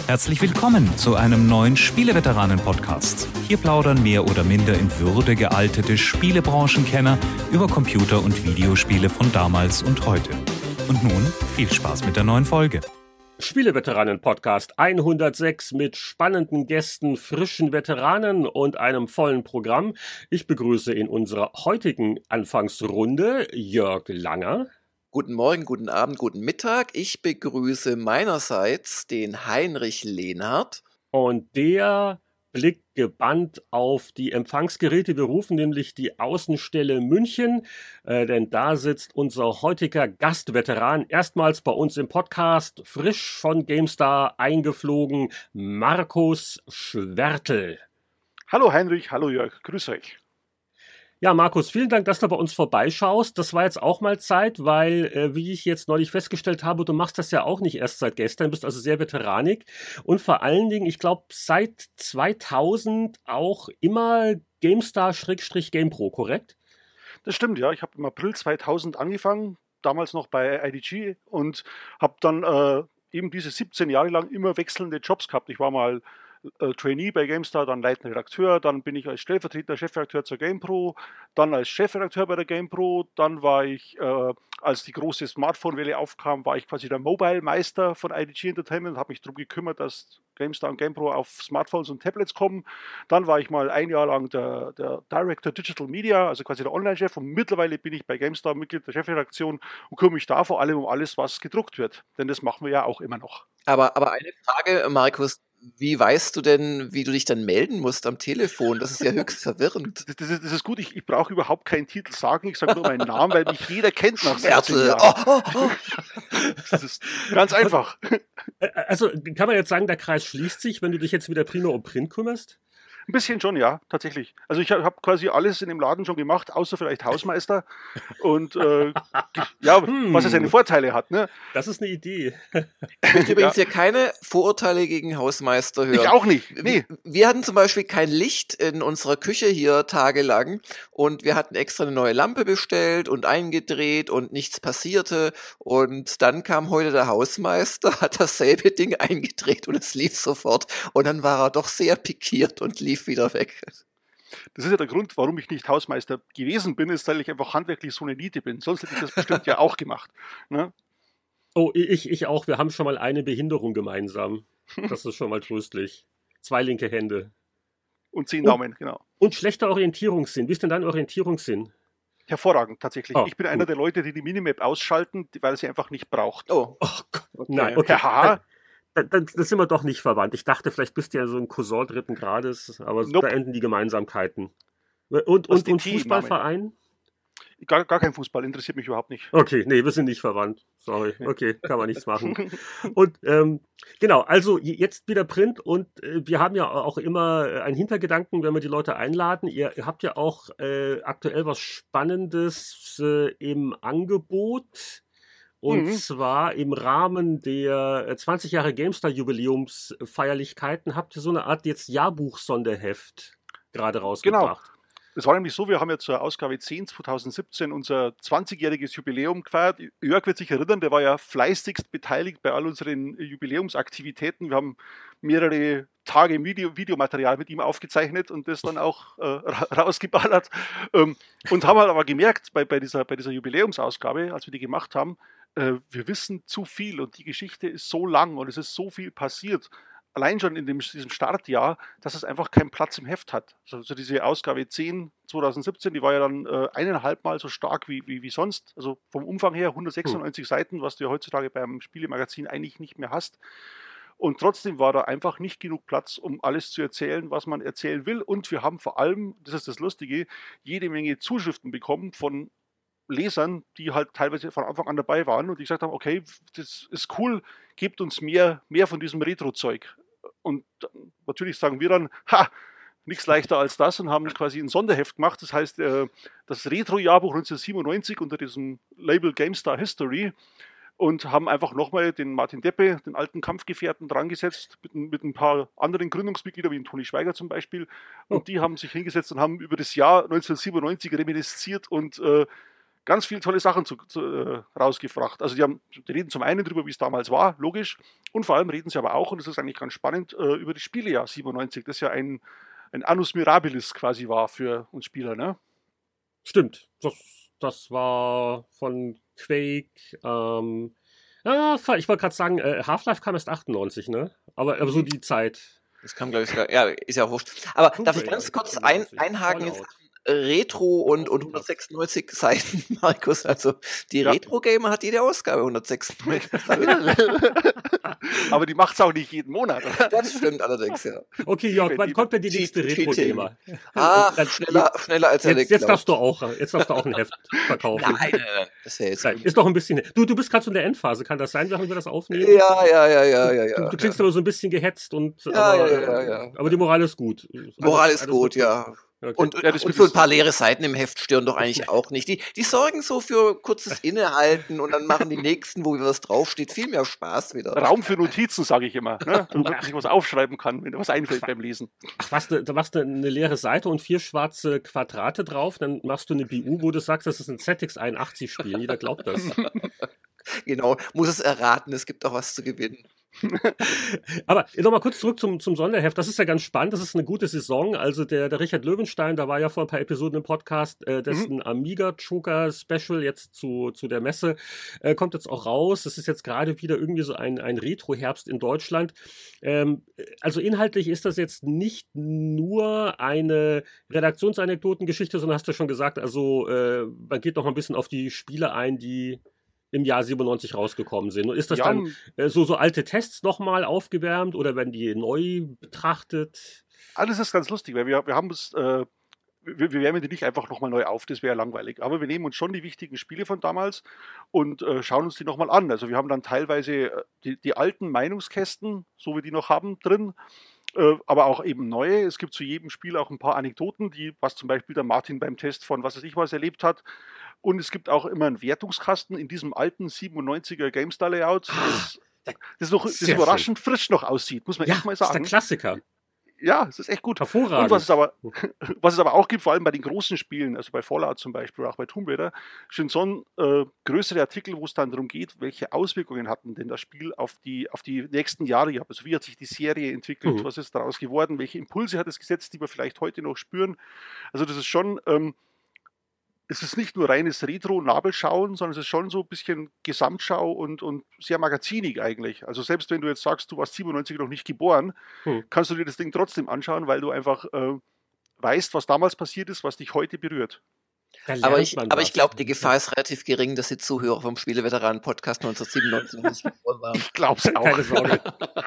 Herzlich willkommen zu einem neuen Spieleveteranen-Podcast. Hier plaudern mehr oder minder in Würde gealtete Spielebranchenkenner über Computer- und Videospiele von damals und heute. Und nun viel Spaß mit der neuen Folge. Spieleveteranen-Podcast 106 mit spannenden Gästen, frischen Veteranen und einem vollen Programm. Ich begrüße in unserer heutigen Anfangsrunde Jörg Langer. Guten Morgen, guten Abend, guten Mittag. Ich begrüße meinerseits den Heinrich Lehnhardt. Und der blickt gebannt auf die Empfangsgeräte. Wir rufen nämlich die Außenstelle München, denn da sitzt unser heutiger Gastveteran, erstmals bei uns im Podcast, frisch von GameStar eingeflogen, Markus Schwertl. Hallo Heinrich, hallo Jörg, grüß euch. Ja, Markus, vielen Dank, dass du bei uns vorbeischaust. Das war jetzt auch mal Zeit, weil, wie ich jetzt neulich festgestellt habe, du machst das ja auch nicht erst seit gestern, bist also sehr veteranig und vor allen Dingen, ich glaube, seit 2000 auch immer GameStar-GamePro, korrekt? Das stimmt, ja. Ich habe im April 2000 angefangen, damals noch bei IDG und habe dann eben diese 17 Jahre lang immer wechselnde Jobs gehabt. Ich war mal Trainee bei GameStar, dann leitender Redakteur, dann bin ich als stellvertretender Chefredakteur zur GamePro, dann als Chefredakteur bei der GamePro, dann war ich, als die große Smartphone-Welle aufkam, war ich quasi der Mobile-Meister von IDG Entertainment, habe mich darum gekümmert, dass GameStar und GamePro auf Smartphones und Tablets kommen. Dann war ich mal ein Jahr lang der Director Digital Media, also quasi der Online-Chef, und mittlerweile bin ich bei GameStar Mitglied der Chefredaktion und kümmere mich da vor allem um alles, was gedruckt wird, denn das machen wir ja auch immer noch. Aber eine Frage, Markus. Wie weißt du denn, wie du dich dann melden musst am Telefon? Das ist ja höchst verwirrend. Das ist gut, ich brauche überhaupt keinen Titel sagen, ich sage nur meinen Namen, weil mich jeder kennt nach 17 Jahren. Das ist ganz einfach. Also kann man jetzt sagen, der Kreis schließt sich, wenn du dich jetzt wieder prima um Print kümmerst? Ein bisschen schon, ja, tatsächlich. Also ich habe quasi alles in dem Laden schon gemacht, außer vielleicht Hausmeister. Und ja, was ja seine Vorteile hat. Ne? Das ist eine Idee. Ich möchte übrigens hier keine Vorurteile gegen Hausmeister hören. Ich auch nicht, nee. Wir hatten zum Beispiel kein Licht in unserer Küche hier tagelang und wir hatten extra eine neue Lampe bestellt und eingedreht und nichts passierte. Und dann kam heute der Hausmeister, hat dasselbe Ding eingedreht und es lief sofort. Und dann war er doch sehr pikiert und lief wieder weg. Das ist ja der Grund, warum ich nicht Hausmeister gewesen bin, ist, weil ich einfach handwerklich so eine Niete bin. Sonst hätte ich das bestimmt ja auch gemacht. Ne? Oh, ich auch. Wir haben schon mal eine Behinderung gemeinsam. Das ist schon mal tröstlich. 2 linke Hände. Und 10 Daumen, genau. Und schlechter Orientierungssinn. Wie ist denn dein Orientierungssinn? Hervorragend, tatsächlich. Ich bin einer gut. der Leute, die Minimap ausschalten, weil sie einfach nicht braucht. Oh Gott. Okay. Nein, okay. Ja. Das sind wir doch nicht verwandt. Ich dachte, vielleicht bist du ja so ein Cousin dritten Grades, aber Nope. da enden die Gemeinsamkeiten. Und Fußballverein? Gar kein Fußball, interessiert mich überhaupt nicht. Okay, nee, wir sind nicht verwandt. Sorry, okay, kann man nichts machen. Und genau, also jetzt wieder Print und wir haben ja auch immer einen Hintergedanken, wenn wir die Leute einladen. Ihr habt ja auch aktuell was Spannendes im Angebot. Und zwar im Rahmen der 20 Jahre GameStar-Jubiläumsfeierlichkeiten habt ihr so eine Art jetzt Jahrbuch-Sonderheft gerade rausgebracht. Genau. Es war nämlich so, wir haben ja zur Ausgabe 10 2017 unser 20-jähriges Jubiläum gefeiert. Jörg wird sich erinnern, der war ja fleißigst beteiligt bei all unseren Jubiläumsaktivitäten. Wir haben mehrere Tage Videomaterial mit ihm aufgezeichnet und das dann auch rausgeballert. Und haben halt aber gemerkt, bei dieser Jubiläumsausgabe, als wir die gemacht haben, wir wissen zu viel und die Geschichte ist so lang und es ist so viel passiert. Allein schon in diesem Startjahr, dass es einfach keinen Platz im Heft hat. Also diese Ausgabe 10 2017, die war ja dann 1,5 Mal so stark wie sonst. Also vom Umfang her 196 Seiten, was du ja heutzutage beim Spielemagazin eigentlich nicht mehr hast. Und trotzdem war da einfach nicht genug Platz, um alles zu erzählen, was man erzählen will. Und wir haben vor allem, das ist das Lustige, jede Menge Zuschriften bekommen von Lesern, die halt teilweise von Anfang an dabei waren und die gesagt haben, okay, das ist cool, gebt uns mehr von diesem Retro-Zeug. Und natürlich sagen wir dann, nichts leichter als das und haben quasi ein Sonderheft gemacht. Das heißt, das Retro-Jahrbuch 1997 unter diesem Label GameStar History und haben einfach nochmal den Martin Deppe, den alten Kampfgefährten, dran gesetzt, mit ein paar anderen Gründungsmitgliedern, wie den Toni Schweiger zum Beispiel. Und die haben sich hingesetzt und haben über das Jahr 1997 reminisziert und ganz viele tolle Sachen rausgebracht. Also die reden zum einen darüber, wie es damals war, logisch, und vor allem reden sie aber auch, und das ist eigentlich ganz spannend, über das Spielejahr 97, das ja ein Annus Mirabilis quasi war für uns Spieler, ne? Stimmt, das war von Quake, ich wollte gerade sagen, Half-Life kam erst 98, ne? Aber so die Zeit. Das kam, glaube ich, sogar, ja, ist ja wurscht. Aber darf ich ganz kurz einhaken in Sachen Retro und 196 Seiten, Markus? Also die Retro-Gamer hat jede Ausgabe 196 Seiten. Aber die macht es auch nicht jeden Monat, oder? Das stimmt allerdings, ja. Okay, Jörg, wann kommt denn die nächste Retro-Gamer? Schneller als er jetzt darfst du auch ein Heft verkaufen. Nein. Das wäre jetzt ist doch ein bisschen. Du bist gerade so in der Endphase, kann das sein, während wir das aufnehmen? Ja. Du klingst aber so ein bisschen gehetzt Ja. Aber die Moral ist gut. Moral ist gut, ja. Okay. Und so ein paar leere Seiten im Heft stören doch eigentlich auch nicht. Die sorgen so für kurzes Innehalten und dann machen die nächsten, wo was draufsteht, viel mehr Spaß wieder. Raum für Notizen, sage ich immer. Ne? Damit man sich was aufschreiben kann, wenn was einfällt beim Lesen. Ach, da machst du eine leere Seite und 4 schwarze Quadrate drauf, dann machst du eine BU, wo du sagst, das ist ein ZX81-Spiel. Jeder glaubt das. Genau, muss es erraten, es gibt auch was zu gewinnen. Aber nochmal kurz zurück zum Sonderheft. Das ist ja ganz spannend. Das ist eine gute Saison. Also der Richard Löwenstein, da war ja vor ein paar Episoden im Podcast, dessen Amiga-Joker-Special jetzt zu der Messe, kommt jetzt auch raus. Das ist jetzt gerade wieder irgendwie so ein Retro-Herbst in Deutschland. Also inhaltlich ist das jetzt nicht nur eine Redaktionsanekdotengeschichte, sondern hast du schon gesagt, also man geht noch mal ein bisschen auf die Spiele ein, die im Jahr 97 rausgekommen sind. Und ist das dann so alte Tests nochmal aufgewärmt oder werden die neu betrachtet? Alles ist ganz lustig, weil wir haben uns, wir wärmen die nicht einfach nochmal neu auf, das wäre langweilig. Aber wir nehmen uns schon die wichtigen Spiele von damals und schauen uns die nochmal an. Also wir haben dann teilweise die alten Meinungskästen, so wie die noch haben, drin. Aber auch eben neue. Es gibt zu jedem Spiel auch ein paar Anekdoten, was zum Beispiel der Martin beim Test von was weiß ich was erlebt hat. Und es gibt auch immer einen Wertungskasten in diesem alten 97er GameStar-Layout, das überraschend frisch noch aussieht, muss man echt mal sagen. Das ist der Klassiker. Ja, es ist echt gut. Hervorragend. Und was es aber auch gibt, vor allem bei den großen Spielen, also bei Fallout zum Beispiel oder auch bei Tomb Raider, sind so größere Artikel, wo es dann darum geht, welche Auswirkungen hatten denn das Spiel auf die nächsten Jahre gehabt. Also wie hat sich die Serie entwickelt, was ist daraus geworden, welche Impulse hat es gesetzt, die wir vielleicht heute noch spüren. Also das ist schon, es ist nicht nur reines Retro-Nabelschauen, sondern es ist schon so ein bisschen Gesamtschau und sehr magazinig eigentlich. Also selbst wenn du jetzt sagst, du warst 97 noch nicht geboren, kannst du dir das Ding trotzdem anschauen, weil du einfach weißt, was damals passiert ist, was dich heute berührt. Aber ich glaube, die Gefahr ist relativ gering, dass die Zuhörer vom Spieleveteranen-Podcast 1997 nicht geboren waren. Ich glaube es auch. Keine Sorge.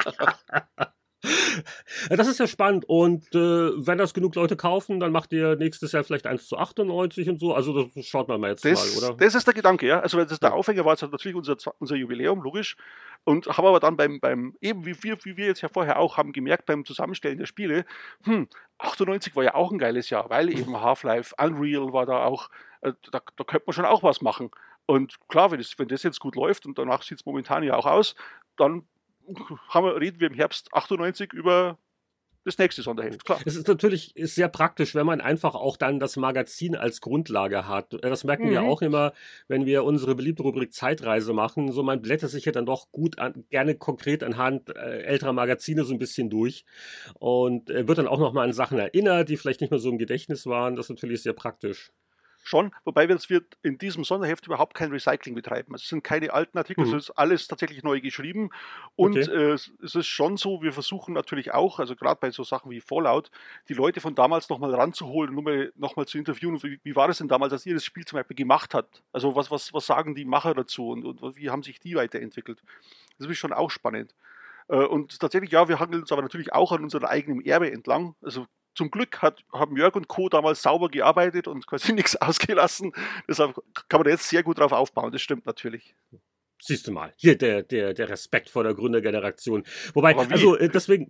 Das ist ja spannend und wenn das genug Leute kaufen, dann macht ihr nächstes Jahr vielleicht 1:98 und so, also das schaut man mal jetzt mal, oder? Das ist der Gedanke, ja, also das ist der Aufhänger, war jetzt natürlich unser Jubiläum, logisch, und haben aber dann beim eben wie wir jetzt ja vorher auch haben gemerkt beim Zusammenstellen der Spiele, 98 war ja auch ein geiles Jahr, weil eben Half-Life, Unreal war da auch, da könnte man schon auch was machen und klar, wenn das jetzt gut läuft und danach sieht es momentan ja auch aus, dann reden wir im Herbst 98 über das nächste Sonderheft, klar. Es ist natürlich sehr praktisch, wenn man einfach auch dann das Magazin als Grundlage hat. Das merken wir auch immer, wenn wir unsere beliebte Rubrik Zeitreise machen. So, man blättert sich ja dann doch gut gerne konkret anhand älterer Magazine so ein bisschen durch und wird dann auch nochmal an Sachen erinnert, die vielleicht nicht mehr so im Gedächtnis waren. Das ist natürlich sehr praktisch. Schon, wobei wir in diesem Sonderheft überhaupt kein Recycling betreiben. Also es sind keine alten Artikel, es ist alles tatsächlich neu geschrieben. Und es ist schon so, wir versuchen natürlich auch, also gerade bei so Sachen wie Fallout, die Leute von damals nochmal ranzuholen, nochmal zu interviewen. Wie war das denn damals, als ihr das Spiel zum Beispiel gemacht habt? Also was sagen die Macher dazu und wie haben sich die weiterentwickelt? Das ist schon auch spannend. Und tatsächlich, ja, wir hangeln uns aber natürlich auch an unserem eigenen Erbe entlang. Also zum Glück haben Jörg und Co. damals sauber gearbeitet und quasi nichts ausgelassen. Deshalb kann man da jetzt sehr gut drauf aufbauen. Das stimmt natürlich. Siehst du mal, hier der Respekt vor der Gründergeneration. Wobei, also deswegen,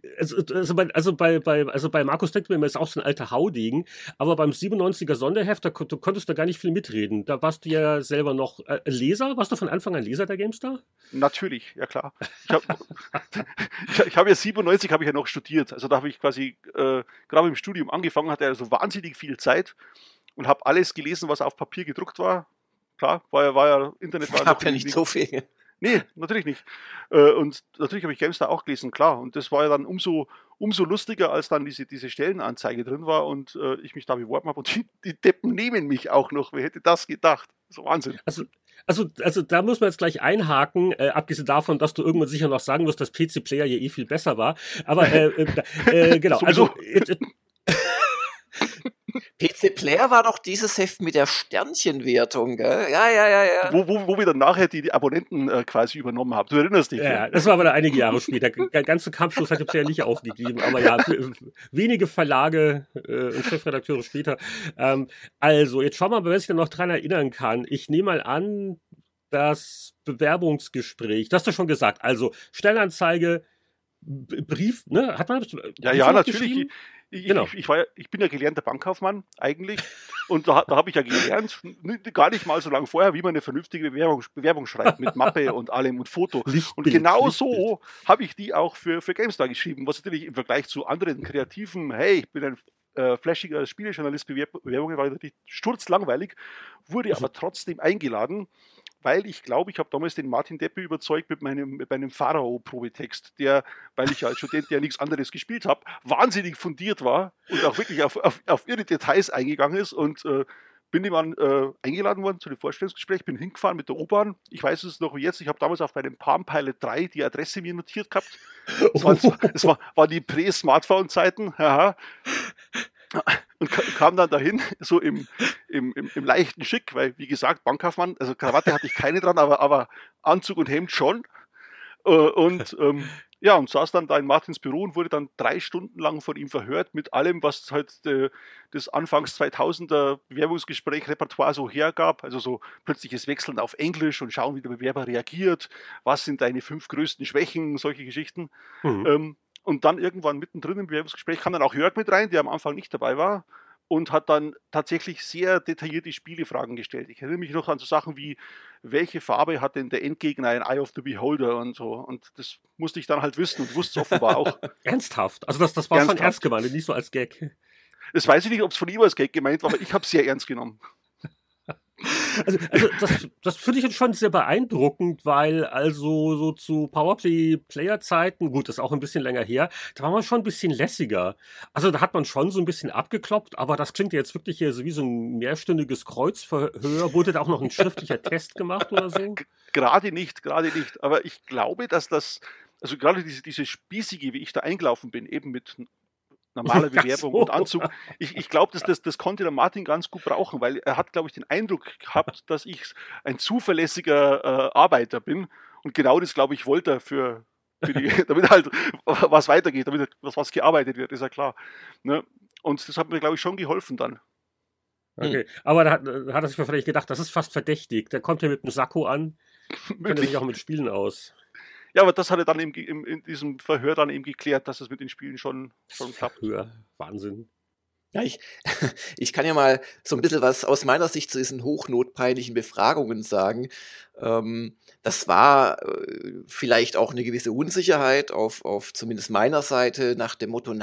bei Markus Deckmann ist auch so ein alter Haudegen, aber beim 97er Sonderheft, da konntest du gar nicht viel mitreden. Da warst du ja selber noch Leser. Warst du von Anfang an Leser der GameStar? Natürlich, ja klar. Ich habe ja 97 habe ich ja noch studiert. Also da habe ich quasi gerade im Studium angefangen, hatte also wahnsinnig viel Zeit und habe alles gelesen, was auf Papier gedruckt war. klar, Internet war Gab ja nicht so viel. Nee, natürlich nicht. Und natürlich habe ich GameStar auch gelesen, klar. Und das war ja dann umso lustiger, als dann diese Stellenanzeige drin war und ich mich da beworben habe. Und die Deppen nehmen mich auch noch. Wer hätte das gedacht? So Wahnsinn. Also da muss man jetzt gleich einhaken, abgesehen davon, dass du irgendwann sicher noch sagen wirst, dass PC Player ja viel besser war. Aber genau, also PC Player war doch dieses Heft mit der Sternchenwertung, gell? Ja. Wo wir dann nachher die Abonnenten quasi übernommen haben. Du erinnerst dich? Ja, das war aber dann einige Jahre später. Der ganze Kampfschluss hat Player nicht aufgegeben, aber ja, wenige Verlage und Chefredakteure später. Also, jetzt schauen wir mal, wer sich da noch dran erinnern kann. Ich nehme mal an, das Bewerbungsgespräch, das hast du schon gesagt, also Stellenanzeige, Brief, ne? Hat man Ja, natürlich. Genau. Ich bin ja gelernter Bankkaufmann eigentlich und da habe ich ja gelernt, gar nicht mal so lange vorher, wie man eine vernünftige Bewerbung schreibt, mit Mappe und allem und Foto. Und genau so habe ich die auch für GameStar geschrieben, was natürlich im Vergleich zu anderen kreativen, hey, ich bin ein flashiger Spielejournalist, Bewerbungen war natürlich sturzlangweilig, wurde aber trotzdem eingeladen, weil ich glaube, ich habe damals den Martin Deppe überzeugt mit meinem Pharao-Probetext, der, weil ich ja als Student ja nichts anderes gespielt habe, wahnsinnig fundiert war und auch wirklich auf irre Details eingegangen ist und bin dann eingeladen worden zu dem Vorstellungsgespräch, bin hingefahren mit der U-Bahn. Ich weiß es noch wie jetzt, ich habe damals auf meinem Palm Pilot 3 die Adresse mir notiert gehabt. Es war die Prä-Smartphone-Zeiten. Und kam dann dahin, so im leichten Schick, weil, wie gesagt, Bankkaufmann, also Krawatte hatte ich keine dran, aber Anzug und Hemd schon. Und saß dann da in Martins Büro und wurde dann 3 Stunden lang von ihm verhört mit allem, was halt das Anfangs 2000er Bewerbungsgespräch-Repertoire so hergab. Also so plötzliches Wechseln auf Englisch und schauen, wie der Bewerber reagiert. Was sind deine 5 größten Schwächen? Solche Geschichten. Und dann irgendwann mittendrin im Bewerbungsgespräch kam dann auch Jörg mit rein, der am Anfang nicht dabei war und hat dann tatsächlich sehr detaillierte Spielefragen gestellt. Ich erinnere mich noch an so Sachen wie, welche Farbe hat denn der Endgegner ein Eye of the Beholder und so. Und das musste ich dann halt wissen und wusste es offenbar auch. Ernsthaft? Also das war schon ernst gemeint, nicht so als Gag. Das weiß ich nicht, ob es von ihm als Gag gemeint war, aber ich habe es sehr ernst genommen. Also das finde ich jetzt schon sehr beeindruckend, weil also so zu Powerplay-Player-Zeiten, gut, das ist auch ein bisschen länger her, da war man schon ein bisschen lässiger. Also da hat man schon so ein bisschen abgeklopft, aber das klingt ja jetzt wirklich hier so wie so ein mehrstündiges Kreuzverhör. Wurde da auch noch ein schriftlicher Test gemacht oder so? Gerade nicht. Aber ich glaube, dass also gerade diese Spießige, wie ich da eingelaufen bin, eben mit normale Bewerbung und Anzug. Ich glaube, das konnte der Martin ganz gut brauchen, weil er hat, glaube ich, den Eindruck gehabt, dass ich ein zuverlässiger Arbeiter bin. Und genau das, glaube ich, wollte er für damit halt was weitergeht, damit was gearbeitet wird, ist ja klar. Ne? Und das hat mir, glaube ich, schon geholfen dann. Okay, aber da hat er sich vielleicht gedacht, das ist fast verdächtig. Der kommt ja mit einem Sakko an, kennt er sich auch mit Spielen aus. Ja, aber das hat er dann in diesem Verhör dann eben geklärt, dass es mit den Spielen schon klappt. Ja, Wahnsinn. Ja, ich kann ja mal so ein bisschen was aus meiner Sicht zu diesen hochnotpeinlichen Befragungen sagen. Das war vielleicht auch eine gewisse Unsicherheit auf zumindest meiner Seite nach dem Motto,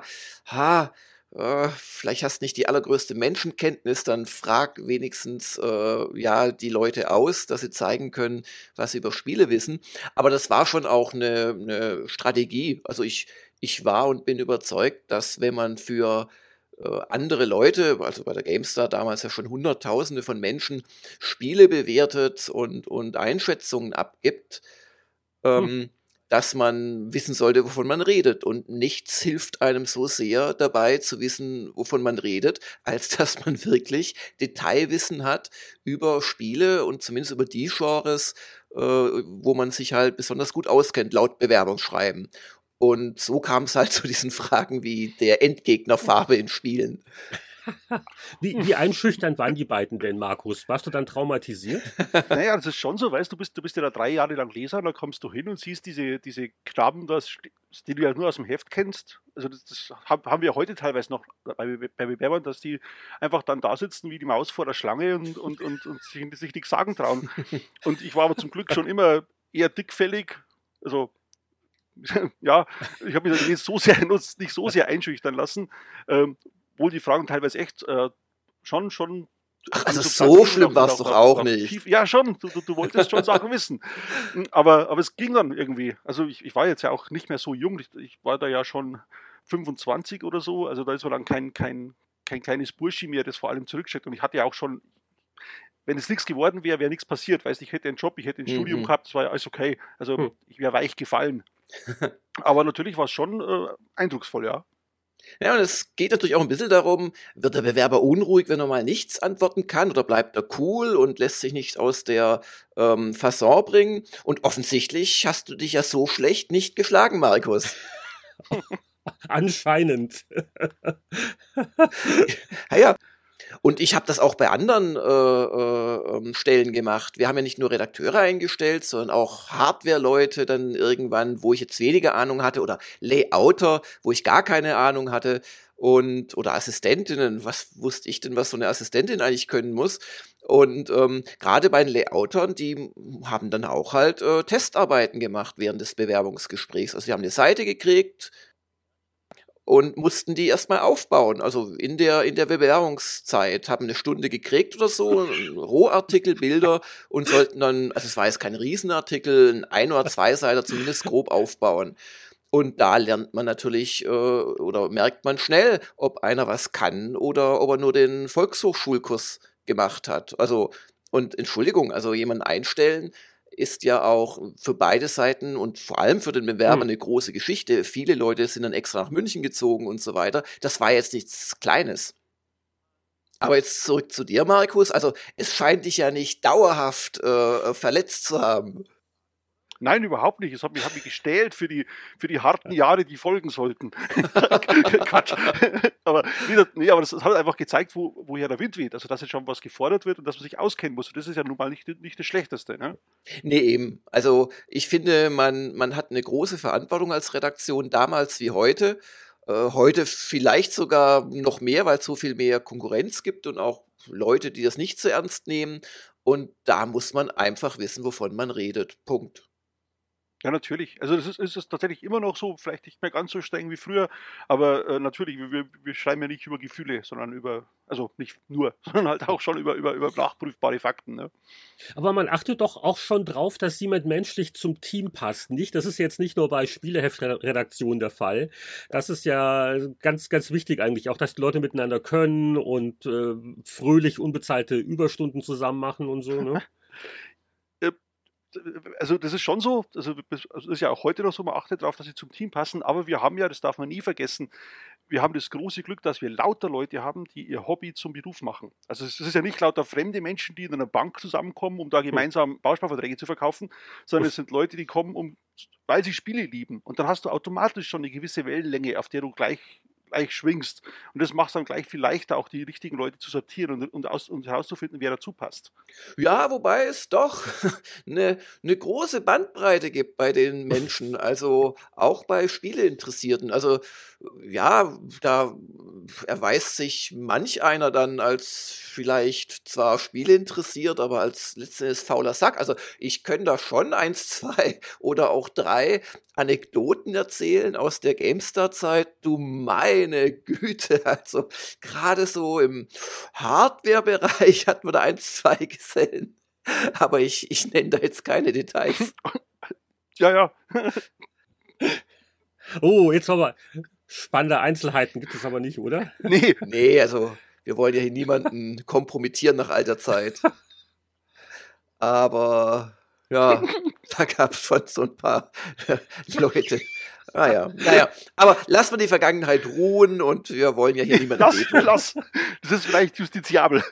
vielleicht hast du nicht die allergrößte Menschenkenntnis, dann frag wenigstens die Leute aus, dass sie zeigen können, was sie über Spiele wissen. Aber das war schon auch eine Strategie. Also ich war und bin überzeugt, dass wenn man für andere Leute, also bei der GameStar damals ja schon Hunderttausende von Menschen, Spiele bewertet und Einschätzungen abgibt, dass man wissen sollte, wovon man redet. Und nichts hilft einem so sehr dabei zu wissen, wovon man redet, als dass man wirklich Detailwissen hat über Spiele und zumindest über die Genres, wo man sich halt besonders gut auskennt, laut Bewerbungsschreiben. Und so kam es halt zu diesen Fragen wie der Endgegnerfarbe in Spielen. Wie einschüchternd waren die beiden denn, Markus? Warst du dann traumatisiert? Naja, das ist schon so, weißt du, bist ja da 3 Jahre lang Leser und dann kommst du hin und siehst diese Knaben, die du ja nur aus dem Heft kennst. Also das haben wir heute teilweise noch bei Bewerbern, dass die einfach dann da sitzen wie die Maus vor der Schlange und sich nichts sagen trauen. Und ich war aber zum Glück schon immer eher dickfällig, also ja, ich habe mich nicht so sehr einschüchtern lassen, obwohl die Fragen teilweise echt schon Ach, also so schlimm war es doch auch nicht. Tief, ja, schon. Du wolltest schon Sachen wissen. Aber es ging dann irgendwie. Also ich war jetzt ja auch nicht mehr so jung. Ich war da ja schon 25 oder so. Also da ist man dann kein kleines Burschi mehr, das vor allem zurücksteckt. Und ich hatte ja auch schon, wenn es nichts geworden wäre, wäre nichts passiert. Weißt, ich hätte einen Job, ich hätte ein Studium gehabt, das war ja alles okay. Also ich wäre weich gefallen. Aber natürlich war es schon eindrucksvoll, ja. Ja, und es geht natürlich auch ein bisschen darum, wird der Bewerber unruhig, wenn er mal nichts antworten kann, oder bleibt er cool und lässt sich nicht aus der Fasson bringen? Und offensichtlich hast du dich ja so schlecht nicht geschlagen, Markus. Anscheinend. Ja. Und ich habe das auch bei anderen Stellen gemacht. Wir haben ja nicht nur Redakteure eingestellt, sondern auch Hardware-Leute dann irgendwann, wo ich jetzt weniger Ahnung hatte, oder Layouter, wo ich gar keine Ahnung hatte, oder Assistentinnen. Was wusste ich denn, was so eine Assistentin eigentlich können muss? Und gerade bei den Layoutern, die haben dann auch halt Testarbeiten gemacht während des Bewerbungsgesprächs. Also sie haben eine Seite gekriegt und mussten die erstmal aufbauen. Also in der Bewerbungszeit, haben eine Stunde gekriegt oder so, Rohartikel, Bilder, und sollten dann, also es war jetzt kein Riesenartikel, ein oder zwei Seiten zumindest grob aufbauen. Und da lernt man natürlich oder merkt man schnell, ob einer was kann oder ob er nur den Volkshochschulkurs gemacht hat. Also, und Entschuldigung, also jemanden einstellen ist ja auch für beide Seiten und vor allem für den Bewerber eine große Geschichte. Viele Leute sind dann extra nach München gezogen und so weiter. Das war jetzt nichts Kleines. Aber jetzt zurück zu dir, Markus. Also es scheint dich ja nicht dauerhaft verletzt zu haben. Nein, überhaupt nicht. Es hat mich gestählt für die harten Jahre, die folgen sollten. Quatsch. Aber das hat einfach gezeigt, woher der Wind weht. Also, dass jetzt schon was gefordert wird und dass man sich auskennen muss. Und das ist ja nun mal nicht das Schlechteste. Ne? Nee, eben. Also, ich finde, man hat eine große Verantwortung als Redaktion, damals wie heute. Heute vielleicht sogar noch mehr, weil es so viel mehr Konkurrenz gibt und auch Leute, die das nicht so ernst nehmen. Und da muss man einfach wissen, wovon man redet. Punkt. Ja, natürlich. Also das ist tatsächlich immer noch so, vielleicht nicht mehr ganz so streng wie früher, aber natürlich, wir schreiben ja nicht über Gefühle, sondern also nicht nur, sondern halt auch schon über nachprüfbare Fakten. Ne? Aber man achtet doch auch schon drauf, dass jemand menschlich zum Team passt, nicht? Das ist jetzt nicht nur bei Spieleheftredaktionen der Fall. Das ist ja ganz, ganz wichtig eigentlich, auch dass die Leute miteinander können und fröhlich unbezahlte Überstunden zusammen machen und so, ne? Also das ist schon so, also das ist ja auch heute noch so, man achtet darauf, dass sie zum Team passen, aber wir haben ja, das darf man nie vergessen, wir haben das große Glück, dass wir lauter Leute haben, die ihr Hobby zum Beruf machen. Also es ist ja nicht lauter fremde Menschen, die in einer Bank zusammenkommen, um da gemeinsam Bausparverträge zu verkaufen, sondern es sind Leute, die kommen, weil sie Spiele lieben. Und dann hast du automatisch schon eine gewisse Wellenlänge, auf der du gleich schwingst. Und das macht es dann gleich viel leichter, auch die richtigen Leute zu sortieren und herauszufinden, wer dazu passt. Ja, wobei es doch eine große Bandbreite gibt bei den Menschen, also auch bei Spieleinteressierten. Also ja, da erweist sich manch einer dann als vielleicht zwar spieleinteressiert, aber als letztendlich fauler Sack. Also ich könnte da schon 1, 2 oder auch 3 Anekdoten erzählen aus der GameStar-Zeit. Du meine Güte, also gerade so im Hardware-Bereich hat man da 1, 2 Gesellen. Aber ich nenne da jetzt keine Details. Ja. Oh, jetzt haben wir spannende Einzelheiten, gibt es aber nicht, oder? Nee, also wir wollen ja hier niemanden kompromittieren nach alter Zeit. Aber ja, da gab es schon so ein paar Leute. Naja, aber lassen wir die Vergangenheit ruhen und wir wollen ja hier niemanden wehtun. Das ist vielleicht justiziabel.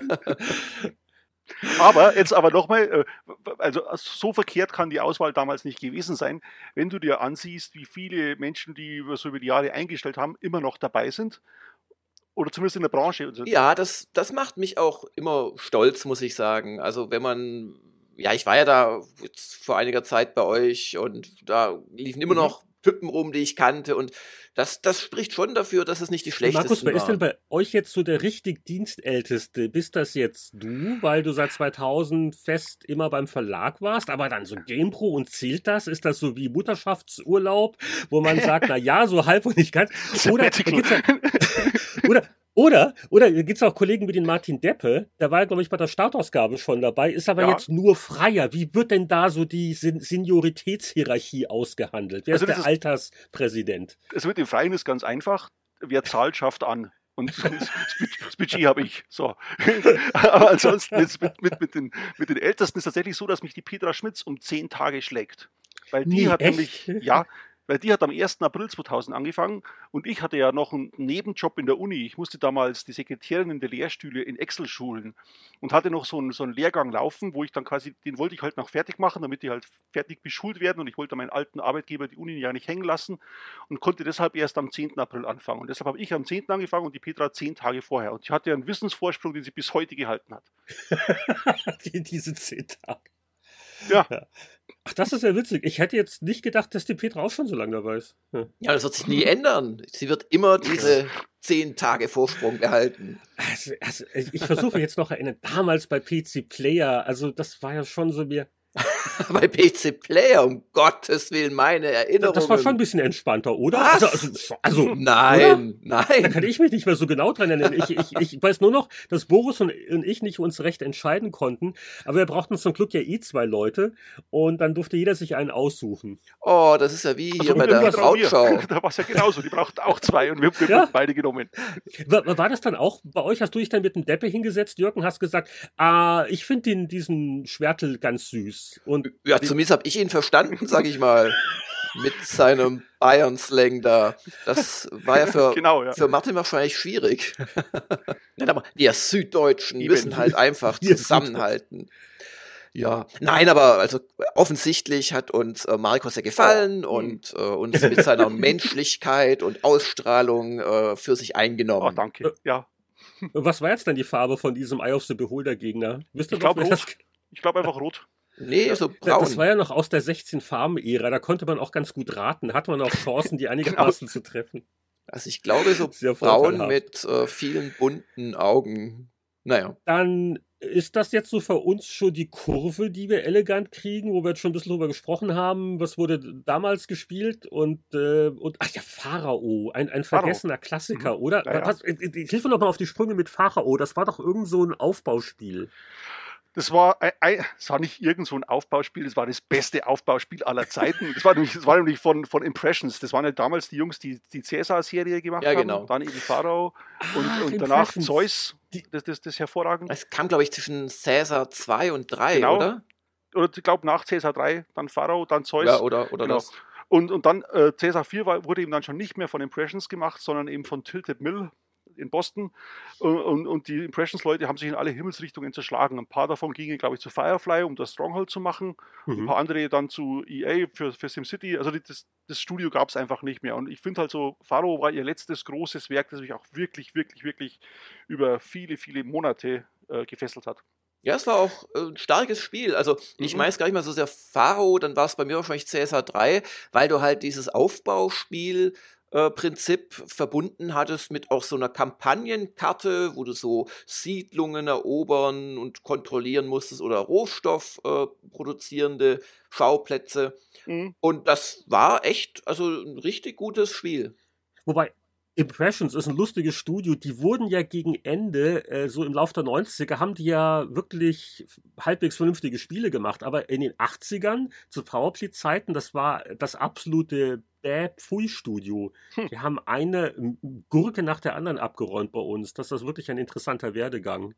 Aber nochmal, also so verkehrt kann die Auswahl damals nicht gewesen sein, wenn du dir ansiehst, wie viele Menschen, die so über die Jahre eingestellt haben, immer noch dabei sind. Oder zumindest in der Branche. Ja, das macht mich auch immer stolz, muss ich sagen. Also wenn man, ja, ich war ja da jetzt vor einiger Zeit bei euch und da liefen immer noch Typen rum, die ich kannte, und das spricht schon dafür, dass es nicht die schlechtesten Markus, wer ist denn bei euch jetzt so der richtig Dienstälteste? Bist das jetzt du, weil du seit 2000 fest immer beim Verlag warst, aber dann so GamePro, und zählt das? Ist das so wie Mutterschaftsurlaub, wo man sagt, na ja, so halb und nicht ganz? Oder gibt es auch Kollegen wie den Martin Deppe, der war, glaube ich, bei der Startausgabe schon dabei, ist aber jetzt nur Freier. Wie wird denn da so die Senioritätshierarchie ausgehandelt? Wer ist der Alterspräsident? Es mit dem Freien ist ganz einfach. Wer zahlt, schafft an. Und das Budget habe ich. So. Aber ansonsten mit den Ältesten ist tatsächlich so, dass mich die Petra Schmitz um 10 Tage schlägt. Weil die hat nämlich, weil die hat am 1. April 2000 angefangen und ich hatte ja noch einen Nebenjob in der Uni. Ich musste damals die Sekretärinnen der Lehrstühle in Excel schulen und hatte noch so einen Lehrgang laufen, wo ich dann quasi, den wollte ich halt noch fertig machen, damit die halt fertig beschult werden und ich wollte meinen alten Arbeitgeber, die Uni, ja nicht hängen lassen und konnte deshalb erst am 10. April anfangen. Und deshalb habe ich am 10. angefangen und die Petra 10 Tage vorher. Und sie hatte ja einen Wissensvorsprung, den sie bis heute gehalten hat. Diese 10 Tage. Ja. Ach, das ist ja witzig. Ich hätte jetzt nicht gedacht, dass die Petra auch schon so lange dabei ist. Ja, das wird sich nie ändern. Sie wird immer diese 10 Tage Vorsprung behalten. Also, ich versuche jetzt noch erinnern, damals bei PC Player, also das war ja schon so mir... Bei PC Player, um Gottes Willen, meine Erinnerungen. Das war schon ein bisschen entspannter, oder? Was? Also nein, oder? nein. Da kann ich mich nicht mehr so genau dran erinnern. Ich weiß nur noch, dass Boris und ich nicht uns recht entscheiden konnten, aber wir brauchten zum Glück ja 2 Leute und dann durfte jeder sich einen aussuchen. Oh, das ist ja wie hier bei der Brautschau. Da war es ja genauso, die brauchten auch 2 und wir haben beide genommen. War das dann auch bei euch? Hast du dich dann mit dem Deppe hingesetzt, Jürgen, hast gesagt, ich finde diesen Schwertel ganz süß. Und ja, zumindest habe ich ihn verstanden, sag ich mal, mit seinem Bayern-Slang da. Das war ja für Martin wahrscheinlich schwierig. Aber wir Süddeutschen müssen halt einfach zusammenhalten. Ja, nein, aber also offensichtlich hat uns Markus ja gefallen und uns mit seiner Menschlichkeit und Ausstrahlung für sich eingenommen. Oh, danke, ja. Was war jetzt dann die Farbe von diesem Eye of the Beholder-Gegner? Ich glaube rot. Ich glaube einfach rot. Nee, so braun. Das war ja noch aus der 16-Farben-Ära, da konnte man auch ganz gut raten. Hatte man auch Chancen, die einigermaßen zu treffen. Also ich glaube, so braun mit vielen bunten Augen. Naja. Dann ist das jetzt so für uns schon die Kurve, die wir elegant kriegen, wo wir jetzt schon ein bisschen drüber gesprochen haben. Was wurde damals gespielt? Und ach ja, Pharao, ein vergessener Klassiker, oder? Ja. Hilf mir noch mal auf die Sprünge mit Pharao. Das war doch irgend so ein Aufbauspiel. Das war nicht irgend so ein Aufbauspiel, das war das beste Aufbauspiel aller Zeiten. Das war nämlich von Impressions. Das waren ja damals die Jungs, die Cäsar-Serie gemacht haben. Genau. Dann eben Pharao und danach Zeus, das hervorragend. Es kam, glaube ich, zwischen Cäsar 2 und 3, oder? Oder ich glaube nach Cäsar 3, dann Pharao, dann Zeus. Ja, oder genau. Das. Und dann Cäsar 4 wurde eben dann schon nicht mehr von Impressions gemacht, sondern eben von Tilted Mill in Boston und die Impressions-Leute haben sich in alle Himmelsrichtungen zerschlagen. Ein paar davon gingen, glaube ich, zu Firefly, um das Stronghold zu machen. Ein paar andere dann zu EA für SimCity. Also das Studio gab es einfach nicht mehr. Und ich finde halt so, Pharao war ihr letztes großes Werk, das mich auch wirklich, wirklich, wirklich über viele, viele Monate gefesselt hat. Ja, es war auch ein starkes Spiel. Also ich meine es gar nicht mal so sehr Pharao, dann war es bei mir wahrscheinlich Cäsar 3, weil du halt dieses Aufbauspiel Prinzip verbunden hattest mit auch so einer Kampagnenkarte, wo du so Siedlungen erobern und kontrollieren musstest oder Rohstoff produzierende Schauplätze. Und das war echt ein richtig gutes Spiel. Wobei Impressions ist ein lustiges Studio, die wurden ja gegen Ende, so im Laufe der 90er, haben die ja wirklich halbwegs vernünftige Spiele gemacht, aber in den 80ern, zu Powerplay-Zeiten, das war das absolute Pfui-Studio. Die haben eine Gurke nach der anderen abgeräumt bei uns. Das ist wirklich ein interessanter Werdegang.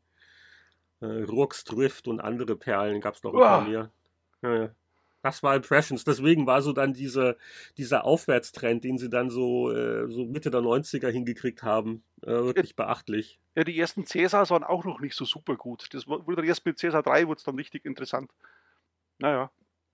Rurks Drift und andere Perlen gab es noch ein paar mehr. Ja. Das war Impressions. Deswegen war so dann dieser Aufwärtstrend, den sie dann so Mitte der 90er hingekriegt haben, wirklich beachtlich. Ja, die ersten Cäsars waren auch noch nicht so super gut. Das wurde dann erst mit Cäsar 3 wurde es dann richtig interessant. Naja.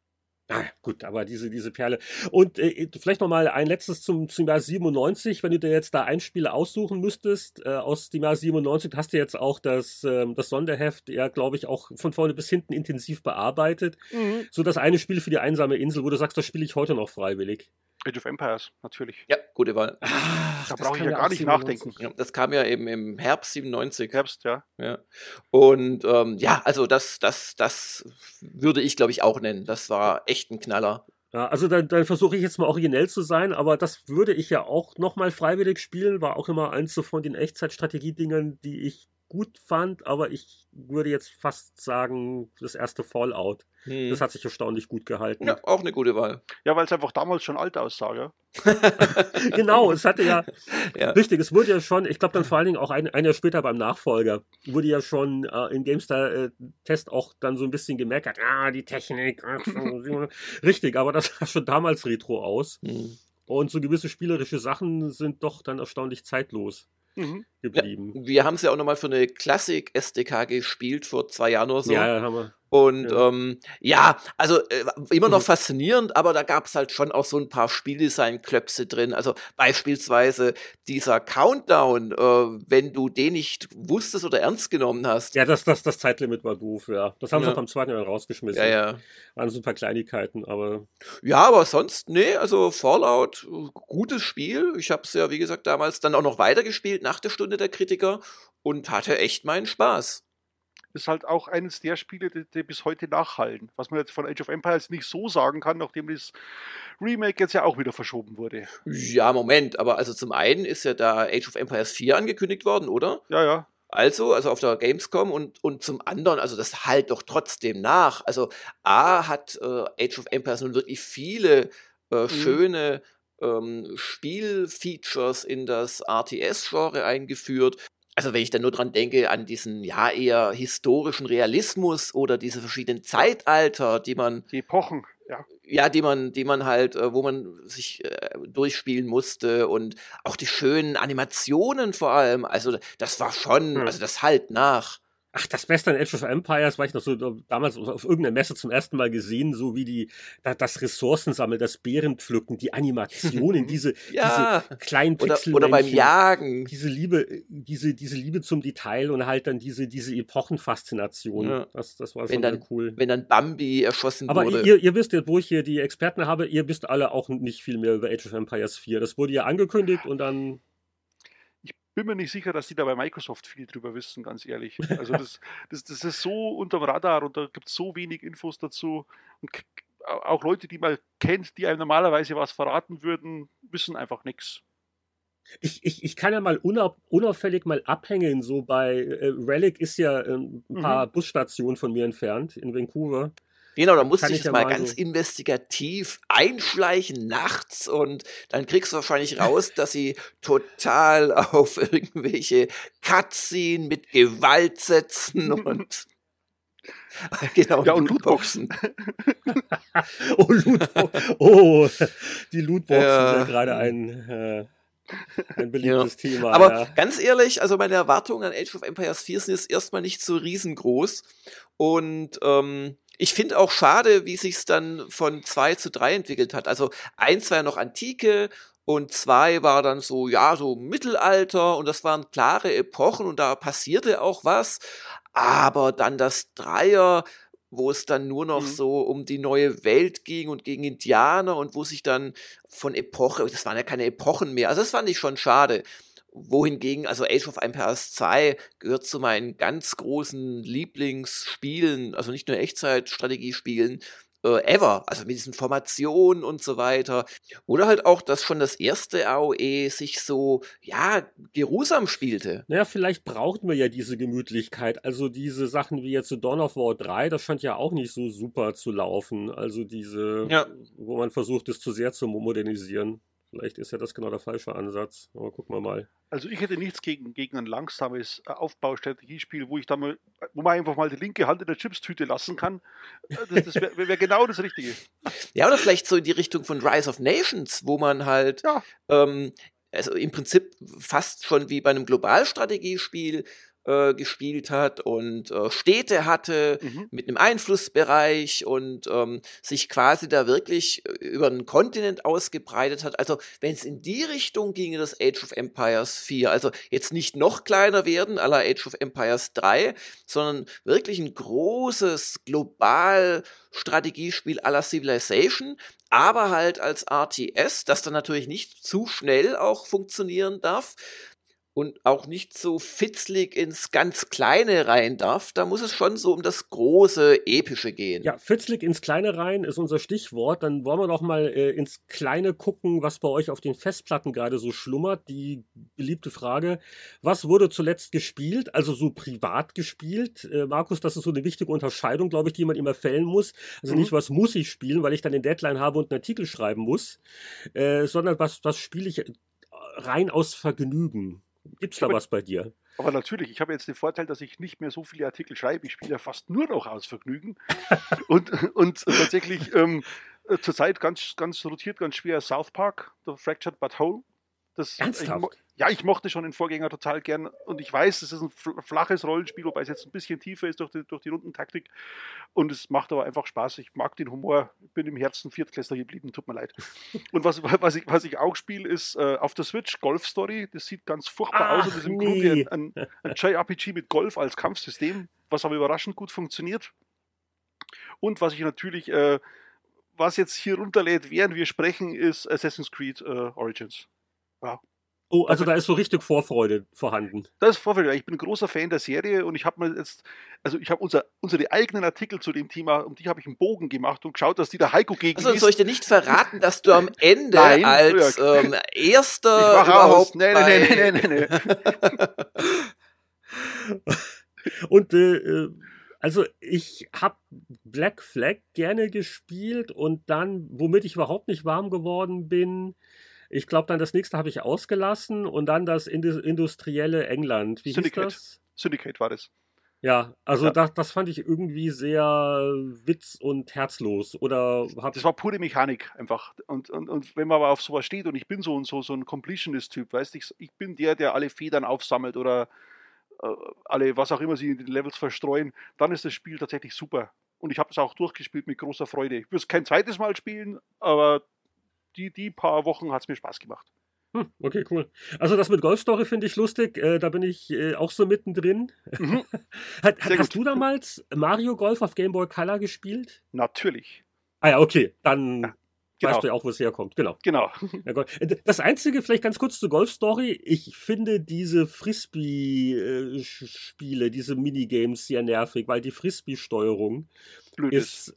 Gut, aber diese Perle. Und vielleicht noch mal ein letztes zum Jahr 97, wenn du dir jetzt da ein Spiel aussuchen müsstest aus dem Jahr 97, hast du jetzt auch das Sonderheft, ja, glaube ich, auch von vorne bis hinten intensiv bearbeitet. So das eine Spiel für die einsame Insel, wo du sagst, das spiele ich heute noch freiwillig. Age of Empires, natürlich. Ja, gute Wahl. Da brauche ich ja gar nicht nachdenken. Ja, das kam ja eben im Herbst 97. Herbst, ja. Und also das würde ich, glaube ich, auch nennen. Das war echt ein Knaller. Ja, also dann versuche ich jetzt mal originell zu sein, aber das würde ich ja auch nochmal freiwillig spielen, war auch immer eins so von den Echtzeitstrategiedingern, die ich gut fand, aber ich würde jetzt fast sagen, das erste Fallout. Das hat sich erstaunlich gut gehalten. Ja, auch eine gute Wahl. Ja, weil es einfach damals schon alt aussah, ja. Genau, es hatte ja, Ja. richtig, es wurde ja schon, ich glaube dann vor allen Dingen auch ein Jahr später beim Nachfolger, wurde ja schon im GameStar-Test auch dann so ein bisschen gemeckert, die Technik, richtig, aber das sah schon damals retro aus. Und so gewisse spielerische Sachen sind doch dann erstaunlich zeitlos geblieben. Ja, wir haben es ja auch nochmal für eine Klassik-SDK gespielt, vor 2 Jahren oder so. Ja, haben wir. Und also immer noch faszinierend, aber da gab es halt schon auch so ein paar Spieldesign-Klöpse drin. Also beispielsweise dieser Countdown, wenn du den nicht wusstest oder ernst genommen hast. Ja, das Zeitlimit war doof, ja. Das haben sie beim zweiten Jahr rausgeschmissen. Ja. Waren so ein paar Kleinigkeiten, aber... Ja, aber sonst, nee, also Fallout, gutes Spiel. Ich habe es ja, wie gesagt, damals dann auch noch weitergespielt nach der Stunde der Kritiker und hatte echt meinen Spaß. Ist halt auch eines der Spiele, die bis heute nachhallen. Was man jetzt von Age of Empires nicht so sagen kann, nachdem das Remake jetzt ja auch wieder verschoben wurde. Ja, Moment, aber also zum einen ist ja da Age of Empires 4 angekündigt worden, oder? Ja. Also auf der Gamescom und zum anderen, also das halt doch trotzdem nach. Also A hat Age of Empires nun wirklich viele schöne Spielfeatures in das RTS-Genre eingeführt. Also wenn ich dann nur dran denke, an diesen ja eher historischen Realismus oder diese verschiedenen Zeitalter, die Epochen, ja. Ja, die man halt, wo man sich durchspielen musste und auch die schönen Animationen vor allem, also das war schon, also das halt nach. Ach, das Beste an Age of Empires war ich noch so damals auf irgendeiner Messe zum ersten Mal gesehen, so wie das Ressourcensammeln, das Bärenpflücken, die Animationen, diese kleinen Pixelmännchen. Oder beim Jagen. Diese Liebe zum Detail und halt dann diese Epochenfaszination. Ja. Das war schon dann cool. Wenn dann Bambi erschossen wurde. Aber ihr wisst jetzt, wo ich hier die Experten habe, ihr wisst alle auch nicht viel mehr über Age of Empires 4. Das wurde ja angekündigt und dann... Bin mir nicht sicher, dass die da bei Microsoft viel drüber wissen, ganz ehrlich. Also das ist so unterm Radar und da gibt es so wenig Infos dazu. Und auch Leute, die man kennt, die einem normalerweise was verraten würden, wissen einfach nichts. Ich kann ja mal unauffällig mal abhängen, so bei Relic ist ja ein paar Busstationen von mir entfernt in Vancouver. Genau, da musste ich jetzt mal ganz investigativ einschleichen nachts und dann kriegst du wahrscheinlich raus, dass sie total auf irgendwelche Cutscene mit Gewalt setzen und genau, ja, und Lootboxen. Die Lootboxen sind gerade ein beliebtes Thema. Aber ganz ehrlich, also meine Erwartungen an Age of Empires 4 sind jetzt erstmal nicht so riesengroß und ich finde auch schade, wie sich's dann von 2 zu 3 entwickelt hat. Also 1 war ja noch Antike und 2 war dann so Mittelalter und das waren klare Epochen und da passierte auch was. Aber dann das 3er, wo es dann nur noch so um die neue Welt ging und gegen Indianer und wo sich dann von Epoche, das waren ja keine Epochen mehr, also das fand ich schon schade. Wohingegen, also Age of Empires 2 gehört zu meinen ganz großen Lieblingsspielen, also nicht nur Echtzeitstrategiespielen, ever, also mit diesen Formationen und so weiter. Oder halt auch, dass schon das erste AOE sich so, geruhsam spielte. Naja, vielleicht brauchten wir ja diese Gemütlichkeit, also diese Sachen wie jetzt so Dawn of War 3, das scheint ja auch nicht so super zu laufen, also wo man versucht, es zu sehr zu modernisieren. Vielleicht ist ja das genau der falsche Ansatz, aber gucken wir mal. Also ich hätte nichts gegen ein langsames Aufbaustrategiespiel, wo man einfach mal die linke Hand in der Chipstüte lassen kann. Das wäre genau das Richtige. Ja, oder vielleicht so in die Richtung von Rise of Nations, wo man halt also im Prinzip fast schon wie bei einem Globalstrategiespiel gespielt hat und Städte hatte mit einem Einflussbereich und sich quasi da wirklich über einen Kontinent ausgebreitet hat. Also wenn es in die Richtung ginge, das Age of Empires 4, also jetzt nicht noch kleiner werden, à la Age of Empires 3, sondern wirklich ein großes Global-Strategiespiel à la Civilization, aber halt als RTS, das dann natürlich nicht zu schnell auch funktionieren darf. und auch nicht so fitzlig ins ganz Kleine rein darf. Da muss es schon so um das große, Epische gehen. Ja, fitzlig ins Kleine rein ist unser Stichwort. Dann wollen wir doch mal ins Kleine gucken, was bei euch auf den Festplatten gerade so schlummert. Die beliebte Frage, was wurde zuletzt gespielt, also so privat gespielt? Markus, das ist so eine wichtige Unterscheidung, glaube ich, die man immer fällen muss. Also nicht, was muss ich spielen, weil ich dann den Deadline habe und einen Artikel schreiben muss, sondern was spiele ich rein aus Vergnügen? Gibt's da was bei dir? Aber natürlich, ich habe jetzt den Vorteil, dass ich nicht mehr so viele Artikel schreibe. Ich spiele ja fast nur noch aus Vergnügen. und tatsächlich zurzeit ganz rotiert, ganz schwer South Park, The Fractured But Whole. Ernsthaft? Ich mochte schon den Vorgänger total gern und ich weiß, es ist ein flaches Rollenspiel, wobei es jetzt ein bisschen tiefer ist durch die Rundentaktik und es macht aber einfach Spaß. Ich mag den Humor, bin im Herzen Viertklässler geblieben, tut mir leid. Und was ich auch spiele, ist auf der Switch Golf Story. Das sieht ganz furchtbar aus und ist im Grunde ein JRPG mit Golf als Kampfsystem, was aber überraschend gut funktioniert. Und was ich natürlich, was jetzt hier runterlädt, während wir sprechen, ist Assassin's Creed Origins. Ja. Oh, also da ist so richtig Vorfreude vorhanden. Das ist Vorfreude. Ich bin ein großer Fan der Serie und ich habe mir jetzt, also ich habe unsere eigenen Artikel zu dem Thema, um die habe ich einen Bogen gemacht und geschaut, dass die der Heiko gegen Also soll ich dir nicht verraten, dass du am Ende als Erster überhaupt... Nee. Und also ich habe Black Flag gerne gespielt und dann, womit ich überhaupt nicht warm geworden bin, ich glaube dann das nächste habe ich ausgelassen und dann das industrielle England. Wie hieß das? Syndicate war das. Ja, also ja. Das fand ich irgendwie sehr witz- und herzlos. Das war pure Mechanik einfach. Und wenn man aber auf sowas steht und ich bin so ein Completionist-Typ, weißt du, ich bin der alle Federn aufsammelt oder alle, was auch immer sie in den Levels verstreuen, dann ist das Spiel tatsächlich super. Und ich habe es auch durchgespielt mit großer Freude. Ich würde es kein zweites Mal spielen, aber die paar Wochen hat es mir Spaß gemacht. Okay, cool. Also das mit Golf Story finde ich lustig. Da bin ich auch so mittendrin. Mhm. Hast du damals Mario Golf auf Game Boy Color gespielt? Natürlich. Ah ja, okay. Dann genau. Weißt du ja auch, wo es herkommt. Genau. Ja, das Einzige, vielleicht ganz kurz zur Golf Story. Ich finde diese Frisbee-Spiele, diese Minigames sehr nervig, weil die Frisbee-Steuerung ist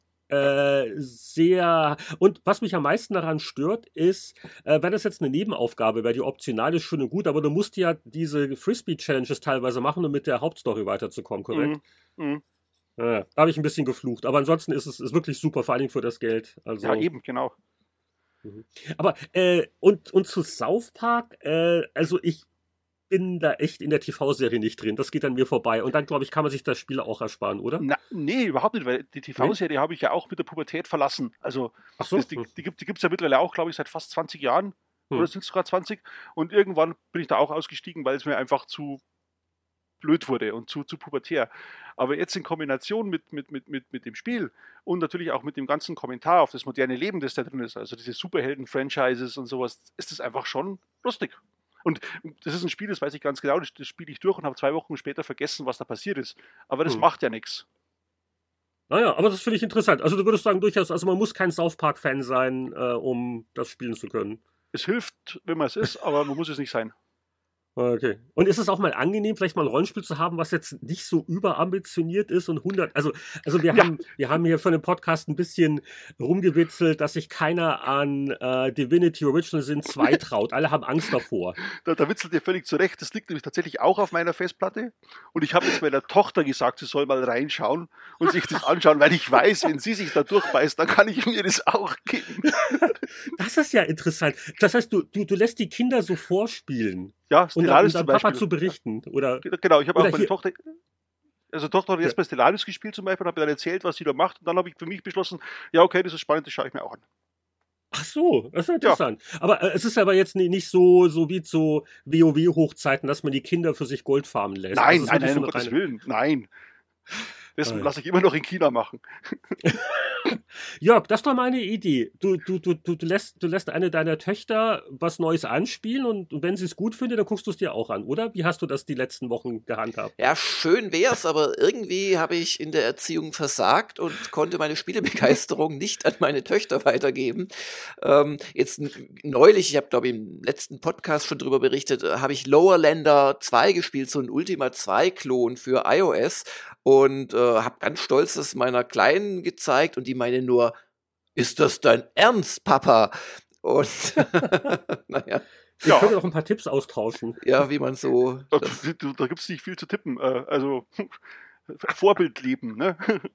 sehr, und was mich am meisten daran stört, ist, wenn das jetzt eine Nebenaufgabe wäre, die optional ist, schön und gut, aber du musst ja diese Frisbee-Challenges teilweise machen, um mit der Hauptstory weiterzukommen, korrekt? Da habe ich ein bisschen geflucht, aber ansonsten ist es wirklich super, vor allem für das Geld. Also, ja, eben, genau. Aber, und zu South Park, also ich bin da echt in der TV-Serie nicht drin. Das geht an mir vorbei. Und dann, glaube ich, kann man sich das Spiel auch ersparen, oder? Nee, überhaupt nicht, weil die TV-Serie habe ich ja auch mit der Pubertät verlassen. Also, ach so. Die gibt es ja mittlerweile auch, glaube ich, seit fast 20 Jahren. Oder sind es sogar 20? Und irgendwann bin ich da auch ausgestiegen, weil es mir einfach zu blöd wurde und zu pubertär. Aber jetzt in Kombination mit dem Spiel und natürlich auch mit dem ganzen Kommentar auf das moderne Leben, das da drin ist, also diese Superhelden-Franchises und sowas, ist das einfach schon lustig. Und das ist ein Spiel, das weiß ich ganz genau, das spiele ich durch und habe 2 Wochen später vergessen, was da passiert ist. Aber das macht ja nichts. Naja, aber das finde ich interessant. Also du würdest sagen, durchaus, also man muss kein South Park-Fan sein, um das spielen zu können. Es hilft, wenn man es ist, aber man muss es nicht sein. Okay. Und ist es auch mal angenehm, vielleicht mal ein Rollenspiel zu haben, was jetzt nicht so überambitioniert ist und 100, also wir haben hier von dem Podcast ein bisschen rumgewitzelt, dass sich keiner an Divinity Original Sin 2 traut. Alle haben Angst davor. Da witzelt ihr völlig zurecht. Das liegt nämlich tatsächlich auch auf meiner Festplatte. Und ich habe jetzt meiner Tochter gesagt, sie soll mal reinschauen und sich das anschauen, weil ich weiß, wenn sie sich da durchbeißt, dann kann ich mir das auch geben. Das ist ja interessant. Das heißt, du lässt die Kinder so vorspielen. Ja, Stellaris zum Beispiel. Papa zu berichten, oder? Genau, ich habe auch meine Tochter, Tochter hat jetzt bei Stellaris gespielt zum Beispiel und habe mir dann erzählt, was sie da macht und dann habe ich für mich beschlossen, ja okay, das ist spannend, das schaue ich mir auch an. Ach so, das ist interessant. Ja. Aber es ist aber jetzt nicht so wie zu WoW-Hochzeiten, dass man die Kinder für sich Gold farmen lässt. Nein, um Gottes Willen, nein. Das lasse ich immer noch in China machen. Jörg, das ist doch meine Idee. Du lässt eine deiner Töchter was Neues anspielen und wenn sie es gut findet, dann guckst du es dir auch an, oder? Wie hast du das die letzten Wochen gehandhabt? Ja, schön wär's, aber irgendwie habe ich in der Erziehung versagt und konnte meine Spielebegeisterung nicht an meine Töchter weitergeben. Jetzt neulich, ich habe glaube ich im letzten Podcast schon drüber berichtet, habe ich Lower Lander 2 gespielt, so ein Ultima 2 Klon für iOS und habe ganz stolz das meiner Kleinen gezeigt und die meine nur, ist das dein Ernst, Papa? Und naja. Wir können auch ein paar Tipps austauschen. Ja, wie man so... Da gibt es nicht viel zu tippen. Also Vorbild leben, ne?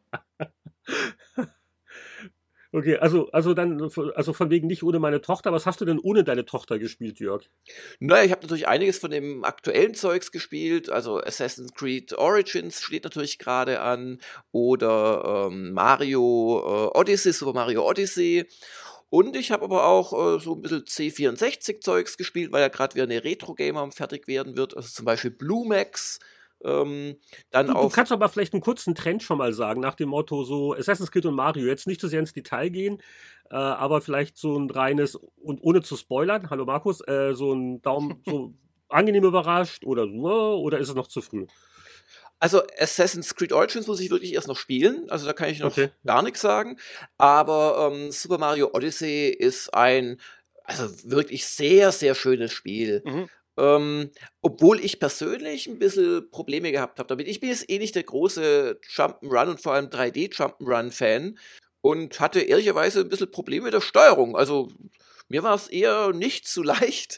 Okay, also von wegen nicht ohne meine Tochter. Was hast du denn ohne deine Tochter gespielt, Jörg? Naja, ich habe natürlich einiges von dem aktuellen Zeugs gespielt. Also Assassin's Creed Origins steht natürlich gerade an. Oder Mario Odyssey, Super Mario Odyssey. Und ich habe aber auch so ein bisschen C64-Zeugs gespielt, weil ja gerade wieder eine Retro-Gamer fertig werden wird. Also zum Beispiel Blue Max. Du kannst aber vielleicht einen kurzen Trend schon mal sagen, nach dem Motto so Assassin's Creed und Mario, jetzt nicht so sehr ins Detail gehen, aber vielleicht so ein reines, und ohne zu spoilern, hallo Markus, so ein Daumen, so angenehm überrascht oder so, oder ist es noch zu früh? Also Assassin's Creed Origins muss ich wirklich erst noch spielen, also da kann ich noch gar nichts sagen, aber Super Mario Odyssey ist ein wirklich sehr, sehr schönes Spiel. Mhm. Obwohl ich persönlich ein bisschen Probleme gehabt habe damit. Ich bin jetzt nicht der große Jump'n'Run und vor allem 3D-Jump'n'Run-Fan und hatte ehrlicherweise ein bisschen Probleme mit der Steuerung. Also mir war es eher nicht zu leicht.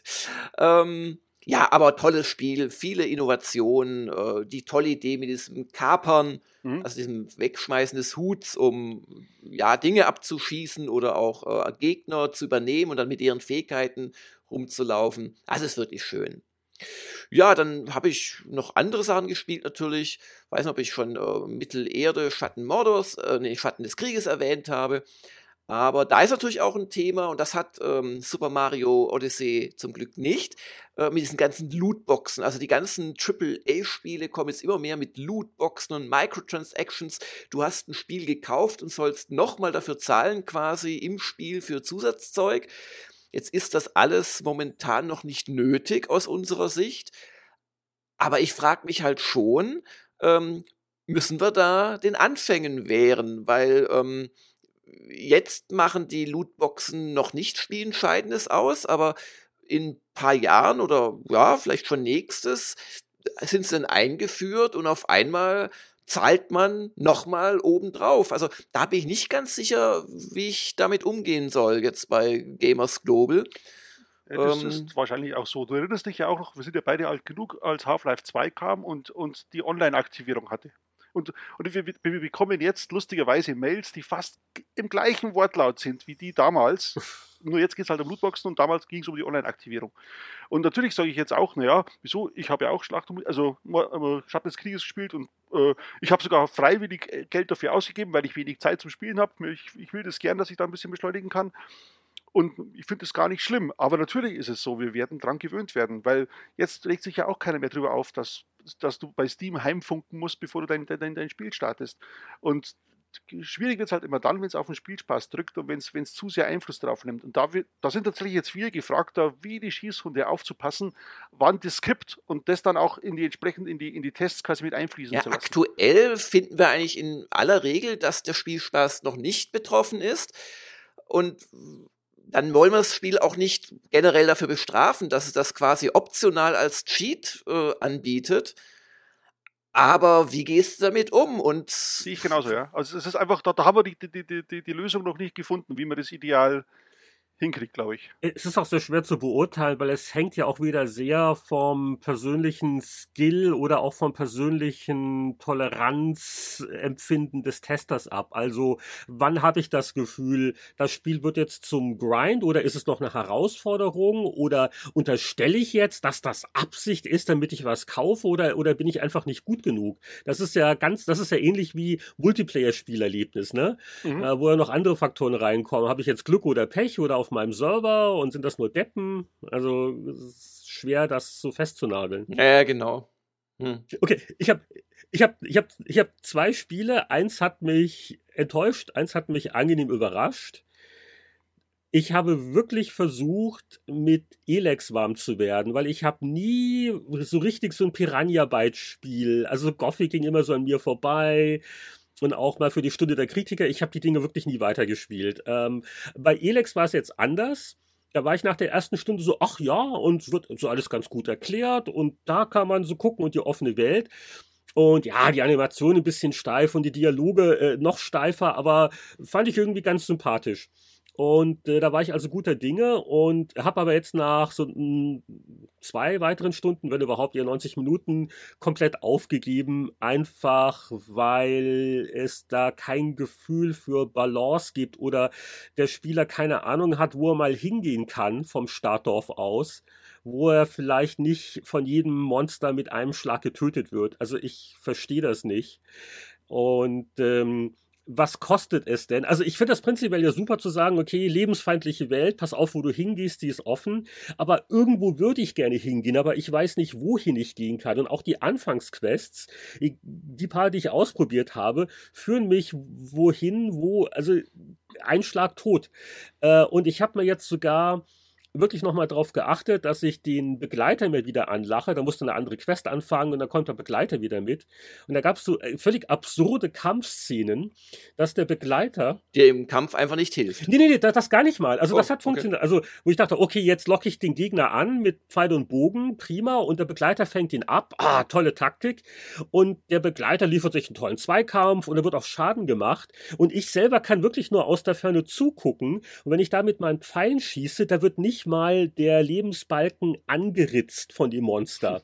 Ja, aber tolles Spiel, viele Innovationen, die tolle Idee mit diesem Kapern, also diesem Wegschmeißen des Huts, um Dinge abzuschießen oder auch Gegner zu übernehmen und dann mit ihren Fähigkeiten rumzulaufen. Also es ist wirklich schön. Ja, dann habe ich noch andere Sachen gespielt natürlich. Weiß nicht, ob ich schon Mittelerde, Schatten des Krieges erwähnt habe. Aber da ist natürlich auch ein Thema, und das hat Super Mario Odyssey zum Glück nicht, mit diesen ganzen Lootboxen. Also die ganzen AAA-Spiele kommen jetzt immer mehr mit Lootboxen und Microtransactions. Du hast ein Spiel gekauft und sollst nochmal dafür zahlen quasi im Spiel für Zusatzzeug. Jetzt ist das alles momentan noch nicht nötig aus unserer Sicht. Aber ich frage mich halt schon, müssen wir da den Anfängen wehren? Weil jetzt machen die Lootboxen noch nicht Spielentscheidendes aus, aber in ein paar Jahren oder ja, vielleicht schon nächstes sind sie dann eingeführt und auf einmal zahlt man nochmal obendrauf. Also da bin ich nicht ganz sicher, wie ich damit umgehen soll jetzt bei Gamers Global. Ja, das ist wahrscheinlich auch so. Du erinnerst dich ja auch noch, wir sind ja beide alt genug, als Half-Life 2 kam und die Online-Aktivierung hatte. Und wir bekommen jetzt lustigerweise Mails, die fast im gleichen Wortlaut sind wie die damals. Nur jetzt geht es halt um Lootboxen und damals ging es um die Online-Aktivierung. Und natürlich sage ich jetzt auch, naja, wieso? Ich habe ja auch Schatten des Krieges gespielt und ich habe sogar freiwillig Geld dafür ausgegeben, weil ich wenig Zeit zum Spielen habe. Ich will das gern, dass ich da ein bisschen beschleunigen kann. Und ich finde das gar nicht schlimm. Aber natürlich ist es so, wir werden dran gewöhnt werden, weil jetzt regt sich ja auch keiner mehr drüber auf, dass du bei Steam heimfunken musst, bevor du dein Spiel startest. Und schwierig wird es halt immer dann, wenn es auf den Spielspaß drückt und wenn es zu sehr Einfluss darauf nimmt. Und da sind tatsächlich jetzt viele gefragt, da wie die Schießhunde aufzupassen, wann das kippt und das dann auch in die Tests quasi mit einfließen zu lassen. Aktuell finden wir eigentlich in aller Regel, dass der Spielspaß noch nicht betroffen ist. Und dann wollen wir das Spiel auch nicht generell dafür bestrafen, dass es das quasi optional als Cheat anbietet. Aber wie gehst du damit um? Und sehe ich genauso, ja. Also es ist einfach, da haben wir die Lösung noch nicht gefunden, wie man das ideal hinkriegt, glaube ich. Es ist auch sehr schwer zu beurteilen, weil es hängt ja auch wieder sehr vom persönlichen Skill oder auch vom persönlichen Toleranzempfinden des Testers ab. Also wann habe ich das Gefühl, das Spiel wird jetzt zum Grind oder ist es noch eine Herausforderung oder unterstelle ich jetzt, dass das Absicht ist, damit ich was kaufe oder bin ich einfach nicht gut genug? Das ist ja ähnlich wie Multiplayer-Spielerlebnis, ne? Wo ja noch andere Faktoren reinkommen. Habe ich jetzt Glück oder Pech oder auf meinem Server und sind das nur Deppen? Also es ist schwer, das so festzunageln. Ja, genau. Okay, ich hab 2 Spiele. Eins hat mich enttäuscht, eins hat mich angenehm überrascht. Ich habe wirklich versucht, mit Elex warm zu werden, weil ich habe nie so richtig so ein Piranha-Bytes-Spiel. Also Gothic ging immer so an mir vorbei. Und auch mal für die Stunde der Kritiker, ich habe die Dinge wirklich nie weitergespielt. Bei Elex war es jetzt anders. Da war ich nach der ersten Stunde so, ach ja, und wird so alles ganz gut erklärt. Und da kann man so gucken und die offene Welt. Und ja, die Animation ein bisschen steif und die Dialoge noch steifer, aber fand ich irgendwie ganz sympathisch. Und da war ich also guter Dinge und habe aber jetzt nach so 2 weiteren Stunden, wenn überhaupt eher 90 Minuten, komplett aufgegeben, einfach weil es da kein Gefühl für Balance gibt oder der Spieler keine Ahnung hat, wo er mal hingehen kann vom Startdorf aus, wo er vielleicht nicht von jedem Monster mit einem Schlag getötet wird. Also ich verstehe das nicht. Und was kostet es denn? Also ich finde das prinzipiell ja super zu sagen, okay, lebensfeindliche Welt, pass auf, wo du hingehst, die ist offen, aber irgendwo würde ich gerne hingehen, aber ich weiß nicht, wohin ich gehen kann. Und auch die Anfangsquests, die paar, die ich ausprobiert habe, führen mich wohin, also ein Schlag tot. Und ich habe mir jetzt sogar wirklich nochmal darauf geachtet, dass ich den Begleiter mir wieder anlache. Da musste eine andere Quest anfangen und dann kommt der Begleiter wieder mit. Und da gab es so völlig absurde Kampfszenen, dass der Begleiter... dir im Kampf einfach nicht hilft. Nee, das gar nicht mal. Also das hat funktioniert. Okay. Also wo ich dachte, okay, jetzt locke ich den Gegner an mit Pfeil und Bogen, prima. Und der Begleiter fängt ihn ab. Tolle Taktik. Und der Begleiter liefert sich einen tollen Zweikampf und da wird auch Schaden gemacht. Und ich selber kann wirklich nur aus der Ferne zugucken. Und wenn ich da mit meinen Pfeilen schieße, da wird nicht mal der Lebensbalken angeritzt von dem Monster.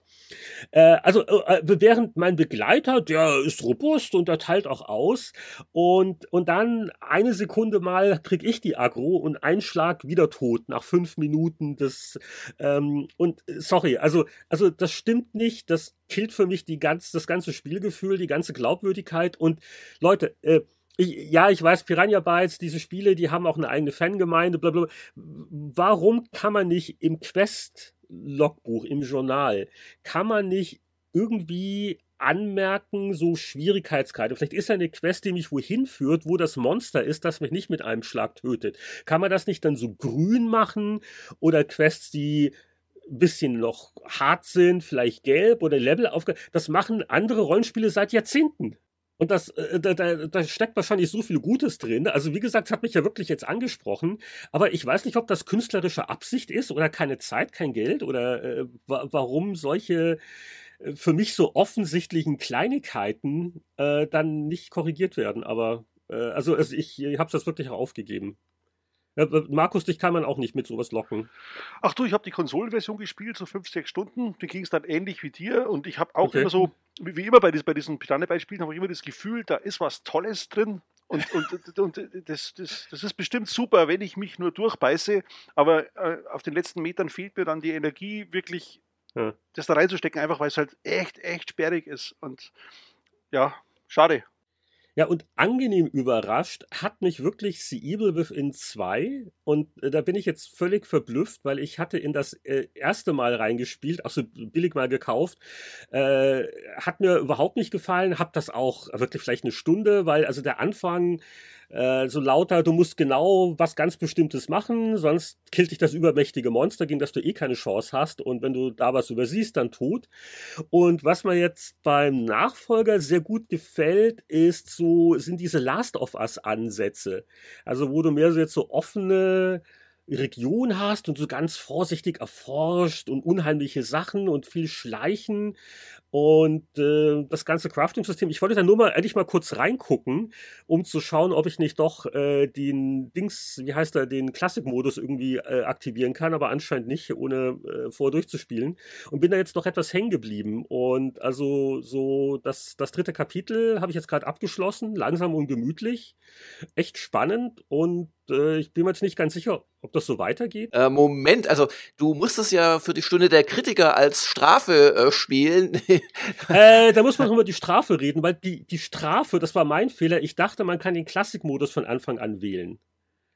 Während mein Begleiter, der ist robust und der teilt auch aus und dann eine Sekunde mal krieg ich die Aggro und ein Schlag wieder tot nach 5 Minuten. Sorry, also das stimmt nicht, das killt für mich das ganze Spielgefühl, die ganze Glaubwürdigkeit und Leute, ich weiß, Piranha Bytes, diese Spiele, die haben auch eine eigene Fangemeinde, blablabla. Warum kann man nicht im Quest-Logbuch, im Journal, kann man nicht irgendwie anmerken, so Schwierigkeitsgrade? Vielleicht ist ja eine Quest, die mich wohin führt, wo das Monster ist, das mich nicht mit einem Schlag tötet. Kann man das nicht dann so grün machen? Oder Quests, die ein bisschen noch hart sind, vielleicht gelb oder Level aufge... Das machen andere Rollenspiele seit Jahrzehnten. Und da steckt wahrscheinlich so viel Gutes drin. Also wie gesagt, es hat mich ja wirklich jetzt angesprochen. Aber ich weiß nicht, ob das künstlerische Absicht ist oder keine Zeit, kein Geld oder warum solche für mich so offensichtlichen Kleinigkeiten dann nicht korrigiert werden. Aber ich habe das wirklich auch aufgegeben. Markus, dich kann man auch nicht mit sowas locken. Ach du, ich habe die Konsolenversion gespielt, so 5-6 Stunden. Mir ging es dann ähnlich wie dir. Und ich habe auch immer so, wie immer bei diesen Piranha-Bytes-Spielen, habe ich immer das Gefühl, da ist was Tolles drin. Und das ist bestimmt super, wenn ich mich nur durchbeiße. Aber auf den letzten Metern fehlt mir dann die Energie, wirklich das da reinzustecken, einfach weil es halt echt sperrig ist. Und ja, schade. Ja, und angenehm überrascht hat mich wirklich The Evil Within 2 und da bin ich jetzt völlig verblüfft, weil ich hatte in das erste Mal reingespielt, also billig mal gekauft, hat mir überhaupt nicht gefallen, hab das auch wirklich vielleicht eine Stunde, weil also der Anfang so lauter, du musst genau was ganz Bestimmtes machen, sonst killt dich das übermächtige Monster, gegen das du eh keine Chance hast und wenn du da was übersiehst, dann tot. Und was mir jetzt beim Nachfolger sehr gut gefällt, sind diese Last of Us Ansätze. Also wo du mehr so jetzt so offene Region hast und so ganz vorsichtig erforscht und unheimliche Sachen und viel Schleichen und das ganze Crafting-System. Ich wollte da nur mal endlich mal kurz reingucken, um zu schauen, ob ich nicht doch den Classic-Modus irgendwie aktivieren kann, aber anscheinend nicht, ohne vorher durchzuspielen. Und bin da jetzt noch etwas hängen geblieben. Und also so das 3. Kapitel habe ich jetzt gerade abgeschlossen, langsam und gemütlich. Echt spannend und ich bin mir jetzt nicht ganz sicher, ob das so weitergeht. Moment, also du musst es ja für die Stunde der Kritiker als Strafe spielen. Da muss man noch über die Strafe reden, weil die Strafe, das war mein Fehler, ich dachte, man kann den Classic-Modus von Anfang an wählen.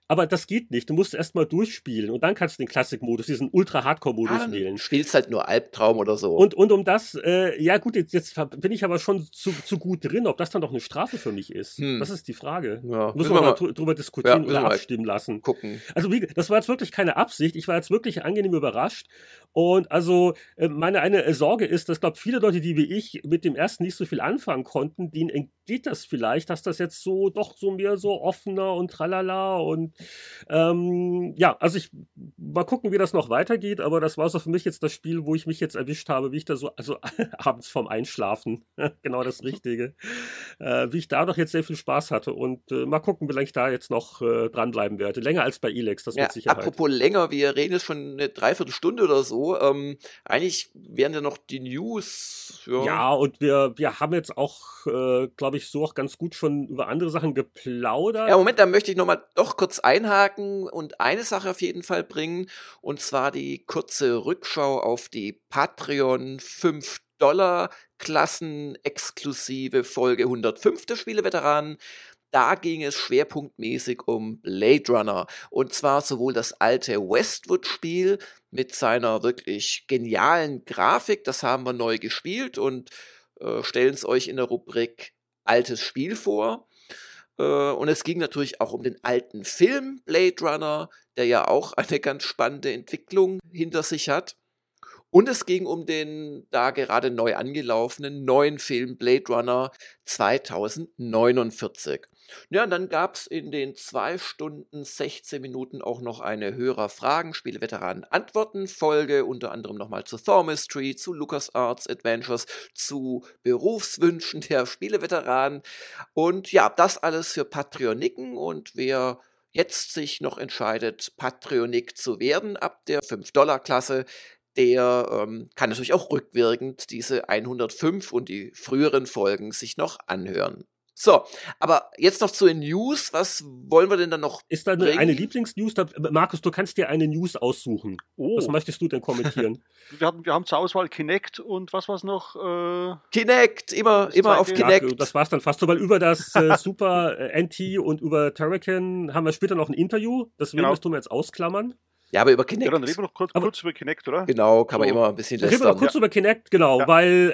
Aber das geht nicht. Du musst erstmal durchspielen und dann kannst du den Classic-Modus, diesen Ultra-Hardcore-Modus wählen. Spielst halt nur Albtraum oder so. Und um das, ja gut, jetzt bin ich aber schon zu gut drin, ob das dann doch eine Strafe für mich ist. Das ist die Frage. Ja, müssen wir mal drüber diskutieren oder abstimmen lassen. Gucken. Also das war jetzt wirklich keine Absicht. Ich war jetzt wirklich angenehm überrascht. Und also meine eine Sorge ist, dass, glaube viele Leute, die wie ich mit dem ersten nicht so viel anfangen konnten, denen entgeht das vielleicht, dass das jetzt so doch so mehr so offener und tralala und ja, also mal gucken, wie das noch weitergeht, aber das war so für mich jetzt das Spiel, wo ich mich jetzt erwischt habe, wie ich da so, also abends vorm Einschlafen, genau das Richtige, wie ich da doch jetzt sehr viel Spaß hatte und mal gucken, wie lange ich da jetzt noch dranbleiben werde. Länger als bei Elex, das mit Sicherheit. Apropos länger, wir reden jetzt schon eine Dreiviertelstunde oder so. Eigentlich wären ja noch die News. Ja, und wir haben jetzt auch, glaube ich, so auch ganz gut schon über andere Sachen geplaudert. Ja, Moment, da möchte ich nochmal doch kurz einhaken und eine Sache auf jeden Fall bringen, und zwar die kurze Rückschau auf die Patreon $5 Klassen-exklusive Folge 105 der Spieleveteranen. Da ging es schwerpunktmäßig um Blade Runner. Und zwar sowohl das alte Westwood-Spiel mit seiner wirklich genialen Grafik, das haben wir neu gespielt und stellen es euch in der Rubrik Altes Spiel vor. Und es ging natürlich auch um den alten Film Blade Runner, der ja auch eine ganz spannende Entwicklung hinter sich hat. Und es ging um den da gerade neu angelaufenen neuen Film Blade Runner 2049. Ja, und dann gab es in den 2 Stunden 16 Minuten auch noch eine Hörer-Fragen-Spieleveteranen-Antworten-Folge, unter anderem nochmal zu Thor Mystery, zu LucasArts Adventures, zu Berufswünschen der Spieleveteranen. Und ja, das alles für Patreoniken, und wer jetzt sich noch entscheidet, Patreonik zu werden ab der $5-Klasse, der kann natürlich auch rückwirkend diese 105 und die früheren Folgen sich noch anhören. So, aber jetzt noch zu den News. Was wollen wir denn dann noch Ist da eine Lieblingsnews? Markus, du kannst dir eine News aussuchen. Oh. Was möchtest du denn kommentieren? Wir haben zur Auswahl Kinect und was war's noch? Kinect, immer auf Kinect. Ja, das war's dann fast so, weil über das Super NT und über Turrican haben wir später noch ein Interview. Deswegen das tun wir jetzt ausklammern. Ja, aber über Kinect. Ja, dann reden wir noch kurz über Kinect, oder? Genau, kann man immer ein bisschen lästern. Reden wir noch kurz über Kinect, genau, weil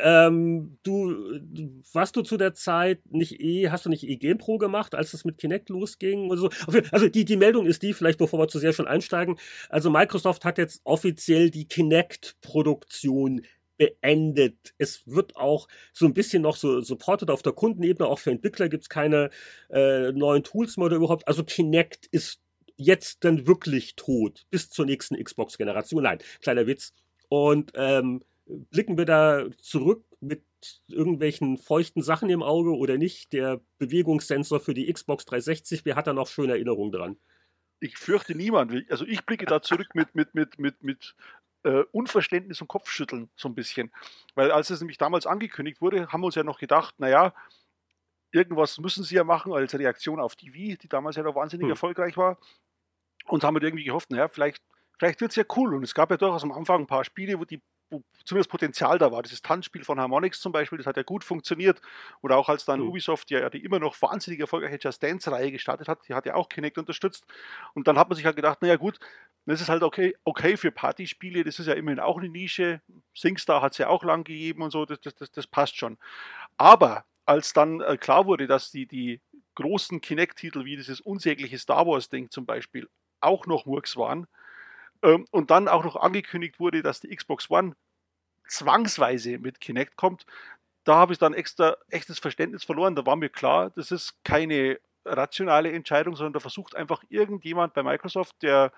warst du zu der Zeit hast du nicht eGame-Pro gemacht, als es mit Kinect losging? Also die Meldung ist die, vielleicht bevor wir zu sehr schon einsteigen, also Microsoft hat jetzt offiziell die Kinect-Produktion beendet. Es wird auch so ein bisschen noch so supported auf der Kundenebene, auch für Entwickler gibt es keine neuen Tools mehr oder überhaupt. Also Kinect ist jetzt dann wirklich tot, bis zur nächsten Xbox-Generation. Nein, kleiner Witz. Und blicken wir da zurück mit irgendwelchen feuchten Sachen im Auge oder nicht? Der Bewegungssensor für die Xbox 360, wer hat da noch schöne Erinnerungen dran? Ich fürchte niemand. Also ich blicke da zurück mit Unverständnis und Kopfschütteln so ein bisschen. Weil als es nämlich damals angekündigt wurde, haben wir uns ja noch gedacht, naja, irgendwas müssen sie ja machen als Reaktion auf die Wii, die damals ja noch wahnsinnig erfolgreich war. Und haben wir irgendwie gehofft, naja, vielleicht wird es ja cool. Und es gab ja durchaus am Anfang ein paar Spiele, wo zumindest Potenzial da war. Dieses Tanzspiel von Harmonix zum Beispiel, das hat ja gut funktioniert. Oder auch als dann Ubisoft ja die immer noch wahnsinnig erfolgreiche Just Dance-Reihe gestartet hat, die hat ja auch Kinect unterstützt. Und dann hat man sich halt gedacht, naja gut, das ist halt okay für Partyspiele, das ist ja immerhin auch eine Nische. SingStar hat es ja auch lang gegeben und so, das passt schon. Aber als dann klar wurde, dass die großen Kinect-Titel wie dieses unsägliche Star Wars-Ding zum Beispiel auch noch Murks waren und dann auch noch angekündigt wurde, dass die Xbox One zwangsweise mit Kinect kommt, da habe ich dann echtes Verständnis verloren. Da war mir klar, das ist keine rationale Entscheidung, sondern da versucht einfach irgendjemand bei Microsoft, der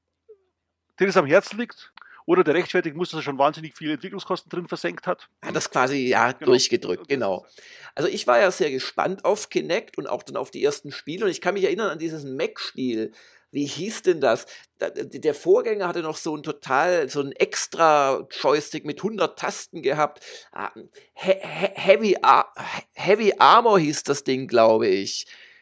es am Herzen liegt, oder der rechtfertigen muss, dass er schon wahnsinnig viele Entwicklungskosten drin versenkt hat. Hat das quasi durchgedrückt, genau. Also ich war ja sehr gespannt auf Kinect und auch dann auf die ersten Spiele. Und ich kann mich erinnern an dieses Mac-Spiel. Wie hieß denn das? Der Vorgänger hatte noch so ein extra Joystick mit 100 Tasten gehabt. Heavy Armor hieß das Ding, glaube ich.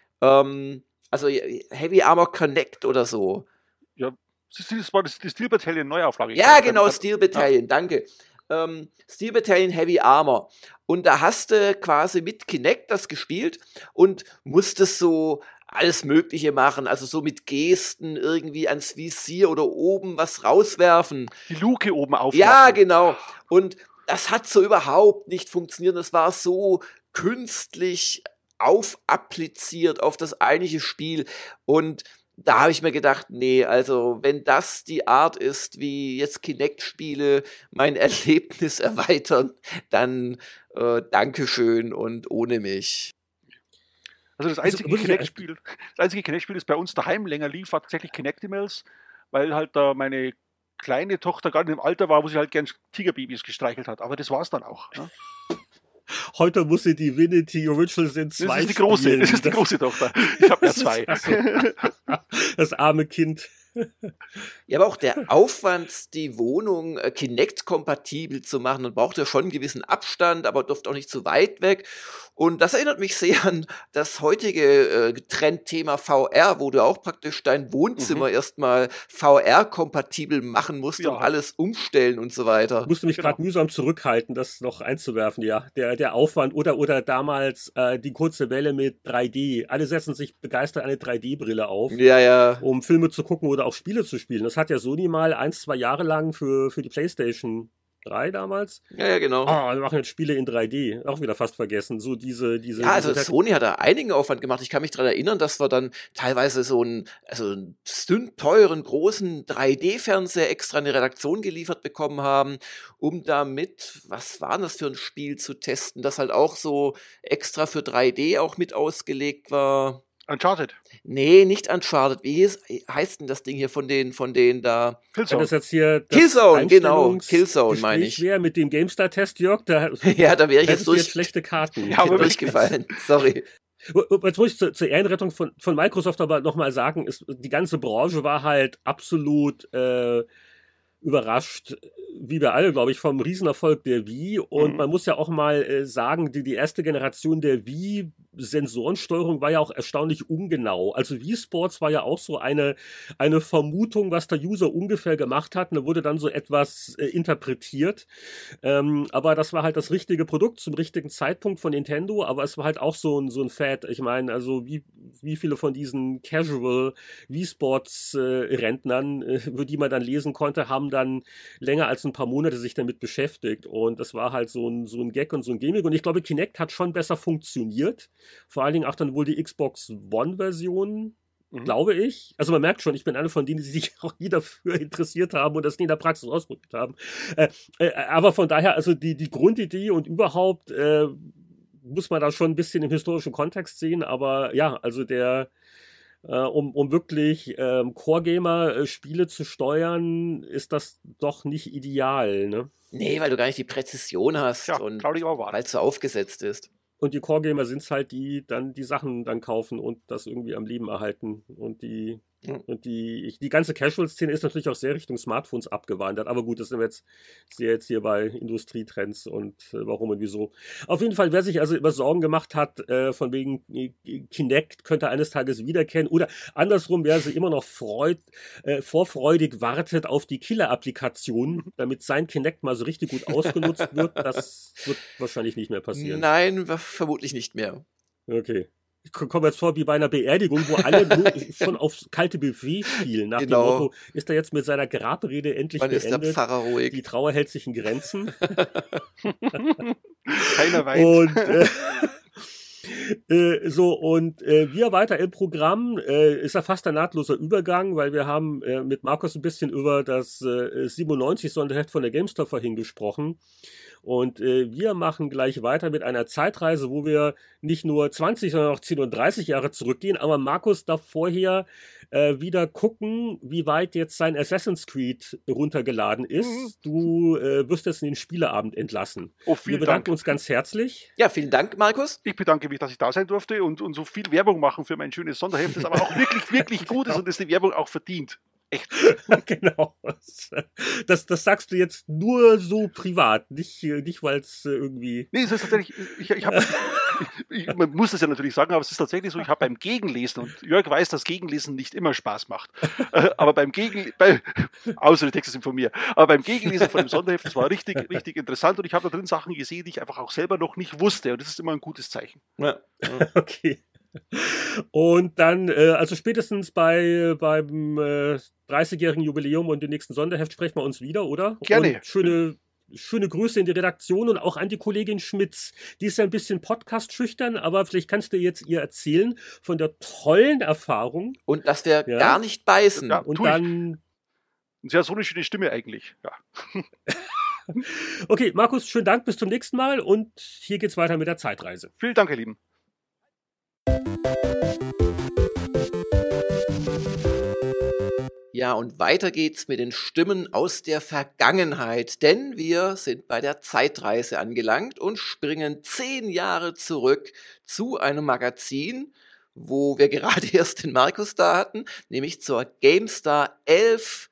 Also Heavy Armor Connect oder so. Ja, das war die Steel Battalion Neuauflage. Ja, genau, Steel Battalion, danke. Steel Battalion Heavy Armor. Und da hast du quasi mit Kinect das gespielt und musstest so alles Mögliche machen, also so mit Gesten irgendwie ans Visier oder oben was rauswerfen. Die Luke oben aufmachen. Ja, genau. Und das hat so überhaupt nicht funktioniert. Das war so künstlich appliziert auf das eigentliche Spiel. Und da habe ich mir gedacht, nee, also wenn das die Art ist, wie jetzt Kinect-Spiele mein Erlebnis erweitern, dann Dankeschön und ohne mich. Also das einzige Kinect-Spiel, das bei uns daheim länger lief, war tatsächlich Kinectimals, weil halt da meine kleine Tochter gerade im Alter war, wo sie halt gern Tigerbabys gestreichelt hat. Aber das war's dann auch. Ne? Heute muss sie Divinity Original Sin 2 Das ist die große, spielen. das ist die große Tochter. Ich habe ja 2. Das arme Kind. Ja, aber auch der Aufwand, die Wohnung Kinect-kompatibel zu machen, man braucht ja schon einen gewissen Abstand, aber durfte auch nicht zu weit weg. Und das erinnert mich sehr an das heutige Trendthema VR, wo du auch praktisch dein Wohnzimmer erstmal VR-kompatibel machen musst und alles umstellen und so weiter. Ich musste mich gerade mühsam zurückhalten, das noch einzuwerfen, ja. Der Aufwand oder damals die kurze Welle mit 3D. Alle setzen sich begeistert eine 3D-Brille auf, um Filme zu gucken oder auch Spiele zu spielen. Das hat ja Sony mal 1-2 Jahre lang für die PlayStation 3 damals. Ja, genau. Wir machen jetzt Spiele in 3D. Auch wieder fast vergessen. So diese. Ja, also Sony hat da einigen Aufwand gemacht. Ich kann mich daran erinnern, dass wir dann teilweise so einen teuren, großen 3D-Fernseher extra in die Redaktion geliefert bekommen haben, um damit, was war das für ein Spiel zu testen, das halt auch so extra für 3D auch mit ausgelegt war. Uncharted? Nee, nicht Uncharted. Wie heißt denn das Ding hier von denen da? Killzone. Das jetzt hier Killzone, genau. Killzone meine ich. Wäre mit dem GameStar-Test, Jörg, da wäre ich jetzt jetzt schlechte Karten. Ja, aber durchgefallen. Sorry. Jetzt muss ich zur Ehrenrettung von Microsoft aber nochmal sagen, die ganze Branche war halt absolut überrascht, wie wir alle, glaube ich, vom Riesenerfolg der Wii. Und man muss ja auch mal sagen, die erste Generation der Wii Sensorensteuerung war ja auch erstaunlich ungenau. Also Wii Sports war ja auch so eine Vermutung, was der User ungefähr gemacht hat. Und da wurde dann so etwas interpretiert. Aber das war halt das richtige Produkt zum richtigen Zeitpunkt von Nintendo. Aber es war halt auch so ein Fad. Ich meine, also wie viele von diesen Casual Wii Sports Rentnern, über die man dann lesen konnte, haben dann länger als ein paar Monate sich damit beschäftigt. Und das war halt so ein Gag und so ein Gimmick. Und ich glaube, Kinect hat schon besser funktioniert. Vor allen Dingen auch dann wohl die Xbox One-Version, glaube ich. Also man merkt schon, ich bin einer von denen, die sich auch nie dafür interessiert haben und das nie in der Praxis ausprobiert haben. Aber von daher, also die Grundidee und überhaupt muss man da schon ein bisschen im historischen Kontext sehen. Aber ja, also um wirklich Core-Gamer-Spiele zu steuern, ist das doch nicht ideal, ne? Nee, weil du gar nicht die Präzision hast und weil es so aufgesetzt ist. Und die Core-Gamer sind es halt, die dann die Sachen dann kaufen und das irgendwie am Leben erhalten. Und die ganze Casual-Szene ist natürlich auch sehr Richtung Smartphones abgewandert. Aber gut, das sind wir jetzt hier bei Industrietrends und warum und wieso. Auf jeden Fall, wer sich also über Sorgen gemacht hat, von wegen Kinect könnte eines Tages wiederkennen. Oder andersrum, wer sich immer noch vorfreudig wartet auf die Killer-Applikation, damit sein Kinect mal so richtig gut ausgenutzt wird, das wird wahrscheinlich nicht mehr passieren. Nein, vermutlich nicht mehr. Okay. Ich komme jetzt vor wie bei einer Beerdigung, wo alle nur schon aufs kalte Buffet fielen. Nach dem Motto, ist er jetzt mit seiner Grabrede endlich beendet? Ist der Pfarrer ruhig? Die Trauer hält sich in Grenzen. Keiner weiß. Und wir weiter im Programm ist ja fast ein nahtloser Übergang, weil wir haben mit Markus ein bisschen über das 97-Sonderheft von der GameStar vorhin gesprochen. Und wir machen gleich weiter mit einer Zeitreise, wo wir nicht nur 20, sondern auch 10 und 30 Jahre zurückgehen. Aber Markus darf vorher wieder gucken, wie weit jetzt sein Assassin's Creed runtergeladen ist. Du wirst jetzt in den Spieleabend entlassen. Wir bedanken uns ganz herzlich. Ja, vielen Dank, Markus. Ich bedanke mich, dass ich da sein durfte und so viel Werbung machen für mein schönes Sonderheft, das aber auch wirklich, wirklich gut ist und das die Werbung auch verdient. Echt. Genau. Das sagst du jetzt nur so privat, nicht weil es irgendwie... Nee, es ist tatsächlich, man muss das ja natürlich sagen, aber es ist tatsächlich so, ich habe beim Gegenlesen, und Jörg weiß, dass Gegenlesen nicht immer Spaß macht, aber außer die Texte sind von mir, aber beim Gegenlesen von dem Sonderheft, das war richtig, richtig interessant und ich habe da drin Sachen gesehen, die ich einfach auch selber noch nicht wusste und das ist immer ein gutes Zeichen. Ja. Okay. Und dann, also spätestens beim 30-jährigen Jubiläum und dem nächsten Sonderheft sprechen wir uns wieder, oder? Gerne. Und schöne Grüße in die Redaktion und auch an die Kollegin Schmitz. Die ist ja ein bisschen Podcast-schüchtern, aber vielleicht kannst du jetzt ihr erzählen von der tollen Erfahrung. Und dass wir gar nicht beißen. Ja, Und dann... Sie hat so eine schöne Stimme eigentlich. Ja. Okay, Markus, schönen Dank, bis zum nächsten Mal und hier geht's weiter mit der Zeitreise. Vielen Dank, ihr Lieben. Ja, und weiter geht's mit den Stimmen aus der Vergangenheit, denn wir sind bei der Zeitreise angelangt und springen 10 Jahre zurück zu einem Magazin, wo wir gerade erst den Markus da hatten, nämlich zur GameStar 11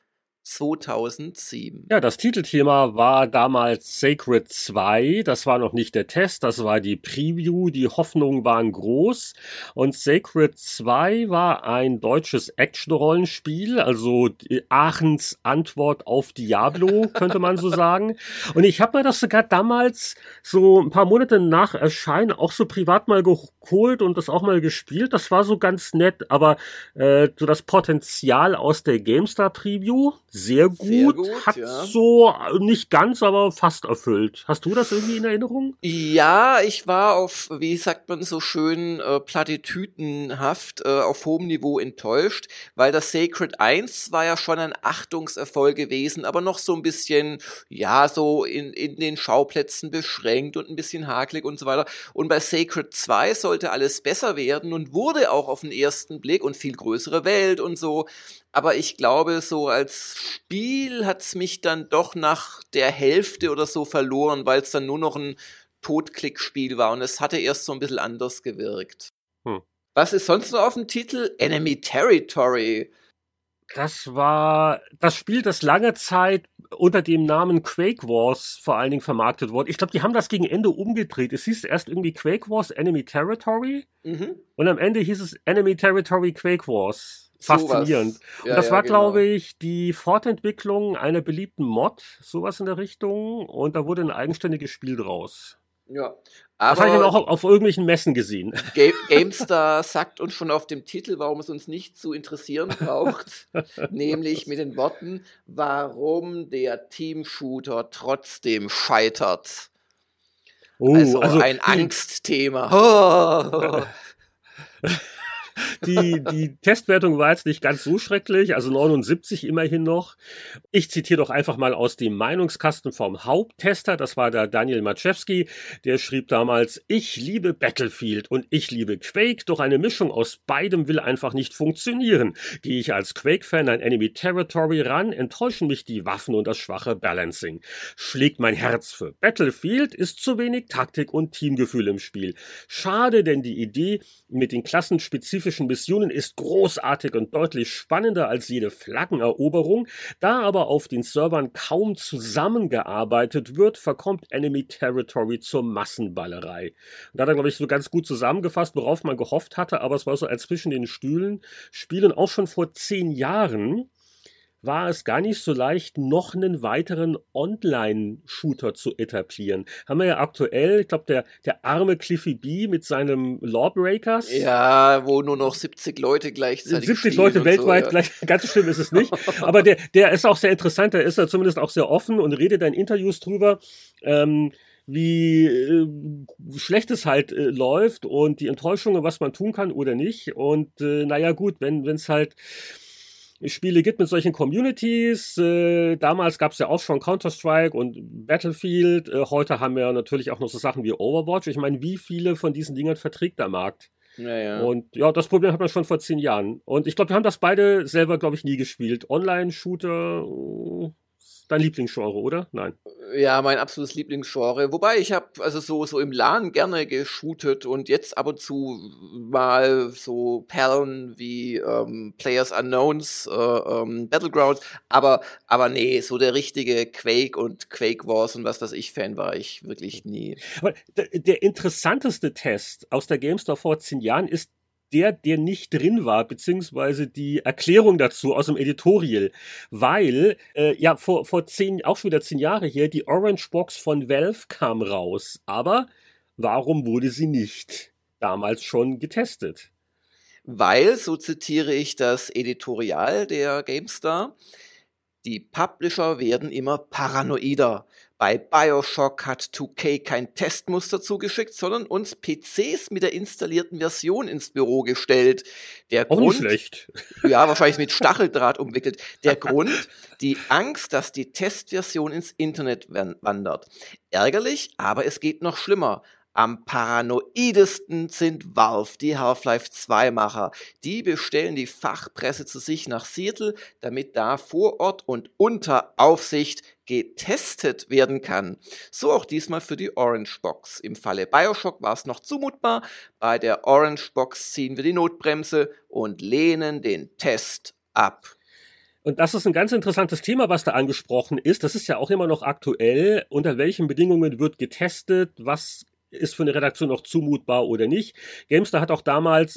2007. Ja, das Titelthema war damals Sacred 2. Das war noch nicht der Test, das war die Preview. Die Hoffnungen waren groß. Und Sacred 2 war ein deutsches Action-Rollenspiel, also Aachens Antwort auf Diablo, könnte man so sagen. Und ich habe mir das sogar damals so ein paar Monate nach Erscheinen auch so privat mal geholt und das auch mal gespielt. Das war so ganz nett, aber so das Potenzial aus der GameStar Preview sehr gut, hat so nicht ganz, aber fast erfüllt. Hast du das irgendwie in Erinnerung? Ja, ich war auf, wie sagt man so schön, platitütenhaft, auf hohem Niveau enttäuscht, weil das Sacred 1 war ja schon ein Achtungserfolg gewesen, aber noch so ein bisschen, ja, so in den Schauplätzen beschränkt und ein bisschen hakelig und so weiter. Und bei Sacred 2 sollte alles besser werden und wurde auch auf den ersten Blick und viel größere Welt und so. Aber ich glaube, so als Spiel hat's mich dann doch nach der Hälfte oder so verloren, weil es dann nur noch ein Totklick-Spiel war und es hatte erst so ein bisschen anders gewirkt. Was ist sonst noch auf dem Titel? Enemy Territory. Das war das Spiel, das lange Zeit unter dem Namen Quake Wars vor allen Dingen vermarktet wurde. Ich glaube, die haben das gegen Ende umgedreht. Es hieß erst irgendwie Quake Wars Enemy Territory und am Ende hieß es Enemy Territory Quake Wars. Faszinierend. Ja, und das war, glaube ich, die Fortentwicklung einer beliebten Mod, sowas in der Richtung. Und da wurde ein eigenständiges Spiel draus. Ja. Aber das habe ich dann auch auf irgendwelchen Messen gesehen. GameStar sagt uns schon auf dem Titel, warum es uns nicht zu interessieren braucht. Nämlich mit den Worten, warum der Team-Shooter trotzdem scheitert. Also ein Angstthema. Die Testwertung war jetzt nicht ganz so schrecklich, also 79 immerhin noch. Ich zitiere doch einfach mal aus dem Meinungskasten vom Haupttester, das war der Daniel Maciejewski, der schrieb damals: Ich liebe Battlefield und ich liebe Quake, doch eine Mischung aus beidem will einfach nicht funktionieren. Gehe ich als Quake-Fan an Enemy Territory ran, enttäuschen mich die Waffen und das schwache Balancing. Schlägt mein Herz für Battlefield, ist zu wenig Taktik und Teamgefühl im Spiel. Schade, denn die Idee mit den klassenspezifischen Missionen ist großartig und deutlich spannender als jede Flaggeneroberung. Da aber auf den Servern kaum zusammengearbeitet wird, verkommt Enemy Territory zur Massenballerei. Und da hat er, glaube ich, so ganz gut zusammengefasst, worauf man gehofft hatte, aber es war so ein zwischen den Stühlen Spielen. Auch schon vor 10 Jahren war es gar nicht so leicht, noch einen weiteren Online-Shooter zu etablieren. Haben wir ja aktuell, ich glaube, der arme Cliffy B mit seinem Lawbreakers. Ja, wo nur noch 70 Leute gleichzeitig 70 Leute weltweit, so, gleich, ganz so schlimm ist es nicht. Aber der ist auch sehr interessant, der ist ja zumindest auch sehr offen und redet in Interviews drüber, wie schlecht es halt läuft und die Enttäuschungen, was man tun kann oder nicht. Und naja gut, wenn es halt Spiele gibt mit solchen Communities. Damals gab es ja auch schon Counter-Strike und Battlefield. Heute haben wir natürlich auch noch so Sachen wie Overwatch. Ich meine, wie viele von diesen Dingern verträgt der Markt? Ja. Und ja, das Problem hat man schon vor 10 Jahren. Und ich glaube, wir haben das beide selber, glaube ich, nie gespielt. Online-Shooter, dein Lieblingsgenre, oder? Nein. Ja, mein absolutes Lieblingsgenre. Wobei ich habe also so im LAN gerne geshootet und jetzt ab und zu mal so Perlen wie Players Unknowns, Battlegrounds, aber nee, so der richtige Quake und Quake Wars und was weiß ich Fan war ich wirklich nie. Aber der interessanteste Test aus der GameStar vor 10 Jahren ist der nicht drin war, beziehungsweise die Erklärung dazu aus dem Editorial, weil vor auch schon wieder 10 Jahre hier, die Orange Box von Valve kam raus, aber warum wurde sie nicht damals schon getestet? Weil, so zitiere ich das Editorial der GameStar, die Publisher werden immer paranoider. Bei BioShock hat 2K kein Testmuster zugeschickt, sondern uns PCs mit der installierten Version ins Büro gestellt. Der Auch Grund, nicht schlecht. ja, wahrscheinlich mit Stacheldraht umwickelt. Der Grund, die Angst, dass die Testversion ins Internet wandert. Ärgerlich, aber es geht noch schlimmer. Am paranoidesten sind Valve, die Half-Life 2-Macher. Die bestellen die Fachpresse zu sich nach Seattle, damit da vor Ort und unter Aufsicht getestet werden kann. So auch diesmal für die Orange Box. Im Falle BioShock war es noch zumutbar. Bei der Orange Box ziehen wir die Notbremse und lehnen den Test ab. Und das ist ein ganz interessantes Thema, was da angesprochen ist. Das ist ja auch immer noch aktuell. Unter welchen Bedingungen wird getestet? Was ist für eine Redaktion noch zumutbar oder nicht? GameStar hat auch damals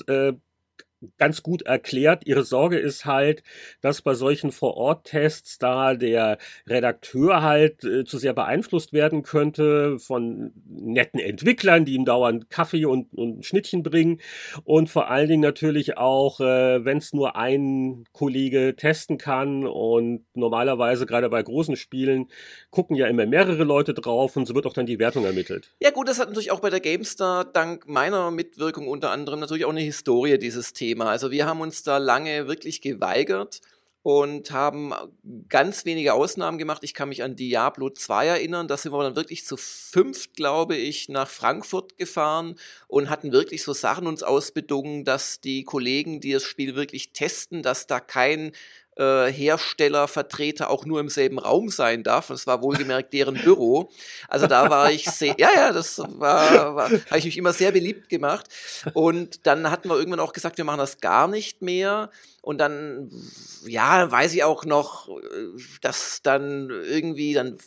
ganz gut erklärt, ihre Sorge ist halt, dass bei solchen Vor-Ort-Tests da der Redakteur halt zu sehr beeinflusst werden könnte von netten Entwicklern, die ihm dauernd Kaffee und Schnittchen bringen, und vor allen Dingen natürlich auch, wenn es nur ein Kollege testen kann, und normalerweise gerade bei großen Spielen gucken ja immer mehrere Leute drauf und so wird auch dann die Wertung ermittelt. Ja gut, das hat natürlich auch bei der GameStar dank meiner Mitwirkung unter anderem natürlich auch eine Historie, dieses Thema. Also wir haben uns da lange wirklich geweigert und haben ganz wenige Ausnahmen gemacht. Ich kann mich an Diablo 2 erinnern, da sind wir dann wirklich zu 5, glaube ich, nach Frankfurt gefahren und hatten wirklich so Sachen uns ausbedungen, dass die Kollegen, die das Spiel wirklich testen, dass da kein Herstellervertreter auch nur im selben Raum sein darf. Das war wohlgemerkt deren Büro. Also da war ich das habe ich mich immer sehr beliebt gemacht. Und dann hatten wir irgendwann auch gesagt, wir machen das gar nicht mehr. Und dann, ja, weiß ich auch noch, dass dann irgendwie, dann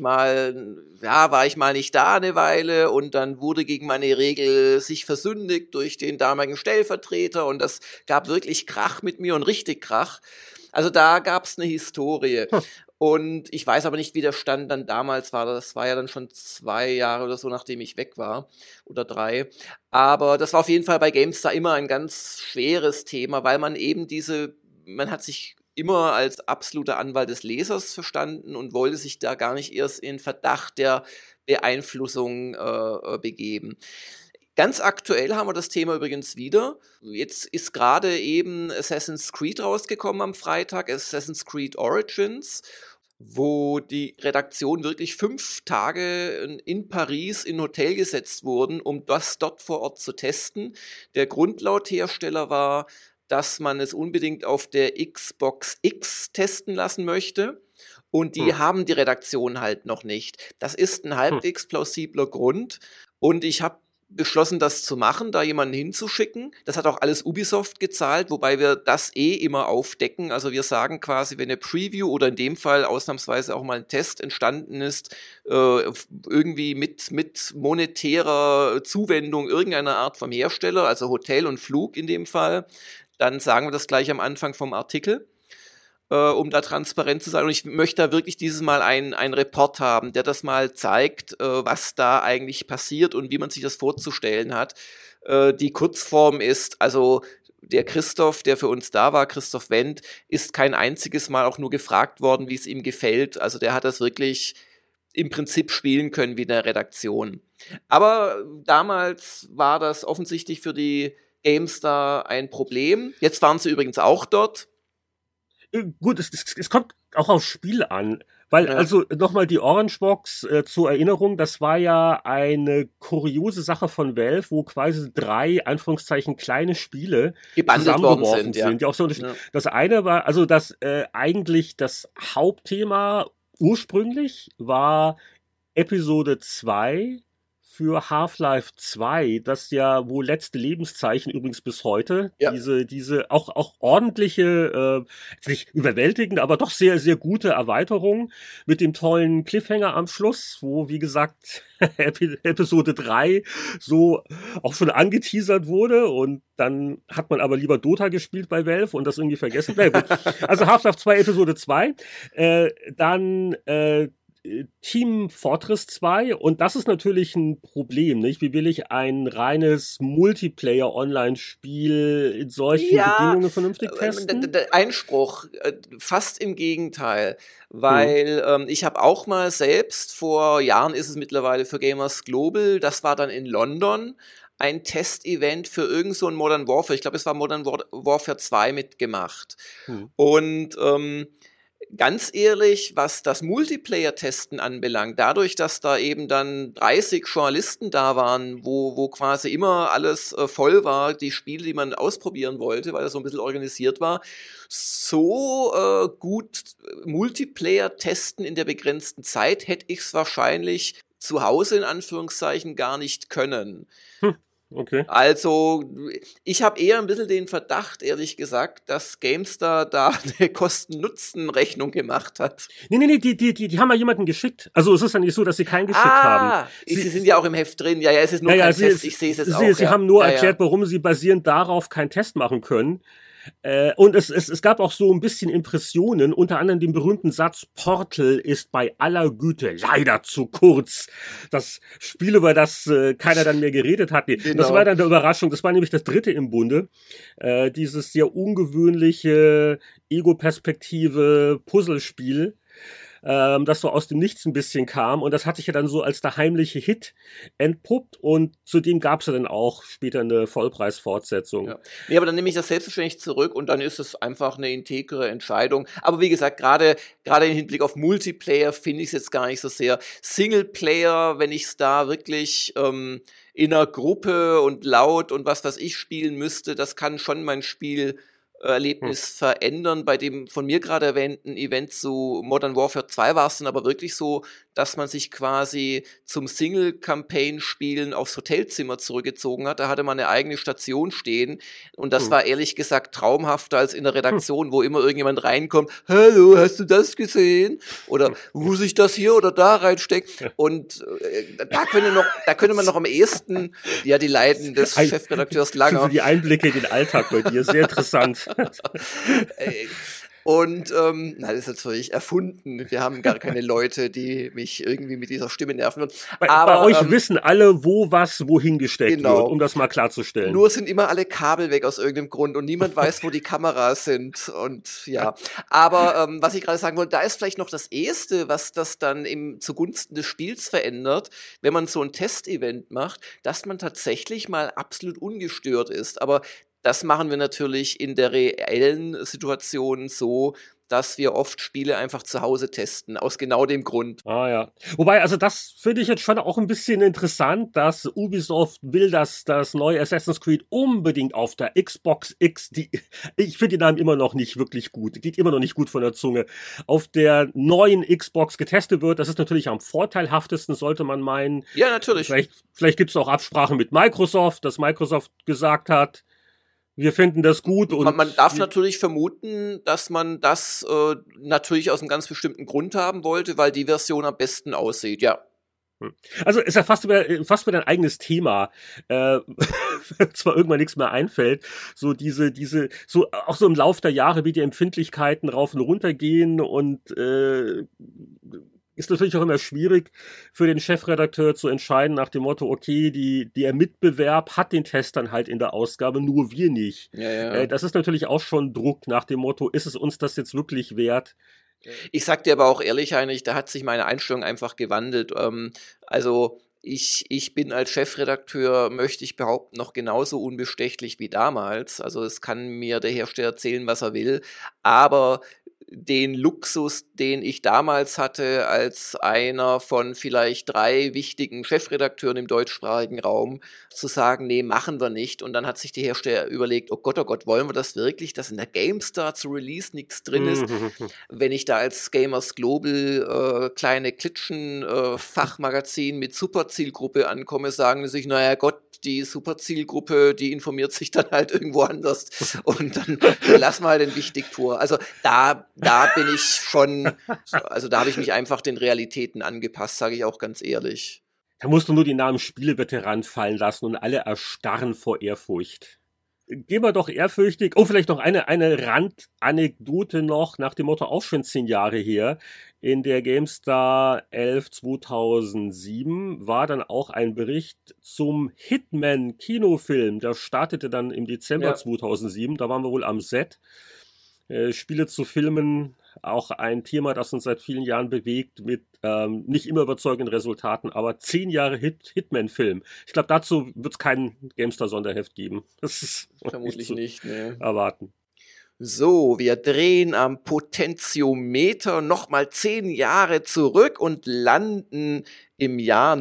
war ich mal nicht da eine Weile und dann wurde gegen meine Regel sich versündigt durch den damaligen Stellvertreter und das gab wirklich Krach mit mir und richtig Krach. Also da gab's eine Historie. Und ich weiß aber nicht, wie der Stand dann damals war. Das war ja dann schon 2 Jahre oder so, nachdem ich weg war. Oder 3. Aber das war auf jeden Fall bei GameStar immer ein ganz schweres Thema, weil man eben man hat sich immer als absoluter Anwalt des Lesers verstanden und wollte sich da gar nicht erst in Verdacht der Beeinflussung begeben. Ganz aktuell haben wir das Thema übrigens wieder. Jetzt ist gerade eben Assassin's Creed rausgekommen am Freitag, Assassin's Creed Origins, wo die Redaktion wirklich 5 Tage in Paris in ein Hotel gesetzt wurden, um das dort vor Ort zu testen. Der Grund laut Hersteller war, dass man es unbedingt auf der Xbox X testen lassen möchte. Und die haben die Redaktion halt noch nicht. Das ist ein halbwegs plausibler Grund. Und ich habe beschlossen, das zu machen, da jemanden hinzuschicken. Das hat auch alles Ubisoft gezahlt, wobei wir das immer aufdecken. Also wir sagen quasi, wenn eine Preview oder in dem Fall ausnahmsweise auch mal ein Test entstanden ist, irgendwie mit monetärer Zuwendung irgendeiner Art vom Hersteller, also Hotel und Flug in dem Fall, dann sagen wir das gleich am Anfang vom Artikel, um da transparent zu sein. Und ich möchte da wirklich dieses Mal einen Report haben, der das mal zeigt, was da eigentlich passiert und wie man sich das vorzustellen hat. Die Kurzform ist, also der Christoph, der für uns da war, Christoph Wendt, ist kein einziges Mal auch nur gefragt worden, wie es ihm gefällt. Also der hat das wirklich im Prinzip spielen können wie in der Redaktion. Aber damals war das offensichtlich für die GameStar ein Problem. Jetzt waren sie übrigens auch dort. Gut, es kommt auch aufs Spiel an, weil also nochmal die Orange Box zur Erinnerung, das war ja eine kuriose Sache von Valve, wo quasi 3 Anführungszeichen kleine Spiele zusammengeworfen sind. Die auch so Das eine war, also das eigentlich das Hauptthema ursprünglich war Episode 2 für Half-Life 2, das ja wohl letzte Lebenszeichen übrigens bis heute, diese auch ordentliche, nicht überwältigende, aber doch sehr, sehr gute Erweiterung mit dem tollen Cliffhanger am Schluss, wo, wie gesagt, Episode 3 so auch schon angeteasert wurde und dann hat man aber lieber Dota gespielt bei Valve und das irgendwie vergessen. Also Half-Life 2 Episode 2, dann Team Fortress 2 und das ist natürlich ein Problem, nicht? Wie will ich ein reines Multiplayer-Online-Spiel in solchen Bedingungen vernünftig testen? Einspruch, fast im Gegenteil, weil ich habe auch mal selbst, vor Jahren ist es mittlerweile für Gamers Global, das war dann in London, ein Testevent für irgend so ein Modern Warfare, ich glaube es war Modern Warfare 2 mitgemacht. Und ganz ehrlich, was das Multiplayer-Testen anbelangt, dadurch, dass da eben dann 30 Journalisten da waren, wo quasi immer alles voll war, die Spiele, die man ausprobieren wollte, weil das so ein bisschen organisiert war, so gut Multiplayer testen in der begrenzten Zeit hätte ich es wahrscheinlich zu Hause in Anführungszeichen gar nicht können. Okay. Also, ich habe eher ein bisschen den Verdacht, ehrlich gesagt, dass GameStar da eine Kosten-Nutzen-Rechnung gemacht hat. Nee, die haben ja jemanden geschickt. Also es ist ja nicht so, dass sie keinen geschickt haben. Sie sind ja auch im Heft drin. Ja, es ist nur kein Test, ich sehe es jetzt auch. Sie haben nur erklärt, warum sie basierend darauf keinen Test machen können. Und es gab auch so ein bisschen Impressionen, unter anderem den berühmten Satz, Portal ist bei aller Güte leider zu kurz. Das Spiel, über das keiner dann mehr geredet hat. Genau. Das war dann der Überraschung, das war nämlich das dritte im Bunde. Dieses sehr ungewöhnliche Ego-Perspektive Puzzlespiel, das so aus dem Nichts ein bisschen kam und das hatte sich ja dann so als der heimliche Hit entpuppt und zudem gab es ja dann auch später eine Vollpreisfortsetzung. Ja. Nee, aber dann nehme ich das selbstverständlich zurück und dann ist es einfach eine integre Entscheidung. Aber wie gesagt, gerade im Hinblick auf Multiplayer finde ich es jetzt gar nicht so sehr. Singleplayer, wenn ich es da wirklich in einer Gruppe und laut und was weiß ich spielen müsste, das kann schon mein Spielerlebnis verändern. Bei dem von mir gerade erwähnten Event zu Modern Warfare 2 war es dann aber wirklich so, dass man sich quasi zum Single-Campaign-Spielen aufs Hotelzimmer zurückgezogen hat. Da hatte man eine eigene Station stehen und das war ehrlich gesagt traumhafter als in der Redaktion, wo immer irgendjemand reinkommt, hallo, hast du das gesehen? Oder wo sich das hier oder da reinsteckt? Und da könnte man noch am ehesten die Leiden des Chefredakteurs Langer. Die Einblicke in den Alltag bei dir, sehr interessant. Und das ist natürlich erfunden. Wir haben gar keine Leute, die mich irgendwie mit dieser Stimme nerven. Aber bei euch wissen alle, wo was wohin gesteckt wird, um das mal klarzustellen. Nur sind immer alle Kabel weg aus irgendeinem Grund und niemand weiß, wo die Kameras sind. Und ja, aber was ich gerade sagen wollte, da ist vielleicht noch das Erste, was das dann zugunsten des Spiels verändert, wenn man so ein Testevent macht, dass man tatsächlich mal absolut ungestört ist. Aber das machen wir natürlich in der reellen Situation so, dass wir oft Spiele einfach zu Hause testen, aus genau dem Grund. Ah ja. Wobei, also das finde ich jetzt schon auch ein bisschen interessant, dass Ubisoft will, dass das neue Assassin's Creed unbedingt auf der Xbox X, ich finde den Namen immer noch nicht wirklich gut, geht immer noch nicht gut von der Zunge, auf der neuen Xbox getestet wird. Das ist natürlich am vorteilhaftesten, sollte man meinen. Ja, natürlich. Vielleicht gibt es auch Absprachen mit Microsoft, dass Microsoft gesagt hat, wir finden das gut. Und man darf natürlich vermuten, dass man das natürlich aus einem ganz bestimmten Grund haben wollte, weil die Version am besten aussieht, ja. Also ist ja fast wieder ein eigenes Thema, zwar irgendwann nichts mehr einfällt, so so auch so im Lauf der Jahre, wie die Empfindlichkeiten rauf und runter gehen und ist natürlich auch immer schwierig für den Chefredakteur zu entscheiden nach dem Motto, okay, der Mitbewerb hat den Test dann halt in der Ausgabe, nur wir nicht. Ja. Das ist natürlich auch schon Druck nach dem Motto, ist es uns das jetzt wirklich wert? Ich sag dir aber auch ehrlich, Heinrich, da hat sich meine Einstellung einfach gewandelt. Also ich bin als Chefredakteur, möchte ich behaupten, noch genauso unbestechlich wie damals. Also es kann mir der Hersteller erzählen, was er will, aber den Luxus, den ich damals hatte, als einer von vielleicht 3 wichtigen Chefredakteuren im deutschsprachigen Raum, zu sagen, nee, machen wir nicht. Und dann hat sich der Hersteller überlegt, oh Gott, wollen wir das wirklich, dass in der GameStar zu Release nichts drin ist? Wenn ich da als Gamers Global kleine Klitschen Fachmagazin mit Superzielgruppe ankomme, sagen sie sich, naja Gott, die Superzielgruppe, die informiert sich dann halt irgendwo anders und dann lass mal den Wichtigtour. Also da bin ich schon, also da habe ich mich einfach den Realitäten angepasst, sage ich auch ganz ehrlich. Da musst du nur die Namen Spieleveteran fallen lassen und alle erstarren vor Ehrfurcht. Gehen wir doch ehrfürchtig, vielleicht noch eine Randanekdote noch, nach dem Motto auch schon 10 Jahre her. in der GameStar 11 2007 war dann auch ein Bericht zum Hitman-Kinofilm. Der startete dann im Dezember 2007. Da waren wir wohl am Set. Spiele zu filmen, auch ein Thema, das uns seit vielen Jahren bewegt, mit nicht immer überzeugenden Resultaten, aber 10 Jahre Hitman-Film. Ich glaube, dazu wird es kein GameStar-Sonderheft geben. Das ist vermutlich nicht, ne. Erwarten. So, wir drehen am Potentiometer nochmal 10 Jahre zurück und landen im Jahr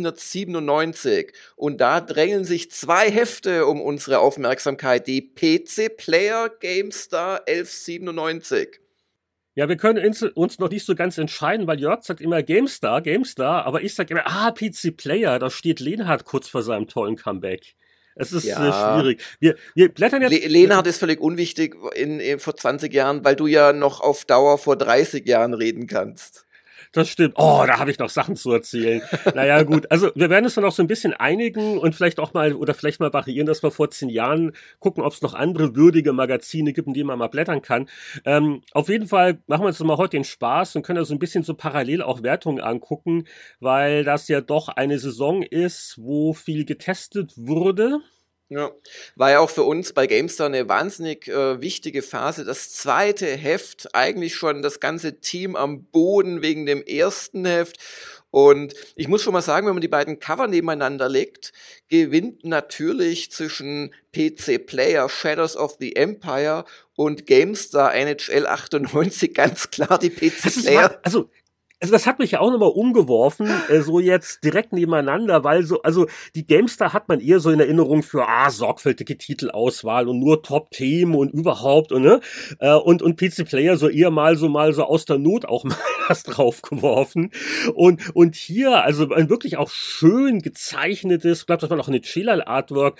1997. Und da drängeln sich 2 Hefte um unsere Aufmerksamkeit. Die PC Player GameStar 1197. Ja, wir können uns noch nicht so ganz entscheiden, weil Jörg sagt immer GameStar, aber ich sage immer, PC Player, da steht Lenhardt kurz vor seinem tollen Comeback. Es ist schwierig. Wir blättern jetzt. Lenhardt ist völlig unwichtig vor 20 Jahren, weil du ja noch auf Dauer vor 30 Jahren reden kannst. Das stimmt. Oh, da habe ich noch Sachen zu erzählen. Naja, gut. Also wir werden uns dann noch so ein bisschen einigen und vielleicht mal variieren, dass wir vor 10 Jahren gucken, ob es noch andere würdige Magazine gibt, in denen man mal blättern kann. Auf jeden Fall machen wir uns mal heute den Spaß und können so ein bisschen so parallel auch Wertungen angucken, weil das ja doch eine Saison ist, wo viel getestet wurde. Ja, war ja auch für uns bei GameStar eine wahnsinnig wichtige Phase. Das zweite Heft, eigentlich schon das ganze Team am Boden wegen dem ersten Heft. Und ich muss schon mal sagen, wenn man die beiden Cover nebeneinander legt, gewinnt natürlich zwischen PC Player Shadows of the Empire und GameStar NHL 98 ganz klar die PC Player. Also das hat mich ja auch nochmal umgeworfen, so jetzt direkt nebeneinander, weil die GameStar hat man eher so in Erinnerung für sorgfältige Titelauswahl und nur Top-Themen und überhaupt und PC Player so eher mal so aus der Not auch mal was draufgeworfen und hier also ein wirklich auch schön gezeichnetes, ich glaube, das war noch eine Chilal-Artwork,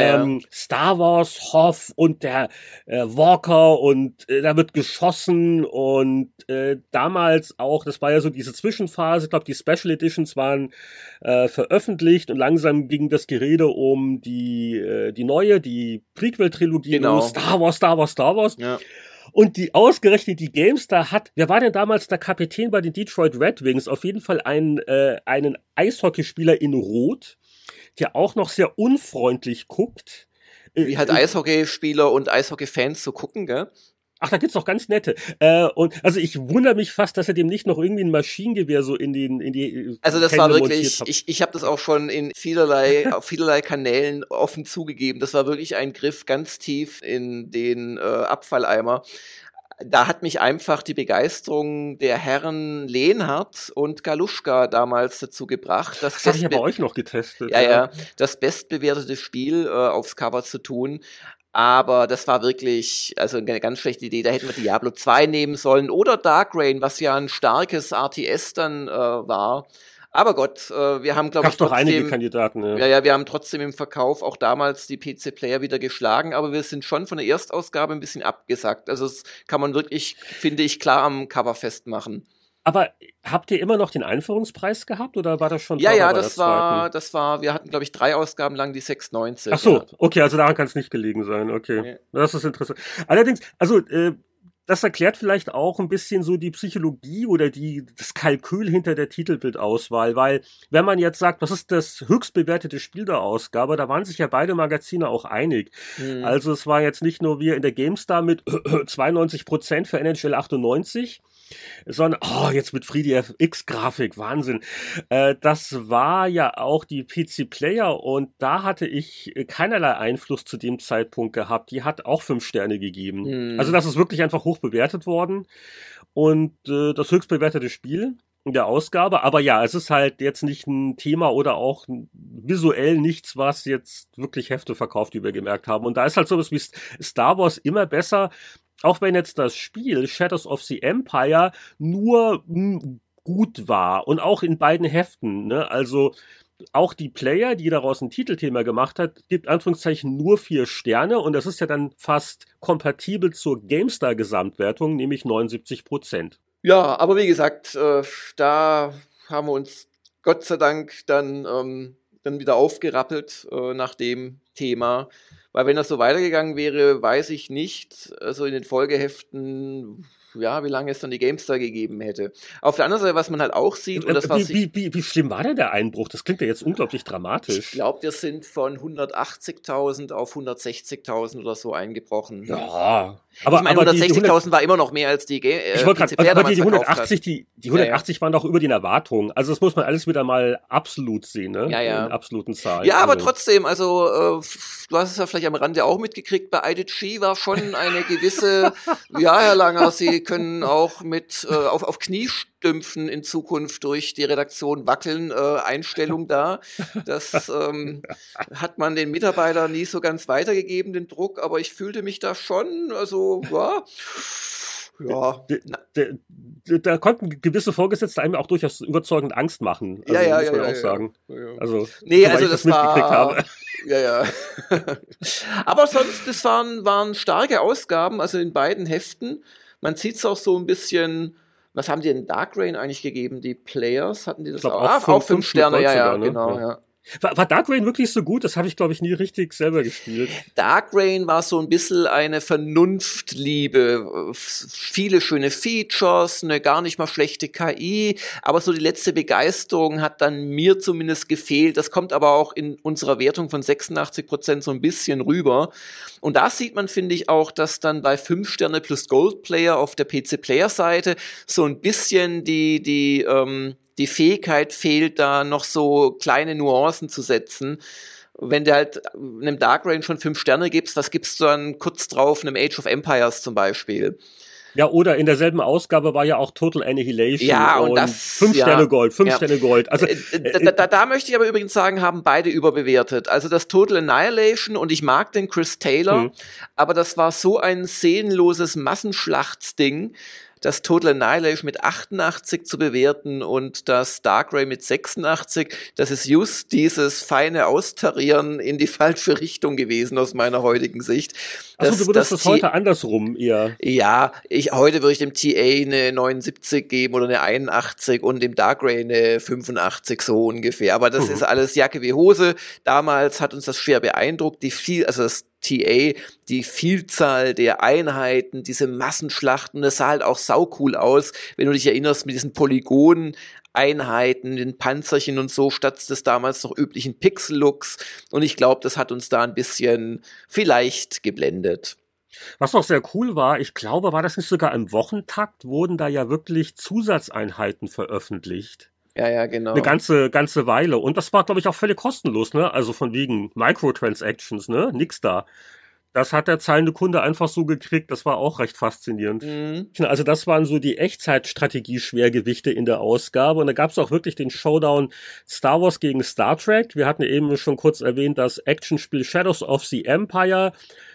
Star Wars, Hoth und der Walker und da wird geschossen und damals auch, das war ja so diese Zwischenphase, ich glaube, die Special Editions waren veröffentlicht und langsam ging das Gerede um die Prequel-Trilogie, genau. Star Wars. Ja. Und ausgerechnet die GameStar wer war denn damals der Kapitän bei den Detroit Red Wings? Auf jeden Fall einen Eishockeyspieler in Rot, der auch noch sehr unfreundlich guckt. Wie halt Eishockeyspieler und Eishockey-Fans so gucken, gell? Ach, da gibt's doch ganz nette. Und also ich wundere mich fast, dass er dem nicht noch irgendwie ein Maschinengewehr so in die Also das Hände war wirklich, ich habe das auch schon auf vielerlei Kanälen offen zugegeben. Das war wirklich ein Griff ganz tief in den Abfalleimer. Da hat mich einfach die Begeisterung der Herren Lenhardt und Galuschka damals dazu gebracht, das habe ich ja bei euch noch getestet. Ja, das bestbewertete Spiel aufs Cover zu tun. Aber das war wirklich eine ganz schlechte Idee. Da hätten wir Diablo 2 nehmen sollen oder Dark Reign, was ja ein starkes RTS dann war. Aber Gott, wir haben, glaube ich, trotzdem... Gab's doch einige Kandidaten, ja. Ja, wir haben trotzdem im Verkauf auch damals die PC-Player wieder geschlagen, aber wir sind schon von der Erstausgabe ein bisschen abgesackt. Also das kann man wirklich, finde ich, klar am Cover festmachen. Aber habt ihr immer noch den Einführungspreis gehabt oder war das schon? Ja, das war, wir hatten, glaube ich, 3 Ausgaben lang die 6,90. Ach so, okay, also daran kann es nicht gelegen sein, okay. Ja. Das ist interessant. Allerdings, das erklärt vielleicht auch ein bisschen so die Psychologie oder das Kalkül hinter der Titelbildauswahl, weil wenn man jetzt sagt, was ist das höchst bewertete Spiel der Ausgabe, da waren sich ja beide Magazine auch einig. Also es war jetzt nicht nur wir in der GameStar mit 92% für NHL 98, sondern, jetzt mit 3DFX-Grafik, Wahnsinn. Das war ja auch die PC Player und da hatte ich keinerlei Einfluss zu dem Zeitpunkt gehabt. Die hat auch 5 Sterne gegeben. Also das ist wirklich einfach hoch bewertet worden und das höchst bewertete Spiel in der Ausgabe. Aber ja, es ist halt jetzt nicht ein Thema oder auch visuell nichts, was jetzt wirklich Hefte verkauft, wie wir gemerkt haben. Und da ist halt sowas wie Star Wars immer besser, auch wenn jetzt das Spiel Shadows of the Empire nur gut war und auch in beiden Heften, ne? Also auch die Player, die daraus ein Titelthema gemacht hat, gibt Anführungszeichen nur 4 Sterne und das ist ja dann fast kompatibel zur GameStar-Gesamtwertung, nämlich 79%. Ja, aber wie gesagt, da haben wir uns Gott sei Dank dann wieder aufgerappelt nach dem Thema. Weil wenn das so weitergegangen wäre, weiß ich nicht. Also in den Folgeheften wie lange es dann die GameStar gegeben hätte. Auf der anderen Seite, was man halt auch sieht, und das war wie schlimm war denn der Einbruch? Das klingt ja jetzt unglaublich dramatisch. Ich glaube, wir sind von 180.000 auf 160.000 oder so eingebrochen. Ja. Aber ich meine, 160.000 war immer noch mehr als die aber die 180 waren doch über den Erwartungen. Also das muss man alles wieder mal absolut sehen, ne? Ja. In absoluten Zahlen. Ja, aber trotzdem, also du hast es ja vielleicht am Rande auch mitgekriegt, bei IDG war schon eine gewisse, ja, Herr Langer, Sie können auch mit auf Kniestümpfen in Zukunft durch die Redaktion wackeln, Einstellung da. Das hat man den Mitarbeitern nie so ganz weitergegeben, den Druck, aber ich fühlte mich da schon, also Da konnten gewisse Vorgesetzte einem auch durchaus überzeugend Angst machen. Also, muss man auch sagen. Ja. Also, das war... Ja. Aber sonst, das waren starke Ausgaben, also in beiden Heften. Man sieht es auch so ein bisschen... Was haben die in Dark Reign eigentlich gegeben? Die Players, hatten die das auch? Auch 5 Sterne, ja, genau, ja. War Dark Reign wirklich so gut? Das habe ich, glaube ich, nie richtig selber gespielt. Dark Reign war so ein bisschen eine Vernunftliebe. Viele schöne Features, eine gar nicht mal schlechte KI, aber so die letzte Begeisterung hat dann mir zumindest gefehlt. Das kommt aber auch in unserer Wertung von 86% so ein bisschen rüber. Und da sieht man, finde ich, auch, dass dann bei 5 Sterne plus Gold Player auf der PC-Player-Seite so ein bisschen die Fähigkeit fehlt, da noch so kleine Nuancen zu setzen. Wenn du halt einem Dark Reign schon 5 Sterne gibst, was gibst du dann kurz drauf einem Age of Empires zum Beispiel? Ja, oder in derselben Ausgabe war ja auch Total Annihilation. Ja, und das 5 Sterne Gold, 5 Sterne Gold. Also da möchte ich aber übrigens sagen, haben beide überbewertet. Also das Total Annihilation, und ich mag den Chris Taylor, aber das war so ein seelenloses Massenschlachtsding, das Total Annihilation mit 88 zu bewerten und das Dark Reign mit 86, das ist just dieses feine Austarieren in die falsche Richtung gewesen aus meiner heutigen Sicht. Also du würdest das heute andersrum eher. Ja, heute würde ich dem TA eine 79 geben oder eine 81 und dem Dark Reign eine 85 so ungefähr. Aber das ist alles Jacke wie Hose. Damals hat uns das schwer beeindruckt, das TA, die Vielzahl der Einheiten, diese Massenschlachten, das sah halt auch saucool aus, wenn du dich erinnerst, mit diesen Polygon-Einheiten, den Panzerchen und so, statt des damals noch üblichen Pixel-Looks. Und ich glaube, das hat uns da ein bisschen vielleicht geblendet. Was noch sehr cool war, ich glaube, war das nicht sogar im Wochentakt, wurden da ja wirklich Zusatzeinheiten veröffentlicht. Ja, genau. Eine ganze Weile. Und das war, glaube ich, auch völlig kostenlos, ne? Also von wegen Microtransactions, ne? Nix da. Das hat der zahlende Kunde einfach so gekriegt. Das war auch recht faszinierend. Also das waren so die Echtzeitstrategie-Schwergewichte in der Ausgabe. Und da gab es auch wirklich den Showdown Star Wars gegen Star Trek. Wir hatten eben schon kurz erwähnt, das Actionspiel Shadows of the Empire.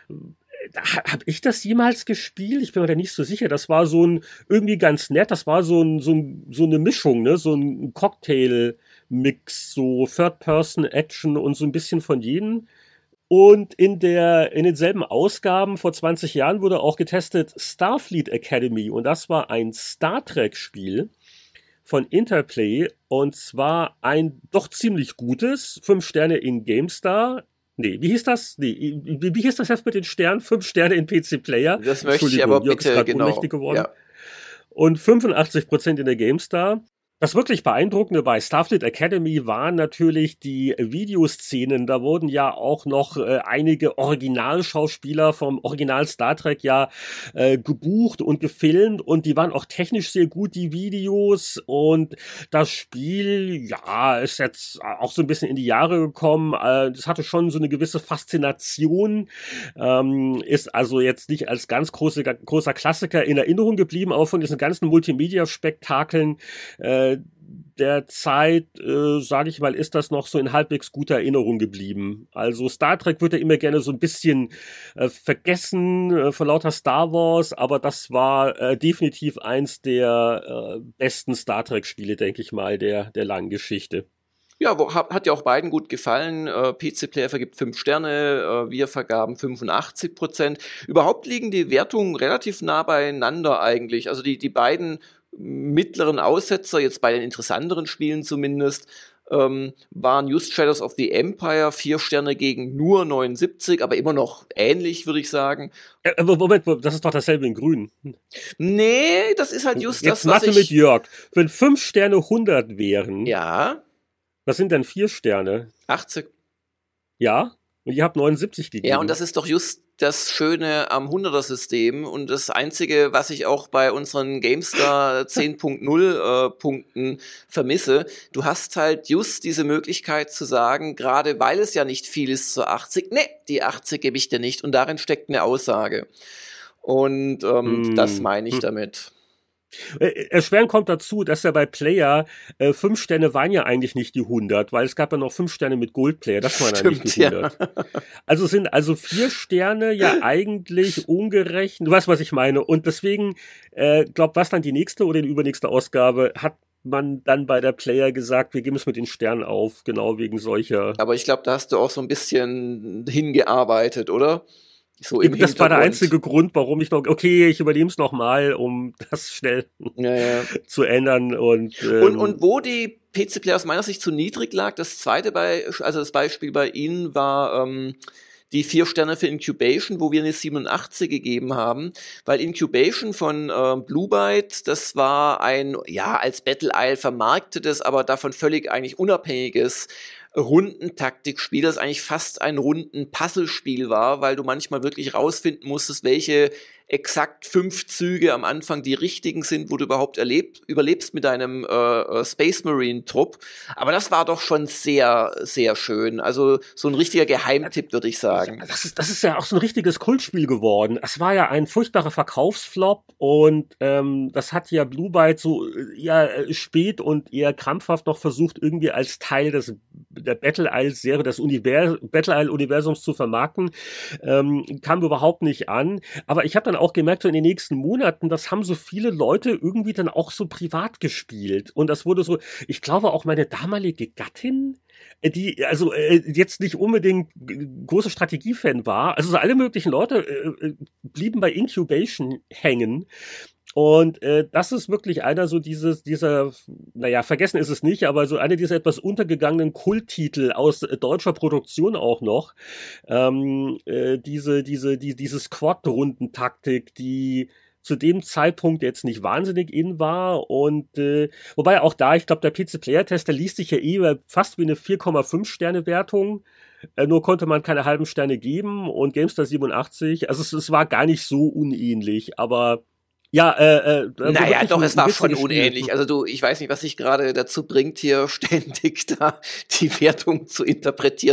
Hab ich das jemals gespielt? Ich bin mir da nicht so sicher. Das war irgendwie ganz nett. Das war so eine Mischung, ne? So ein Cocktail-Mix, so Third-Person-Action und so ein bisschen von jedem. Und in denselben Ausgaben vor 20 Jahren wurde auch getestet Starfleet Academy. Und das war ein Star Trek-Spiel von Interplay. Und zwar ein doch ziemlich gutes, 5 Sterne in GameStar. Wie hieß das? Wie hieß das jetzt mit den Sternen? 5 Sterne in PC Player. Das möchte ich aber bitte, genau. Ja. Und 85% in der GameStar. Das wirklich Beeindruckende bei Starfleet Academy waren natürlich die Videoszenen. Da wurden ja auch noch einige Originalschauspieler vom Original Star Trek gebucht und gefilmt. Und die waren auch technisch sehr gut, die Videos. Und das Spiel, ist jetzt auch so ein bisschen in die Jahre gekommen. Das hatte schon so eine gewisse Faszination. Ist also jetzt nicht als ganz großer Klassiker in Erinnerung geblieben, aber von diesen ganzen Multimedia-Spektakeln der Zeit, sage ich mal, ist das noch so in halbwegs guter Erinnerung geblieben. Also Star Trek wird ja immer gerne so ein bisschen vergessen von lauter Star Wars, aber das war definitiv eins der besten Star Trek-Spiele, denke ich mal, der langen Geschichte. Ja, hat ja auch beiden gut gefallen. PC Player vergibt 5 Sterne, wir vergaben 85%. Überhaupt liegen die Wertungen relativ nah beieinander eigentlich. Also die beiden mittleren Aussetzer, jetzt bei den interessanteren Spielen zumindest, waren Just Shadows of the Empire 4 Sterne gegen nur 79, aber immer noch ähnlich, würde ich sagen. Moment, das ist doch dasselbe in Grün. Nee, das ist halt just Jetzt das, was Mathe mit Jörg. Wenn 5 Sterne 100 wären, Ja, was sind denn 4 Sterne? 80. Ja? Und ihr habt 79 gegeben. Ja, und das ist doch just das Schöne am 100er-System und das Einzige, was ich auch bei unseren GameStar 10.0 Punkten vermisse. Du hast halt just diese Möglichkeit zu sagen, gerade weil es ja nicht viel ist zur 80, nee, die 80 gebe ich dir nicht und darin steckt eine Aussage. Und das meine ich damit. Erschwerend kommt dazu, dass ja bei Player 5 Sterne waren ja eigentlich nicht die 100, weil es gab ja noch 5 Sterne mit Gold Player, das waren ja nicht die 100. Ja. Also sind 4 Sterne ja eigentlich ungerecht, du weißt, was ich meine. Und deswegen, was dann die nächste oder die übernächste Ausgabe hat man dann bei der Player gesagt, wir geben es mit den Sternen auf, genau wegen solcher. Aber ich glaube, da hast du auch so ein bisschen hingearbeitet, oder? So im das war der einzige Grund, warum ich ich übernehme es nochmal, um das schnell zu ändern. Und wo die PC-Player aus meiner Sicht zu niedrig lag, das Beispiel bei Ihnen war die 4 Sterne für Incubation, wo wir eine 87 gegeben haben, weil Incubation von Blue Byte, das war ein, als Battle Isle vermarktetes, aber davon völlig eigentlich unabhängiges Rundentaktikspiel, das eigentlich fast ein Runden-Puzzlespiel war, weil du manchmal wirklich rausfinden musstest, welche exakt 5 Züge am Anfang die richtigen sind, wo du überhaupt überlebst mit deinem Space Marine Trupp. Aber das war doch schon sehr, sehr schön. Also so ein richtiger Geheimtipp, würde ich sagen. Das ist ja auch so ein richtiges Kultspiel geworden. Es war ja ein furchtbarer Verkaufsflop und das hat ja Blue Byte so spät und eher krampfhaft noch versucht, irgendwie als Teil der Battle Isle-Serie, des Battle Isle-Universums zu vermarkten. Kam überhaupt nicht an. Aber ich habe dann auch gemerkt, so in den nächsten Monaten, das haben so viele Leute irgendwie dann auch so privat gespielt. Und das wurde so, ich glaube auch meine damalige Gattin, die jetzt nicht unbedingt große Strategiefan war, also so alle möglichen Leute blieben bei Incubation hängen. Und das ist wirklich einer so dieser, vergessen ist es nicht, aber so einer dieser etwas untergegangenen Kulttitel aus deutscher Produktion auch noch. Diese Squad-Rundentaktik, die zu dem Zeitpunkt jetzt nicht wahnsinnig in war und wobei auch da, ich glaube, der PC-Player-Test, der liest sich ja fast wie eine 4,5 Sterne Wertung. Nur konnte man keine halben Sterne geben und GameStar 87, also es war gar nicht so unähnlich, aber naja, doch, es war schon unähnlich. Also ich weiß nicht, was sich gerade dazu bringt, hier ständig da die Wertung zu interpretieren.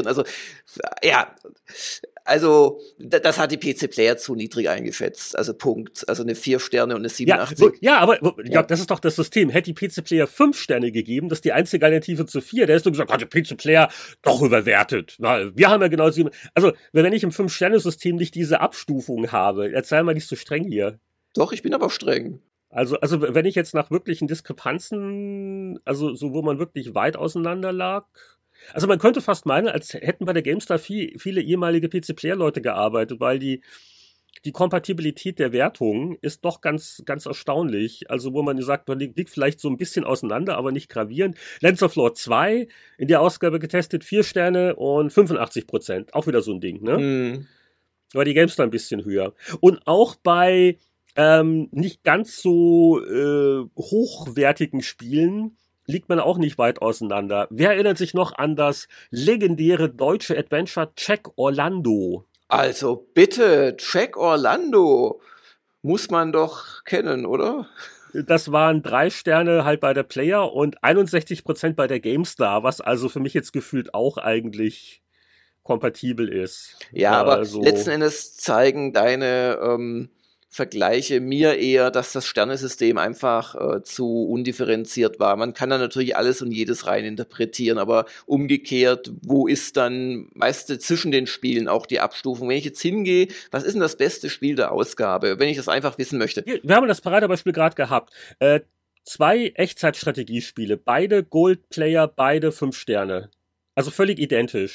Das hat die PC-Player zu niedrig eingeschätzt. Also Punkt. Also eine 4 Sterne und eine 87. Das ist doch das System. Hätte die PC-Player 5 Sterne gegeben, das ist die einzige Alternative zu 4, der hättest du gesagt, hat die PC-Player doch überwertet. Na, wir haben ja genau 7. Also, wenn ich im 5-Sterne-System nicht diese Abstufung habe, sei mal nicht so streng hier. Doch, ich bin aber streng. Also wenn ich jetzt nach wirklichen Diskrepanzen, also so wo man wirklich weit auseinander lag, also man könnte fast meinen, als hätten bei der GameStar viele ehemalige PC-Player-Leute gearbeitet, weil die Kompatibilität der Wertungen ist doch ganz, ganz erstaunlich. Also wo man sagt, man liegt vielleicht so ein bisschen auseinander, aber nicht gravierend. Lens of Lore 2, in der Ausgabe getestet, 4 Sterne und 85%. Auch wieder so ein Ding, ne? War die GameStar ein bisschen höher. Und auch bei nicht ganz so hochwertigen Spielen liegt man auch nicht weit auseinander. Wer erinnert sich noch an das legendäre deutsche Adventure Check Orlando? Also bitte, Check Orlando muss man doch kennen, oder? Das waren 3 Sterne halt bei der Player und 61% bei der GameStar, was also für mich jetzt gefühlt auch eigentlich kompatibel ist. Ja, aber letzten Endes zeigen deine Vergleiche mir eher, dass das Sternesystem einfach zu undifferenziert war. Man kann da natürlich alles und jedes rein interpretieren, aber umgekehrt, wo ist dann meist zwischen den Spielen auch die Abstufung? Wenn ich jetzt hingehe, was ist denn das beste Spiel der Ausgabe, wenn ich das einfach wissen möchte? Wir haben das Paradebeispiel gerade gehabt. 2 Echtzeitstrategiespiele, beide Gold Player, beide 5 Sterne. Also völlig identisch.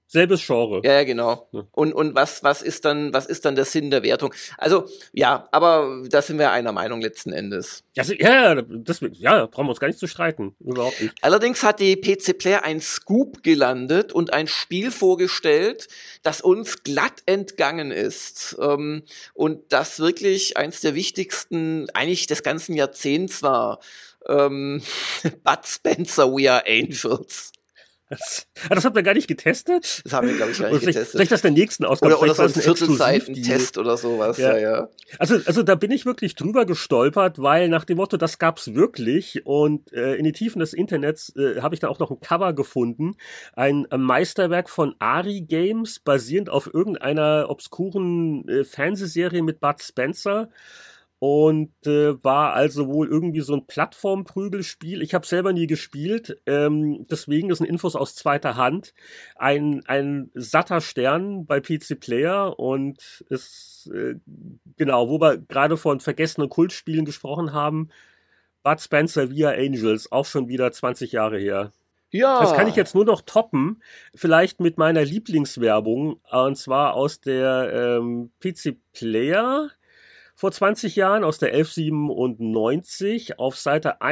Selbes Genre. Ja, genau. Ja. Und was ist dann der Sinn der Wertung? Also, ja, aber da sind wir einer Meinung letzten Endes. Also, brauchen wir uns gar nicht zu streiten. Überhaupt nicht. Allerdings hat die PC Player ein Scoop gelandet und ein Spiel vorgestellt, das uns glatt entgangen ist. Und das wirklich eins der wichtigsten, eigentlich des ganzen Jahrzehnts war. Bud Spencer, We Are Angels. Das habt ihr gar nicht getestet? Das haben wir, glaube ich, gar nicht getestet. Vielleicht das der nächsten Ausgabe. Oder so ein Viertelseiten-Test oder sowas. Ja. Also da bin ich wirklich drüber gestolpert, weil nach dem Motto, das gab's wirklich, und in die Tiefen des Internets habe ich da auch noch ein Cover gefunden. Ein Meisterwerk von Ari Games, basierend auf irgendeiner obskuren Fernsehserie mit Bud Spencer. Und war also wohl irgendwie so ein Plattformprügelspiel. Ich habe selber nie gespielt, deswegen, das sind Infos aus zweiter Hand. Ein satter Stern bei PC Player, und ist, genau, wo wir gerade von vergessenen Kultspielen gesprochen haben, Bud Spencer, We Are Angels, auch schon wieder 20 Jahre her. Ja. Das kann ich jetzt nur noch toppen, vielleicht mit meiner Lieblingswerbung, und zwar aus der PC Player vor 20 Jahren, aus der 1197, auf Seite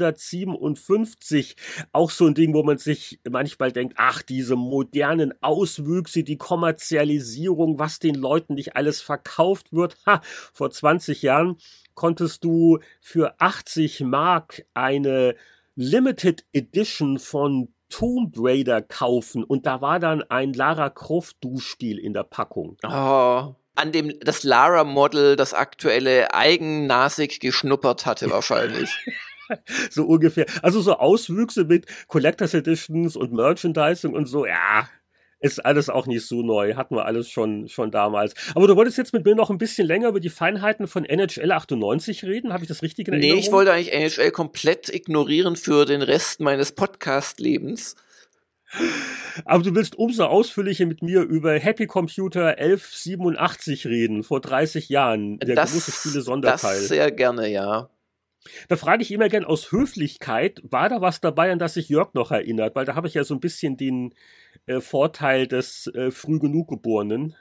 157, auch so ein Ding, wo man sich manchmal denkt, ach, diese modernen Auswüchse, die Kommerzialisierung, was den Leuten nicht alles verkauft wird. Vor 20 Jahren konntest du für 80 Mark eine Limited Edition von Tomb Raider kaufen, und da war dann ein Lara Croft Duschspiel in der Packung. Oh. An dem das Lara-Model, das aktuelle, eigennasig geschnuppert hatte wahrscheinlich. So ungefähr. Also so Auswüchse mit Collectors Editions und Merchandising und so, ja, ist alles auch nicht so neu. Hatten wir alles schon damals. Aber du wolltest jetzt mit mir noch ein bisschen länger über die Feinheiten von NHL 98 reden? Habe ich das richtig in Erinnerung? Nee, ich wollte eigentlich NHL komplett ignorieren für den Rest meines Podcast-Lebens. Aber du willst umso ausführlicher mit mir über Happy Computer 1187 reden, vor 30 Jahren, der große Spiele-Sonderteil. Das sehr gerne, ja. Da frage ich immer gern aus Höflichkeit, war da was dabei, an das sich Jörg noch erinnert? Weil da habe ich ja so ein bisschen den Vorteil des früh genug Geborenen.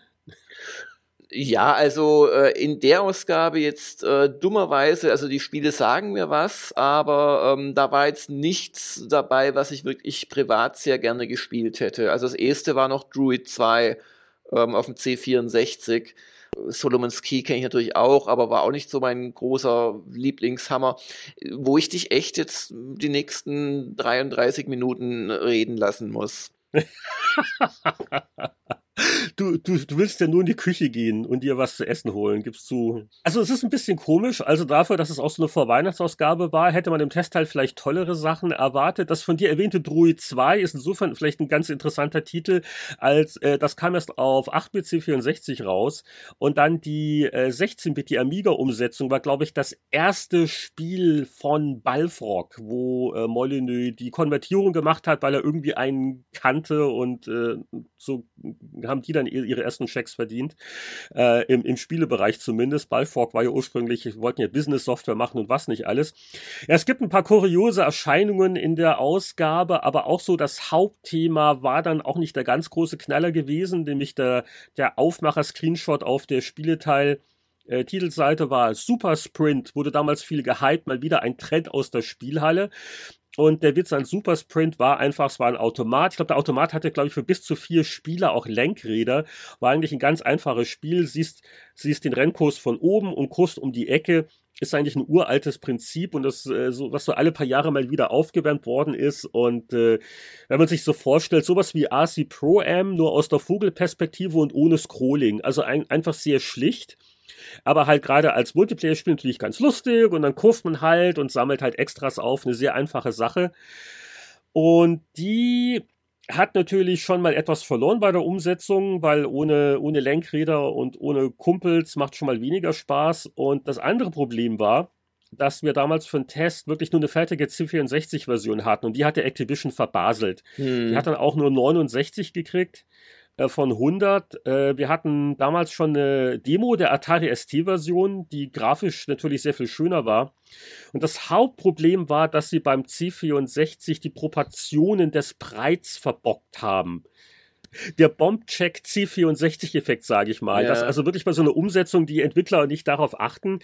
Ja, also in der Ausgabe jetzt dummerweise, also die Spiele sagen mir was, aber da war jetzt nichts dabei, was ich wirklich privat sehr gerne gespielt hätte. Also das erste war noch Druid 2 auf dem C64. Solomon's Key kenne ich natürlich auch, aber war auch nicht so mein großer Lieblingshammer, wo ich dich echt jetzt die nächsten 33 Minuten reden lassen muss. Du willst ja nur in die Küche gehen und dir was zu essen holen, gibst du. Also es ist ein bisschen komisch, also dafür, dass es auch so eine Vorweihnachtsausgabe war, hätte man im Testteil vielleicht tollere Sachen erwartet. Das von dir erwähnte Druid 2 ist insofern vielleicht ein ganz interessanter Titel, als das kam erst auf 8-Bit C64 raus, und dann die 16-Bit, die Amiga-Umsetzung war, glaube ich, das erste Spiel von Balfrog, wo Molyneux die Konvertierung gemacht hat, weil er irgendwie einen kannte, und so haben die dann ihre ersten Checks verdient, im Spielebereich zumindest. Balfrog war ja ursprünglich, wollten ja Business-Software machen und was nicht alles. Ja, es gibt ein paar kuriose Erscheinungen in der Ausgabe, aber auch so das Hauptthema war dann auch nicht der ganz große Knaller gewesen, nämlich der Aufmacher-Screenshot auf der Spieleteil Titelseite war Super Sprint, wurde damals viel gehypt, mal wieder ein Trend aus der Spielhalle. Und der Witz an Super Sprint war einfach, es war ein Automat. Ich glaube, der Automat hatte, glaube ich, für bis zu 4 Spieler auch Lenkräder. War eigentlich ein ganz einfaches Spiel. Siehst den Rennkurs von oben und Kurs um die Ecke. Ist eigentlich ein uraltes Prinzip, und das so, was so alle paar Jahre mal wieder aufgewärmt worden ist. Und wenn man sich so vorstellt, sowas wie RC Pro-Am, nur aus der Vogelperspektive und ohne Scrolling. Also einfach sehr schlicht. Aber halt gerade als Multiplayer-Spiel natürlich ganz lustig, und dann kurft man halt und sammelt halt Extras auf, eine sehr einfache Sache. Und die hat natürlich schon mal etwas verloren bei der Umsetzung, weil ohne Lenkräder und ohne Kumpels macht schon mal weniger Spaß. Und das andere Problem war, dass wir damals für einen Test wirklich nur eine fertige C64-Version hatten, und die hat der Activision verbaselt. Die hat dann auch nur 69 gekriegt. Von 100. Wir hatten damals schon eine Demo der Atari ST-Version, die grafisch natürlich sehr viel schöner war. Und das Hauptproblem war, dass sie beim C64 die Proportionen des Breits verbockt haben. der Bomb-Check C64-Effekt, sage ich mal. Ja. Das also wirklich mal so eine Umsetzung, die Entwickler nicht darauf achten.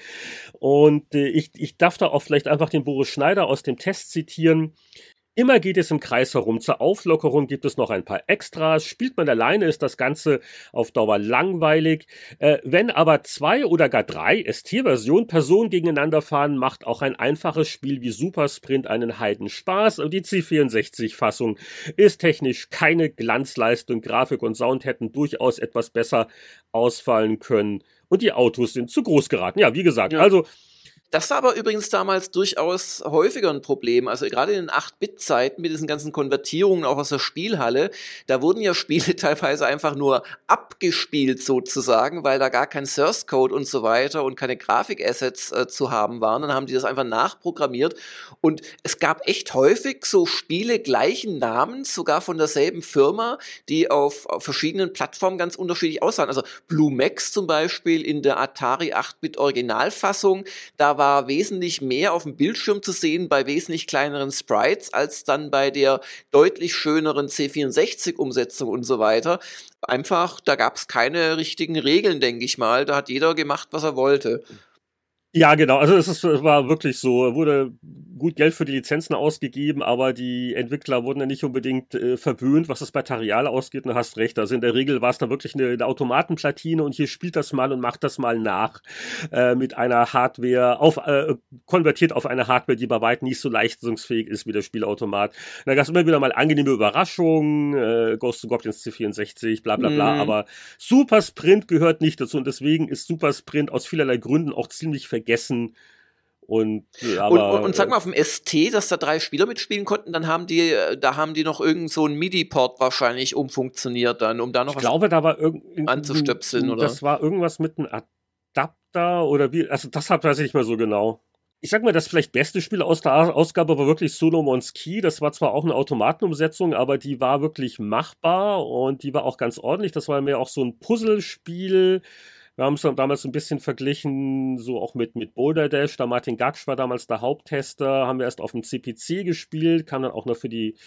Und ich darf da auch vielleicht einfach den Boris Schneider aus dem Test zitieren. Immer geht es im Kreis herum. Zur Auflockerung gibt es noch ein paar Extras. Spielt man alleine, ist das Ganze auf Dauer langweilig. Wenn aber 2 oder gar 3 ST-Versionen Personen gegeneinander fahren, macht auch ein einfaches Spiel wie Super Sprint einen Heidenspaß. Und die C64-Fassung ist technisch keine Glanzleistung. Grafik und Sound hätten durchaus etwas besser ausfallen können. Und die Autos sind zu groß geraten. Ja, wie gesagt, also... Das war aber übrigens damals durchaus häufiger ein Problem. Also gerade in den 8-Bit-Zeiten mit diesen ganzen Konvertierungen auch aus der Spielhalle, da wurden ja Spiele teilweise einfach nur abgespielt sozusagen, weil da gar kein Source-Code und so weiter und keine Grafik-Assets zu haben waren. Dann haben die das einfach nachprogrammiert und es gab echt häufig so Spiele gleichen Namens, sogar von derselben Firma, die auf verschiedenen Plattformen ganz unterschiedlich aussahen. Also Blue Max zum Beispiel in der Atari 8-Bit-Originalfassung, da war wesentlich mehr auf dem Bildschirm zu sehen bei wesentlich kleineren Sprites als dann bei der deutlich schöneren C64-Umsetzung und so weiter. Einfach, da gab es keine richtigen Regeln, denke ich mal. Da hat jeder gemacht, was er wollte. Ja, genau. Also es war wirklich so. Wurde gut Geld für die Lizenzen ausgegeben, aber die Entwickler wurden ja nicht unbedingt verwöhnt, was das Material ausgeht. Und du hast recht. Also in der Regel war es dann wirklich eine Automatenplatine und hier spielt das mal und macht das mal nach mit einer Hardware konvertiert auf eine Hardware, die bei weitem nicht so leistungsfähig ist wie der Spielautomat. Und da gab es immer wieder mal angenehme Überraschungen, Ghosts of Goblins C64, bla bla bla. Aber Super Sprint gehört nicht dazu und deswegen ist Super Sprint aus vielerlei Gründen auch ziemlich vergessen. Und sag mal, auf dem ST, dass da 3 Spieler mitspielen konnten, dann haben die noch irgend so ein MIDI-Port wahrscheinlich umfunktioniert dann, um da noch da war anzustöpseln, oder? Das war irgendwas mit einem Adapter oder wie, also das weiß ich nicht mehr so genau. Ich sag mal, das vielleicht beste Spiel aus der Ausgabe war wirklich Solomon's Key. Das war zwar auch eine Automatenumsetzung, aber die war wirklich machbar und die war auch ganz ordentlich. Das war mehr auch so ein Puzzlespiel. Wir haben es damals ein bisschen verglichen, so auch mit Boulder Dash. Da Martin Gatsch war damals der Haupttester. Haben wir erst auf dem CPC gespielt, kam dann auch noch für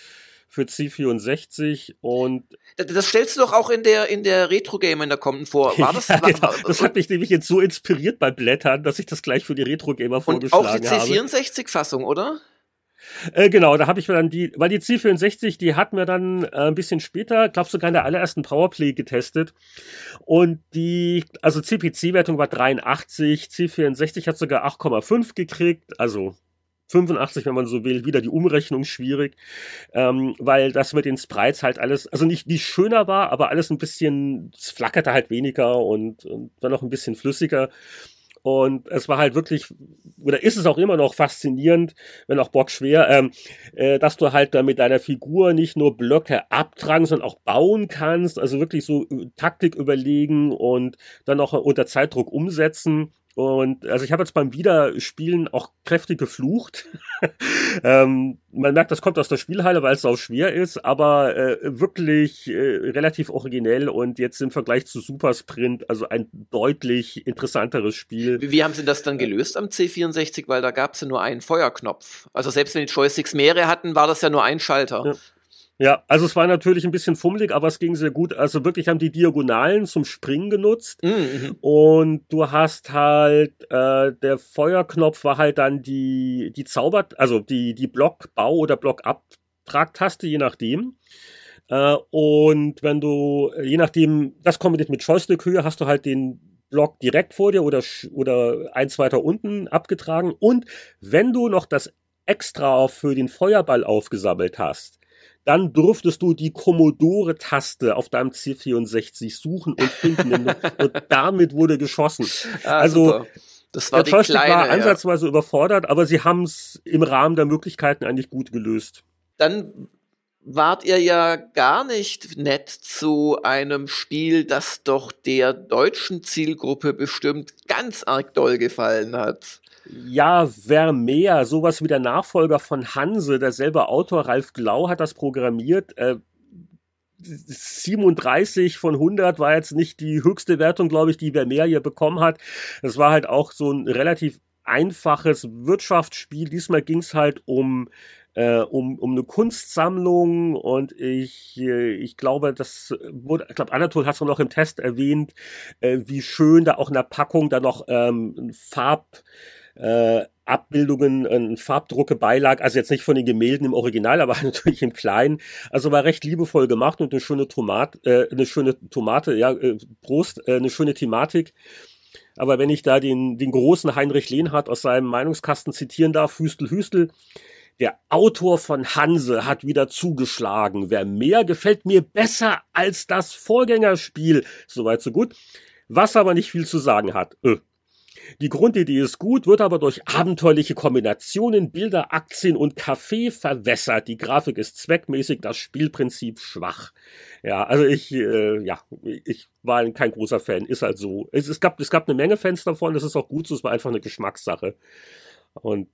C64 und... Das stellst du doch auch in der Retro-Game in der kommenden vor. War das? Genau. Das hat mich nämlich jetzt so inspiriert beim Blättern, dass ich das gleich für die Retro-Gamer vorgeschlagen habe. Und auch die C64-Fassung, oder? Genau, da habe ich mir dann weil die C64, die hatten wir dann ein bisschen später, glaube sogar in der allerersten Powerplay getestet. Und also CPC-Wertung war 83, C64 hat sogar 8,5 gekriegt, also 85, wenn man so will, wieder die Umrechnung schwierig, weil das mit den Sprites halt alles, also nicht schöner war, aber alles ein bisschen, es flackerte halt weniger und war noch ein bisschen flüssiger. Und es war halt wirklich, oder ist es auch immer noch faszinierend, wenn auch bockschwer, dass du halt da mit deiner Figur nicht nur Blöcke abtragen, sondern auch bauen kannst, also wirklich so Taktik überlegen und dann auch unter Zeitdruck umsetzen. Und also ich habe jetzt beim Wiederspielen auch kräftig geflucht. Man merkt, das kommt aus der Spielhalle, weil es so schwer ist, aber wirklich relativ originell und jetzt im Vergleich zu Super Sprint, also ein deutlich interessanteres Spiel. Wie haben sie das dann gelöst am C64? Weil da gab es ja nur einen Feuerknopf. Also selbst wenn die Joysticks mehrere hatten, war das ja nur ein Schalter. Ja. Ja, also es war natürlich ein bisschen fummelig, aber es ging sehr gut. Also wirklich haben die Diagonalen zum Springen genutzt. Mhm. Und du hast halt, der Feuerknopf war halt dann die Blockbau- oder Blockabtragtaste, je nachdem. Und wenn du, je nachdem, das kombiniert mit Joystickhöhe, hast du halt den Block direkt vor dir oder eins weiter unten abgetragen. Und wenn du noch das Extra für den Feuerball aufgesammelt hast, dann durftest du die Commodore-Taste auf deinem C64 suchen und finden und damit wurde geschossen. Also super. Das war der Joystick war ja ansatzweise überfordert, aber sie haben es im Rahmen der Möglichkeiten eigentlich gut gelöst. Dann wart ihr ja gar nicht nett zu einem Spiel, das doch der deutschen Zielgruppe bestimmt ganz arg doll gefallen hat. Ja, Vermeer, sowas wie der Nachfolger von Hanse, derselbe Autor, Ralf Glau, hat das programmiert. 37 von 100 war jetzt nicht die höchste Wertung, glaube ich, die Vermeer hier bekommen hat. Das war halt auch so ein relativ einfaches Wirtschaftsspiel. Diesmal ging es halt um um eine Kunstsammlung, und ich glaube, ich glaube, Anatol hat es noch im Test erwähnt, wie schön da auch in der Packung da noch Abbildungen, Farbdrucke beilag, also jetzt nicht von den Gemälden im Original, aber natürlich im Kleinen. Also war recht liebevoll gemacht und eine schöne Tomate, ja, Prost, eine schöne Thematik. Aber wenn ich da den großen Heinrich Lehnhardt aus seinem Meinungskasten zitieren darf, Hüstel, Hüstel: Der Autor von Hanse hat wieder zugeschlagen. Wer mehr gefällt mir besser als das Vorgängerspiel. Soweit so gut. Was aber nicht viel zu sagen hat. Die Grundidee ist gut, wird aber durch abenteuerliche Kombinationen, Bilder, Aktien und Kaffee verwässert. Die Grafik ist zweckmäßig, das Spielprinzip schwach. Ja, also ich war kein großer Fan, ist halt so. Es gab eine Menge Fans davon, das ist auch gut so, es war einfach eine Geschmackssache. Und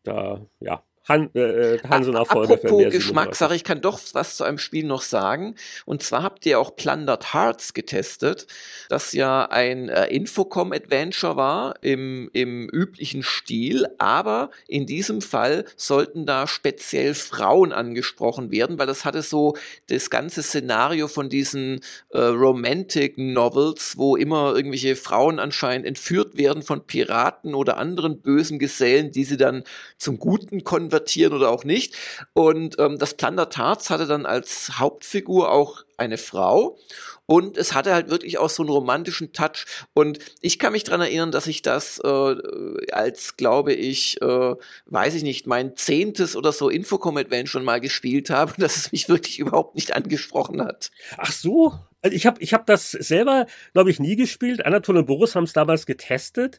Hanse-Nachfolger für mehr. Apropos Geschmackssache, ich kann doch was zu einem Spiel noch sagen. Und zwar habt ihr auch Plundered Hearts getestet, das ja ein Infocom-Adventure war im üblichen Stil, aber in diesem Fall sollten da speziell Frauen angesprochen werden, weil das hatte so das ganze Szenario von diesen Romantic Novels, wo immer irgendwelche Frauen anscheinend entführt werden von Piraten oder anderen bösen Gesellen, die sie dann zum Guten konvertieren oder auch nicht. Und das Plundered Hearts hatte dann als Hauptfigur auch eine Frau. Und es hatte halt wirklich auch so einen romantischen Touch. Und ich kann mich daran erinnern, dass ich das als, glaube ich, weiß ich nicht, mein 10. oder so Infocom-Adventure mal gespielt habe und dass es mich wirklich überhaupt nicht angesprochen hat. Ach so? Also ich hab das selber, glaube ich, nie gespielt. Anatol und Boris haben es damals getestet.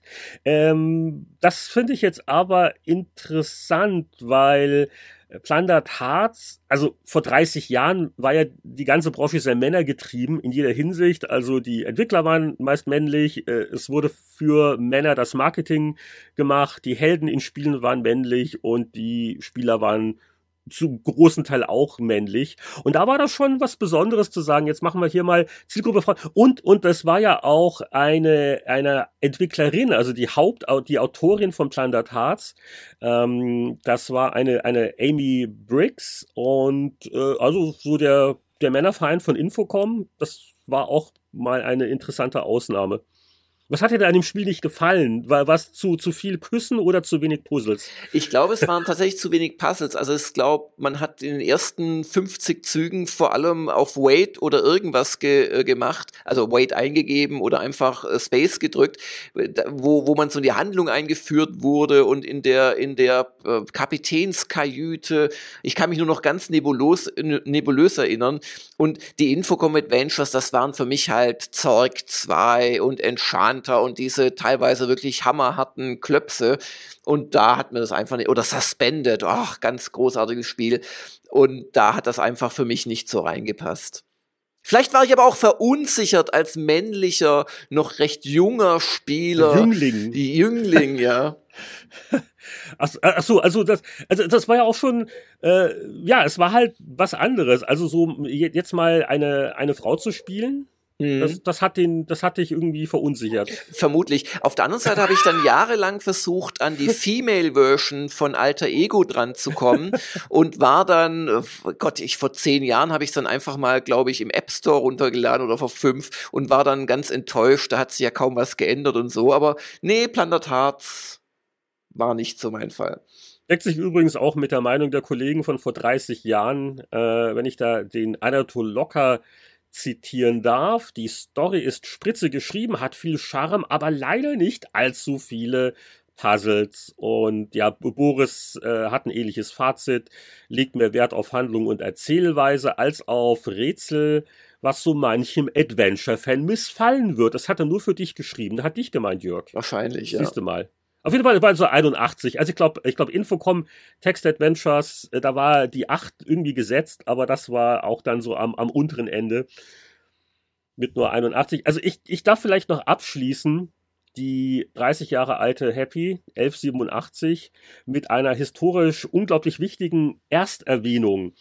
Das finde ich jetzt aber interessant, weil Plundered Hearts, also vor 30 Jahren war ja die ganze Branche sehr männergetrieben in jeder Hinsicht. Also die Entwickler waren meist männlich, es wurde für Männer das Marketing gemacht, die Helden in Spielen waren männlich und die Spieler waren zu großen Teil auch männlich. Und da war das schon was Besonderes zu sagen, jetzt machen wir hier mal Zielgruppe Frauen. Und das war ja auch eine Entwicklerin, also die Autorin von Plundered Hearts. Das war eine Amy Briggs und also so der Männerverein von Infocom. Das war auch mal eine interessante Ausnahme. Was hat dir da an dem Spiel nicht gefallen? War es zu viel Küssen oder zu wenig Puzzles? Ich glaube, es waren tatsächlich zu wenig Puzzles. Also ich glaube, man hat in den ersten 50 Zügen vor allem auf Wait oder irgendwas gemacht, also Wait eingegeben oder einfach Space gedrückt, wo man so in die Handlung eingeführt wurde und in der Kapitänskajüte. Ich kann mich nur noch ganz nebulös erinnern. Und die Infocom Adventures, das waren für mich halt Zork 2 und Enchanter und diese teilweise wirklich hammerharten Klöpse. Und da hat mir das einfach nicht, oder Suspended, ganz großartiges Spiel. Und da hat das einfach für mich nicht so reingepasst. Vielleicht war ich aber auch verunsichert als männlicher, noch recht junger Spieler. Jüngling, ja. Ach so, also das war ja auch schon, es war halt was anderes. Also so jetzt mal eine Frau zu spielen. Das hat dich irgendwie verunsichert. Vermutlich. Auf der anderen Seite habe ich dann jahrelang versucht, an die Female-Version von Alter Ego dran zu kommen und war dann, vor 10 Jahren habe ich es dann einfach mal, glaube ich, im App Store runtergeladen oder vor 5 und war dann ganz enttäuscht. Da hat sich ja kaum was geändert und so. Aber nee, Plundered Hearts war nicht so mein Fall. Deckt sich übrigens auch mit der Meinung der Kollegen von vor 30 Jahren, wenn ich da den Anatol Locker zitieren darf. Die Story ist spritze geschrieben, hat viel Charme, aber leider nicht allzu viele Puzzles. Und ja, Boris hat ein ähnliches Fazit, legt mehr Wert auf Handlung und Erzählweise als auf Rätsel, was so manchem Adventure-Fan missfallen wird. Das hat er nur für dich geschrieben. Da hat dich gemeint, Jörg. Wahrscheinlich, ja. Siehst du mal. Auf jeden Fall war es so 81. Also ich glaube Infocom Text Adventures, da war die 8 irgendwie gesetzt, aber das war auch dann so am unteren Ende mit nur 81. Also ich darf vielleicht noch abschließen, die 30 Jahre alte Happy 1187 mit einer historisch unglaublich wichtigen Ersterwähnung.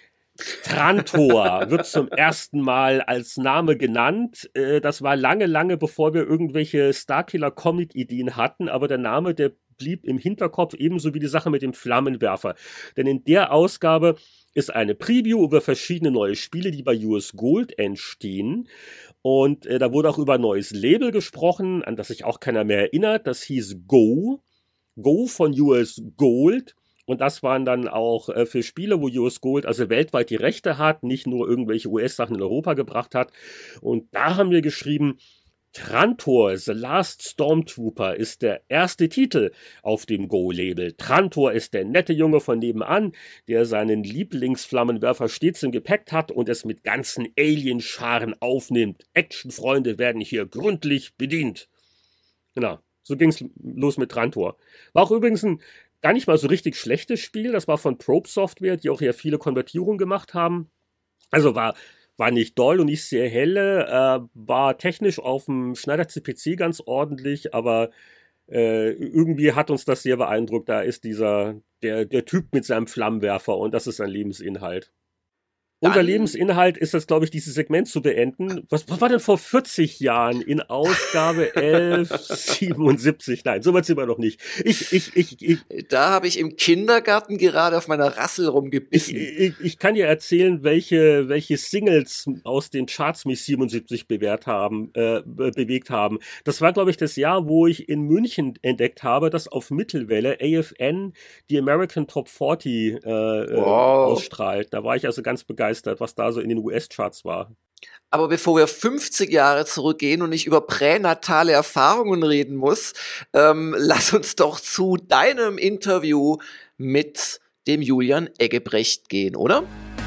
Trantor wird zum ersten Mal als Name genannt. Das war lange bevor wir irgendwelche Starkiller-Comic-Ideen hatten, aber der Name, der blieb im Hinterkopf, ebenso wie die Sache mit dem Flammenwerfer. Denn in der Ausgabe ist eine Preview über verschiedene neue Spiele, die bei US Gold entstehen. Und da wurde auch über ein neues Label gesprochen, an das sich auch keiner mehr erinnert. Das hieß Go. Go von US Gold. Und das waren dann auch für Spiele, wo US Gold also weltweit die Rechte hat, nicht nur irgendwelche US-Sachen in Europa gebracht hat. Und da haben wir geschrieben, Trantor, The Last Stormtrooper ist der erste Titel auf dem Go-Label. Trantor ist der nette Junge von nebenan, der seinen Lieblingsflammenwerfer stets im Gepäck hat und es mit ganzen Alienscharen aufnimmt. Actionfreunde werden hier gründlich bedient. Genau, so ging's los mit Trantor. War auch übrigens ein gar nicht mal so richtig schlechtes Spiel. Das war von Probe Software, die auch ja viele Konvertierungen gemacht haben. Also war nicht doll und nicht sehr helle, war technisch auf dem Schneider CPC ganz ordentlich, aber irgendwie hat uns das sehr beeindruckt. Da ist der Typ mit seinem Flammenwerfer und das ist sein Lebensinhalt. Unser Lebensinhalt ist das, glaube ich, dieses Segment zu beenden. Was war denn vor 40 Jahren in Ausgabe 1177? Nein, so weit sind wir noch nicht. Da habe ich im Kindergarten gerade auf meiner Rassel rumgebissen. Ich kann dir erzählen, welche Singles aus den Charts mich 77 bewegt haben. Das war, glaube ich, das Jahr, wo ich in München entdeckt habe, dass auf Mittelwelle AFN die American Top 40 ausstrahlt. Da war ich also ganz begeistert, was da so in den US-Charts war. Aber bevor wir 50 Jahre zurückgehen und ich über pränatale Erfahrungen reden muss, lass uns doch zu deinem Interview mit dem Julian Eggebrecht gehen, oder?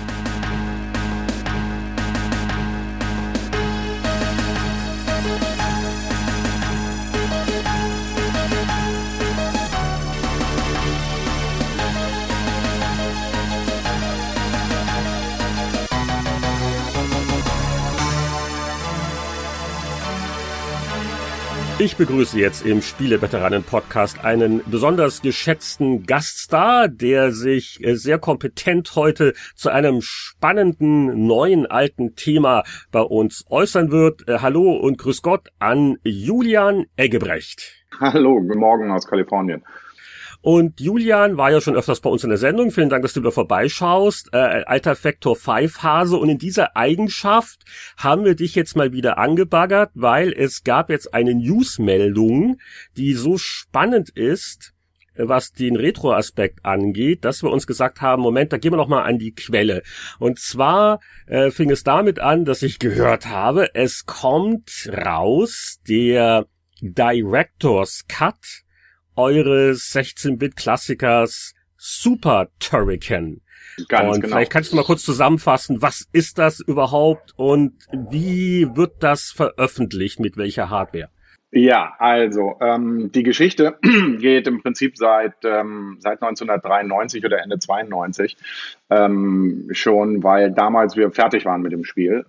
Ich begrüße jetzt im Spieleveteranen-Podcast einen besonders geschätzten Gaststar, der sich sehr kompetent heute zu einem spannenden, neuen, alten Thema bei uns äußern wird. Hallo und grüß Gott an Julian Eggebrecht. Hallo, guten Morgen aus Kalifornien. Und Julian war ja schon öfters bei uns in der Sendung. Vielen Dank, dass du wieder vorbeischaust. Alter Factor 5 Hase. Und in dieser Eigenschaft haben wir dich jetzt mal wieder angebaggert, weil es gab jetzt eine Newsmeldung, die so spannend ist, was den Retro-Aspekt angeht, dass wir uns gesagt haben, Moment, da gehen wir noch mal an die Quelle. Und zwar fing es damit an, dass ich gehört habe, es kommt raus der Director's Cut eures 16-Bit-Klassikers Super Turrican. Ganz und genau. Vielleicht kannst du mal kurz zusammenfassen, was ist das überhaupt und wie wird das veröffentlicht, mit welcher Hardware? Ja, also die Geschichte geht im Prinzip seit 1993 oder Ende 92 schon, weil damals wir fertig waren mit dem Spiel.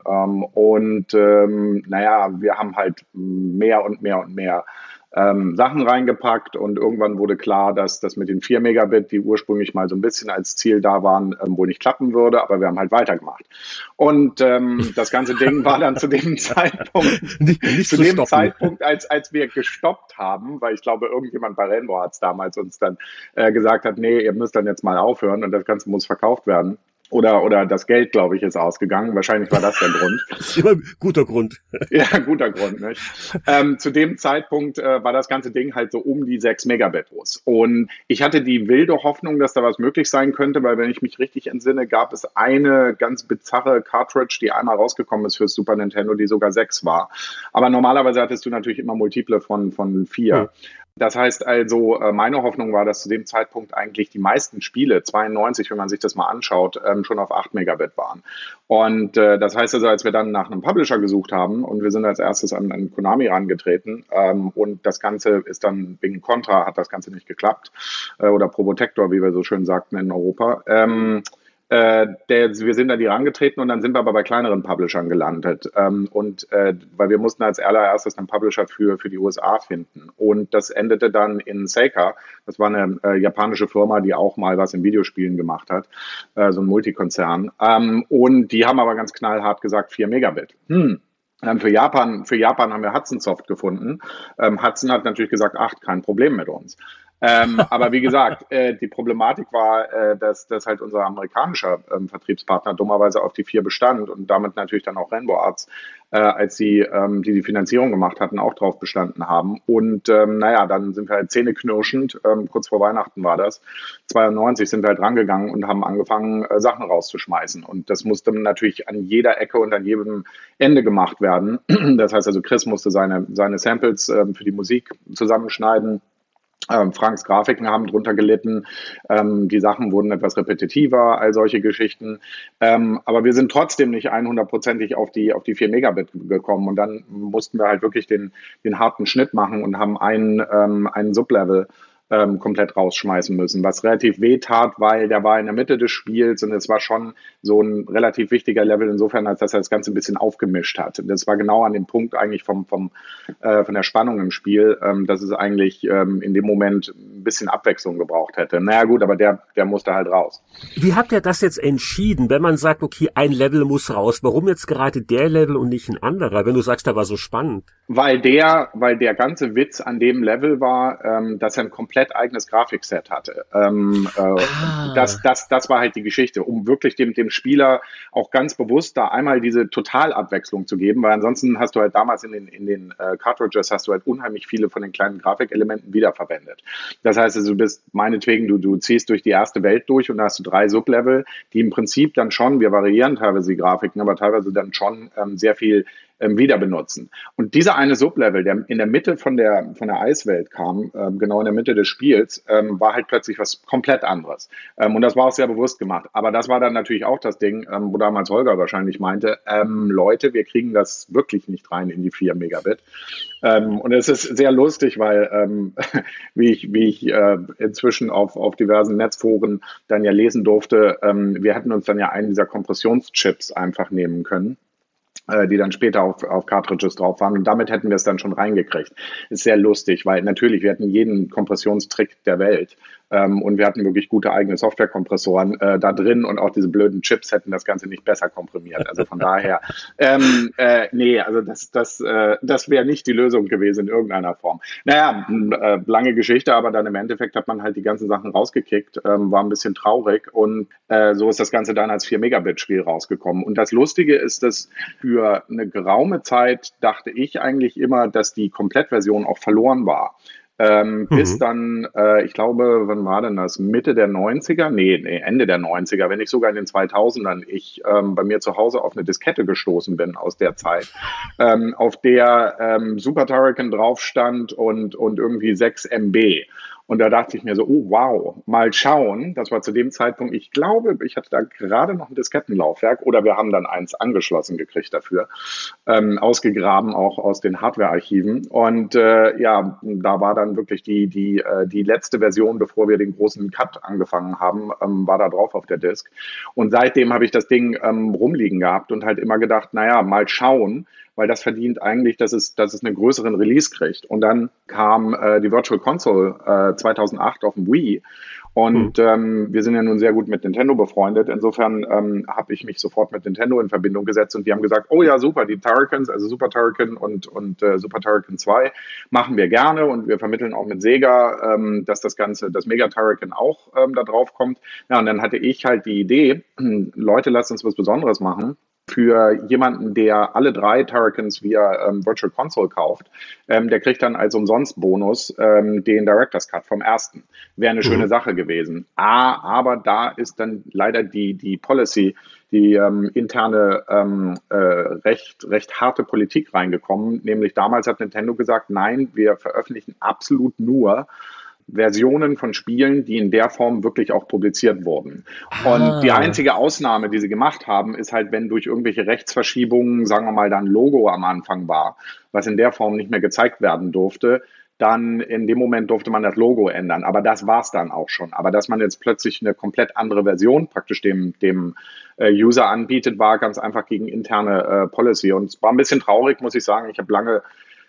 Wir haben halt mehr und mehr Sachen reingepackt und irgendwann wurde klar, dass das mit den 4 Megabit, die ursprünglich mal so ein bisschen als Ziel da waren, wohl nicht klappen würde, aber wir haben halt weitergemacht. Und das ganze Ding war dann zu dem Zeitpunkt, als wir gestoppt haben, weil ich glaube, irgendjemand bei Rainbow Arts damals uns dann gesagt hat, nee, ihr müsst dann jetzt mal aufhören und das Ganze muss verkauft werden. Oder das Geld, glaube ich, ist ausgegangen. Wahrscheinlich war das der Grund. Immer guter Grund. Ja, guter Grund, nicht? Zu dem Zeitpunkt war das ganze Ding halt so um die 6 Megabit groß. Und ich hatte die wilde Hoffnung, dass da was möglich sein könnte, weil wenn ich mich richtig entsinne, gab es eine ganz bizarre Cartridge, die einmal rausgekommen ist für Super Nintendo, die sogar 6 war. Aber normalerweise hattest du natürlich immer Multiple von 4. Ja. Das heißt also, meine Hoffnung war, dass zu dem Zeitpunkt eigentlich die meisten Spiele, 92, wenn man sich das mal anschaut, schon auf 8 Megabit waren. Und das heißt also, als wir dann nach einem Publisher gesucht haben und wir sind als erstes an Konami rangetreten und das Ganze ist dann wegen Contra hat das Ganze nicht geklappt oder Probotector, wie wir so schön sagten in Europa. Wir sind an die rangetreten und dann sind wir aber bei kleineren Publishern gelandet. Weil wir mussten als allererstes einen Publisher für die USA finden. Und das endete dann in Seika. Das war eine japanische Firma, die auch mal was in Videospielen gemacht hat. So ein Multikonzern. Und die haben aber ganz knallhart gesagt 4 Megabit. Für Japan haben wir Hudson Soft gefunden. Hudson hat natürlich gesagt, 8, kein Problem mit uns. Aber wie gesagt, die Problematik war, dass halt unser amerikanischer Vertriebspartner dummerweise auf die 4 bestand und damit natürlich dann auch Rainbow Arts, als sie die Finanzierung gemacht hatten, auch drauf bestanden haben. Und dann sind wir halt zähneknirschend, kurz vor Weihnachten war das, 92 sind wir halt rangegangen und haben angefangen, Sachen rauszuschmeißen. Und das musste natürlich an jeder Ecke und an jedem Ende gemacht werden. Das heißt also, Chris musste seine Samples für die Musik zusammenschneiden. Franks Grafiken haben drunter gelitten, die Sachen wurden etwas repetitiver, all solche Geschichten. Aber wir sind trotzdem nicht 100%ig auf die 4 Megabit gekommen und dann mussten wir halt wirklich den harten Schnitt machen und haben einen Sublevel komplett rausschmeißen müssen, was relativ weh tat, weil der war in der Mitte des Spiels und es war schon so ein relativ wichtiger Level insofern, als dass er das Ganze ein bisschen aufgemischt hat. Das war genau an dem Punkt eigentlich von der Spannung im Spiel, dass es eigentlich in dem Moment ein bisschen Abwechslung gebraucht hätte. Naja gut, aber der musste halt raus. Wie habt ihr das jetzt entschieden, wenn man sagt, okay, ein Level muss raus? Warum jetzt gerade der Level und nicht ein anderer, wenn du sagst, der war so spannend? Weil der ganze Witz an dem Level war, dass er ein komplett eigenes Grafikset hatte. Das war halt die Geschichte, um wirklich dem Spieler auch ganz bewusst da einmal diese Totalabwechslung zu geben, weil ansonsten hast du halt damals in den Cartridges hast du halt unheimlich viele von den kleinen Grafikelementen wiederverwendet. Das heißt also, du bist meinetwegen, du ziehst durch die erste Welt durch und da hast du 3 Sublevel, die im Prinzip dann schon, wir variieren teilweise die Grafiken, aber teilweise dann schon sehr viel wieder benutzen. Und dieser eine Sublevel, der in der Mitte von der Eiswelt kam, genau in der Mitte des Spiels, war halt plötzlich was komplett anderes. Und das war auch sehr bewusst gemacht. Aber das war dann natürlich auch das Ding, wo damals Holger wahrscheinlich meinte, Leute, wir kriegen das wirklich nicht rein in die 4 Megabit. Und es ist sehr lustig, weil wie ich inzwischen auf diversen Netzforen dann ja lesen durfte, wir hätten uns dann ja einen dieser Kompressionschips einfach nehmen können, die dann später auf Cartridges drauf waren und damit hätten wir es dann schon reingekriegt. Ist sehr lustig, weil natürlich, wir hatten jeden Kompressionstrick der Welt und wir hatten wirklich gute eigene Softwarekompressoren da drin und auch diese blöden Chips hätten das Ganze nicht besser komprimiert. Also von daher, also das wäre nicht die Lösung gewesen in irgendeiner Form. Naja, lange Geschichte, aber dann im Endeffekt hat man halt die ganzen Sachen rausgekickt, war ein bisschen traurig und so ist das Ganze dann als 4-Megabit-Spiel rausgekommen. Und das Lustige ist, dass für eine geraume Zeit dachte ich eigentlich immer, dass die Komplettversion auch verloren war. Bis dann, ich glaube, wann war denn das? Mitte der 90er? Nee, Ende der 90er, wenn nicht sogar in den 2000ern, ich bei mir zu Hause auf eine Diskette gestoßen bin aus der Zeit, auf der Super Turrican drauf stand und irgendwie 6 MB. Und da dachte ich mir so, oh wow, mal schauen. Das war zu dem Zeitpunkt, ich glaube, ich hatte da gerade noch ein Diskettenlaufwerk oder wir haben dann eins angeschlossen gekriegt dafür, ausgegraben auch aus den Hardware-Archiven. Und da war dann wirklich die letzte Version, bevor wir den großen Cut angefangen haben, war da drauf auf der Disk. Und seitdem habe ich das Ding rumliegen gehabt und halt immer gedacht, naja, mal schauen, weil das verdient eigentlich, dass es einen größeren Release kriegt. Und dann kam die Virtual Console 2008 auf dem Wii und wir sind ja nun sehr gut mit Nintendo befreundet. Insofern habe ich mich sofort mit Nintendo in Verbindung gesetzt und die haben gesagt, oh ja, super, die Turricans, also Super Turrican und Super Turrican 2 machen wir gerne und wir vermitteln auch mit Sega, dass das Mega Turrican auch da drauf kommt. Ja, und dann hatte ich halt die Idee, Leute, lasst uns was Besonderes machen. Für jemanden, der alle 3 Turricans via Virtual Console kauft, der kriegt dann als Umsonst-Bonus den Director's Cut vom ersten. Wäre eine schöne Sache gewesen. Aber da ist dann leider die Policy, die interne recht harte Politik reingekommen. Nämlich damals hat Nintendo gesagt, nein, wir veröffentlichen absolut nur Versionen von Spielen, die in der Form wirklich auch publiziert wurden. Und die einzige Ausnahme, die sie gemacht haben, ist halt, wenn durch irgendwelche Rechtsverschiebungen, sagen wir mal, dann Logo am Anfang war, was in der Form nicht mehr gezeigt werden durfte, dann in dem Moment durfte man das Logo ändern. Aber das war's dann auch schon. Aber dass man jetzt plötzlich eine komplett andere Version praktisch dem User anbietet, war ganz einfach gegen interne Policy. Und es war ein bisschen traurig, muss ich sagen. Ich habe lange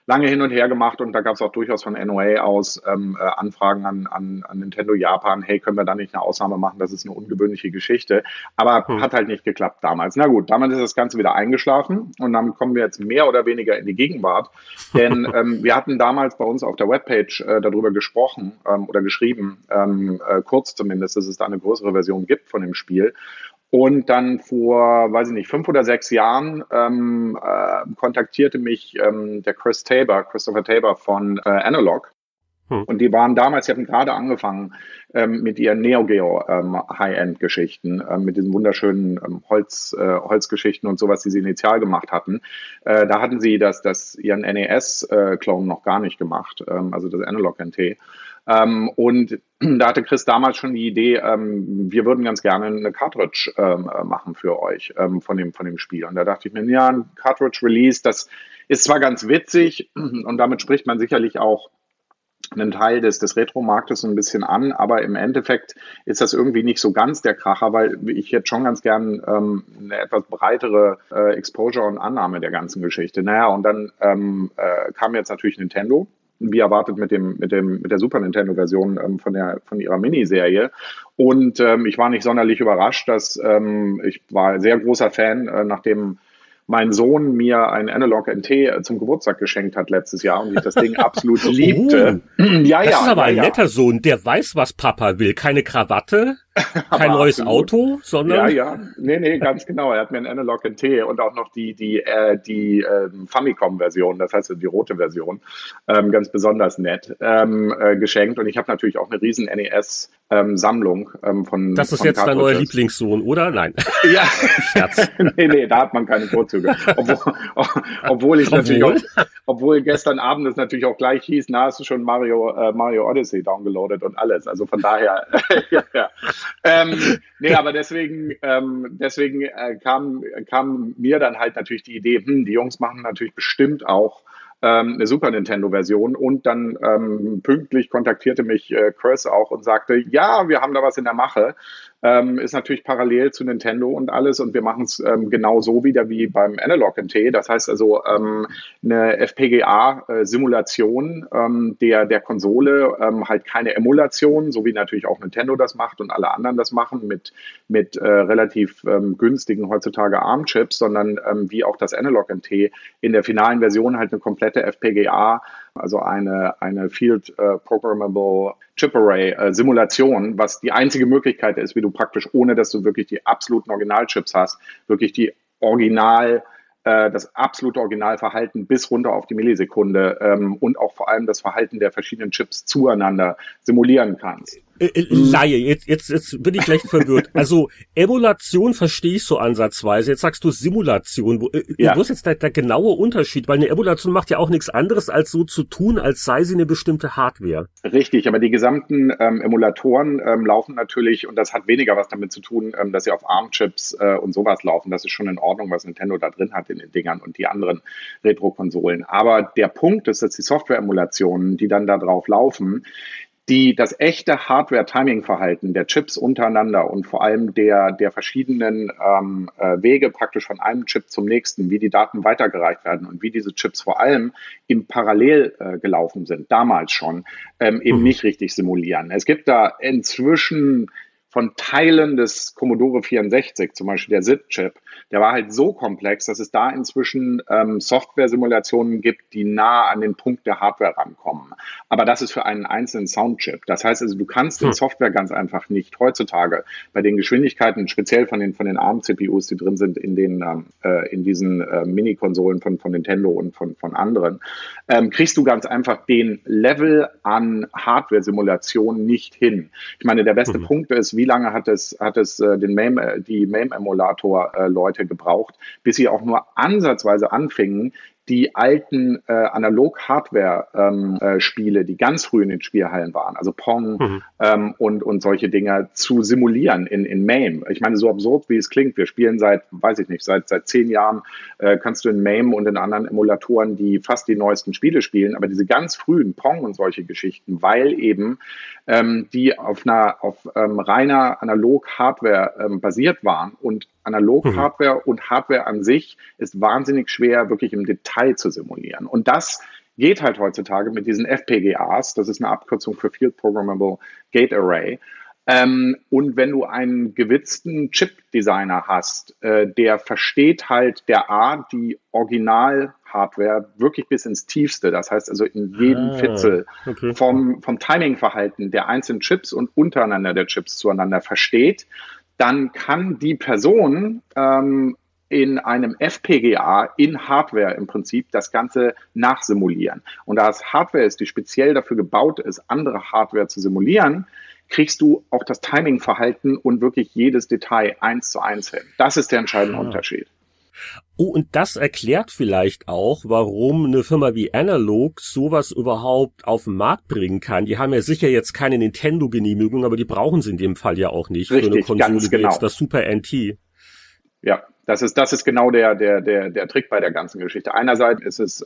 lange hin und her gemacht und da gab es auch durchaus von NOA aus Anfragen an Nintendo Japan, hey, können wir da nicht eine Ausnahme machen, das ist eine ungewöhnliche Geschichte, aber hat halt nicht geklappt damals. Na gut, damals ist das Ganze wieder eingeschlafen und dann kommen wir jetzt mehr oder weniger in die Gegenwart, denn wir hatten damals bei uns auf der Webpage darüber gesprochen oder geschrieben, kurz zumindest, dass es da eine größere Version gibt von dem Spiel. Und dann vor, weiß ich nicht, 5 oder 6 Jahren kontaktierte mich der Christopher Tabor von Analog. Und die waren damals, die hatten gerade angefangen mit ihren Neo Geo High-End-Geschichten, mit diesen wunderschönen Holzgeschichten und sowas, die sie initial gemacht hatten. Da hatten sie ihren NES-Clone noch gar nicht gemacht, also das Analog NT. Und da hatte Chris damals schon die Idee, wir würden ganz gerne eine Cartridge machen für euch von dem Spiel. Und da dachte ich mir, ja, ein Cartridge-Release, das ist zwar ganz witzig und damit spricht man sicherlich auch einen Teil des Retro-Marktes so ein bisschen an, aber im Endeffekt ist das irgendwie nicht so ganz der Kracher, weil ich jetzt schon ganz gern eine etwas breitere Exposure und Annahme der ganzen Geschichte. Naja, und dann kam jetzt natürlich Nintendo, wie erwartet mit der Super Nintendo-Version von ihrer Miniserie. Und ich war nicht sonderlich überrascht, dass ich war ein sehr großer Fan, nachdem mein Sohn mir ein Analog NT zum Geburtstag geschenkt hat letztes Jahr und ich das Ding absolut liebte. Das ist aber ein netter Sohn, der weiß, was Papa will. Keine Krawatte, kein neues Auto, sondern... Nee, ganz genau. Er hat mir ein Analog NT und auch noch die Famicom-Version, das heißt die rote Version, ganz besonders nett, geschenkt. Und ich habe natürlich auch eine riesen NES-Sammlung von Das ist jetzt dein neuer Lieblingssohn, oder? Nein. Ja. Scherz. Nee, da hat man keine Vorzüge. Obwohl gestern Abend es natürlich auch gleich hieß, hast du schon Mario Odyssey downgeloadet und alles. Also von daher, ja. Aber deswegen kam mir dann halt natürlich die Idee, die Jungs machen natürlich bestimmt auch eine Super Nintendo-Version und dann pünktlich kontaktierte mich Chris auch und sagte, ja, wir haben da was in der Mache. Ist natürlich parallel zu Nintendo und alles und wir machen es genau so wieder wie beim Analog NT. Das heißt also eine FPGA-Simulation der Konsole, halt keine Emulation, so wie natürlich auch Nintendo das macht und alle anderen das machen mit relativ günstigen heutzutage ARM-Chips, sondern wie auch das Analog NT in der finalen Version halt eine komplette FPGA, also eine Field Programmable Chip Array Simulation, was die einzige Möglichkeit ist, wie du praktisch, ohne dass du wirklich die absoluten Originalchips hast, wirklich das absolute Originalverhalten bis runter auf die Millisekunde und auch vor allem das Verhalten der verschiedenen Chips zueinander simulieren kannst. Laie, jetzt bin ich leicht verwirrt. Also Emulation verstehe ich so ansatzweise. Jetzt sagst du Simulation. Wo ist jetzt der genaue Unterschied? Weil eine Emulation macht ja auch nichts anderes, als so zu tun, als sei sie eine bestimmte Hardware. Richtig, aber die gesamten Emulatoren laufen natürlich, und das hat weniger was damit zu tun, dass sie auf ARM-Chips und sowas laufen. Das ist schon in Ordnung, was Nintendo da drin hat in den Dingern und die anderen Retro-Konsolen. Aber der Punkt ist, dass die Software-Emulationen, die dann da drauf laufen, das echte Hardware-Timing-Verhalten der Chips untereinander und vor allem der verschiedenen Wege praktisch von einem Chip zum nächsten, wie die Daten weitergereicht werden und wie diese Chips vor allem im Parallel gelaufen sind, damals schon, eben nicht richtig simulieren. Es gibt da inzwischen von Teilen des Commodore 64, zum Beispiel der SID-Chip, der war halt so komplex, dass es da inzwischen Software-Simulationen gibt, die nah an den Punkt der Hardware rankommen. Aber das ist für einen einzelnen Soundchip. Das heißt also, du kannst in Software ganz einfach nicht heutzutage bei den Geschwindigkeiten, speziell von den ARM-CPUs, die drin sind in diesen Mini-Konsolen von Nintendo und von anderen, kriegst du ganz einfach den Level an Hardware-Simulation nicht hin. Ich meine, der beste Punkt ist, wie lange hat es die MAME-Emulator-Leute gebraucht, bis sie auch nur ansatzweise anfingen, die alten Analog-Hardware-Spiele, die ganz früh in den Spielhallen waren, also Pong und solche Dinger zu simulieren in MAME. Ich meine, so absurd wie es klingt, wir spielen seit 10 Jahren kannst du in MAME und in anderen Emulatoren die fast die neuesten Spiele spielen, aber diese ganz frühen Pong und solche Geschichten, weil eben die auf reiner Analog-Hardware basiert waren und Analog-Hardware und Hardware an sich ist wahnsinnig schwer, wirklich im Detail zu simulieren. Und das geht halt heutzutage mit diesen FPGAs, das ist eine Abkürzung für Field Programmable Gate Array. Und wenn du einen gewitzten Chip-Designer hast, der versteht halt die Original-Hardware wirklich bis ins Tiefste. Das heißt also in jedem Fitzel vom Timing-Verhalten der einzelnen Chips und untereinander der Chips zueinander versteht, dann kann die Person in einem FPGA in Hardware im Prinzip das Ganze nachsimulieren. Und da es Hardware ist, die speziell dafür gebaut ist, andere Hardware zu simulieren, kriegst du auch das Timing-Verhalten und wirklich jedes Detail 1:1 hin. Das ist der entscheidende Unterschied. Oh, und das erklärt vielleicht auch, warum eine Firma wie Analog sowas überhaupt auf den Markt bringen kann. Die haben ja sicher jetzt keine Nintendo-Genehmigung, aber die brauchen sie in dem Fall ja auch nicht. Richtig, für eine Konsole ganz genau. Wie jetzt das Super NT. Ja, das ist genau der Trick bei der ganzen Geschichte. Einerseits ist es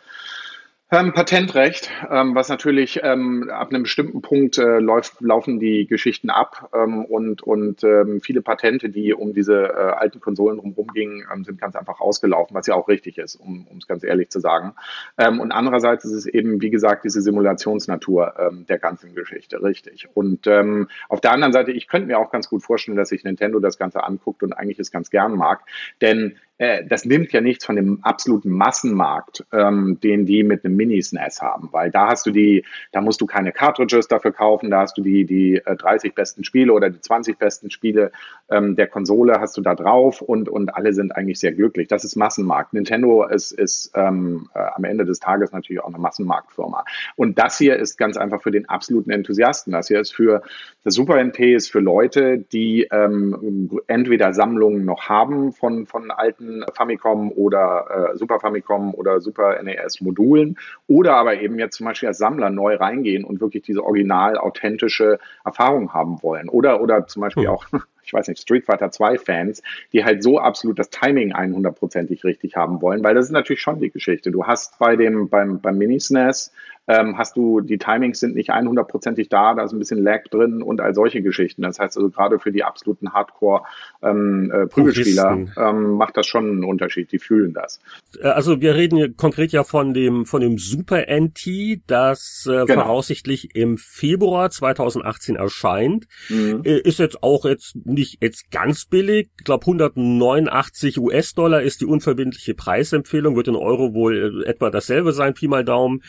Patentrecht, was natürlich ab einem bestimmten Punkt laufen die Geschichten ab und viele Patente, die um diese alten Konsolen rumgingen, sind ganz einfach ausgelaufen, was ja auch richtig ist, um es ganz ehrlich zu sagen. Und andererseits ist es eben, wie gesagt, diese Simulationsnatur der ganzen Geschichte, richtig. Und auf der anderen Seite, ich könnte mir auch ganz gut vorstellen, dass sich Nintendo das Ganze anguckt und eigentlich es ganz gern mag, denn das nimmt ja nichts von dem absoluten Massenmarkt, den die mit einem Mini-SNES haben, weil da musst du keine Cartridges dafür kaufen, da hast du die 30 besten Spiele oder die 20 besten Spiele der Konsole hast du da drauf und alle sind eigentlich sehr glücklich. Das ist Massenmarkt. Nintendo ist am Ende des Tages natürlich auch eine Massenmarktfirma. Und das hier ist ganz einfach für den absoluten Enthusiasten. Das hier ist für das Super NT ist für Leute, die entweder Sammlungen noch haben von alten Famicom oder Super Famicom oder Super NES Modulen oder aber eben jetzt zum Beispiel als Sammler neu reingehen und wirklich diese original authentische Erfahrung haben wollen oder zum Beispiel auch, ich weiß nicht, Street Fighter 2 Fans, die halt so absolut das Timing 100%ig richtig haben wollen, weil das ist natürlich schon die Geschichte. Du hast beim Mini-SNES hast du, die Timings sind nicht 100%ig da ist ein bisschen Lag drin und all solche Geschichten. Das heißt also gerade für die absoluten Hardcore-Prügelspieler macht das schon einen Unterschied, die fühlen das. Also wir reden hier konkret ja von dem Super NT, das genau. Voraussichtlich im Februar 2018 erscheint. Ist jetzt auch nicht ganz billig. Ich glaube 189 US-Dollar ist die unverbindliche Preisempfehlung, wird in Euro wohl etwa dasselbe sein, Pi mal Daumen.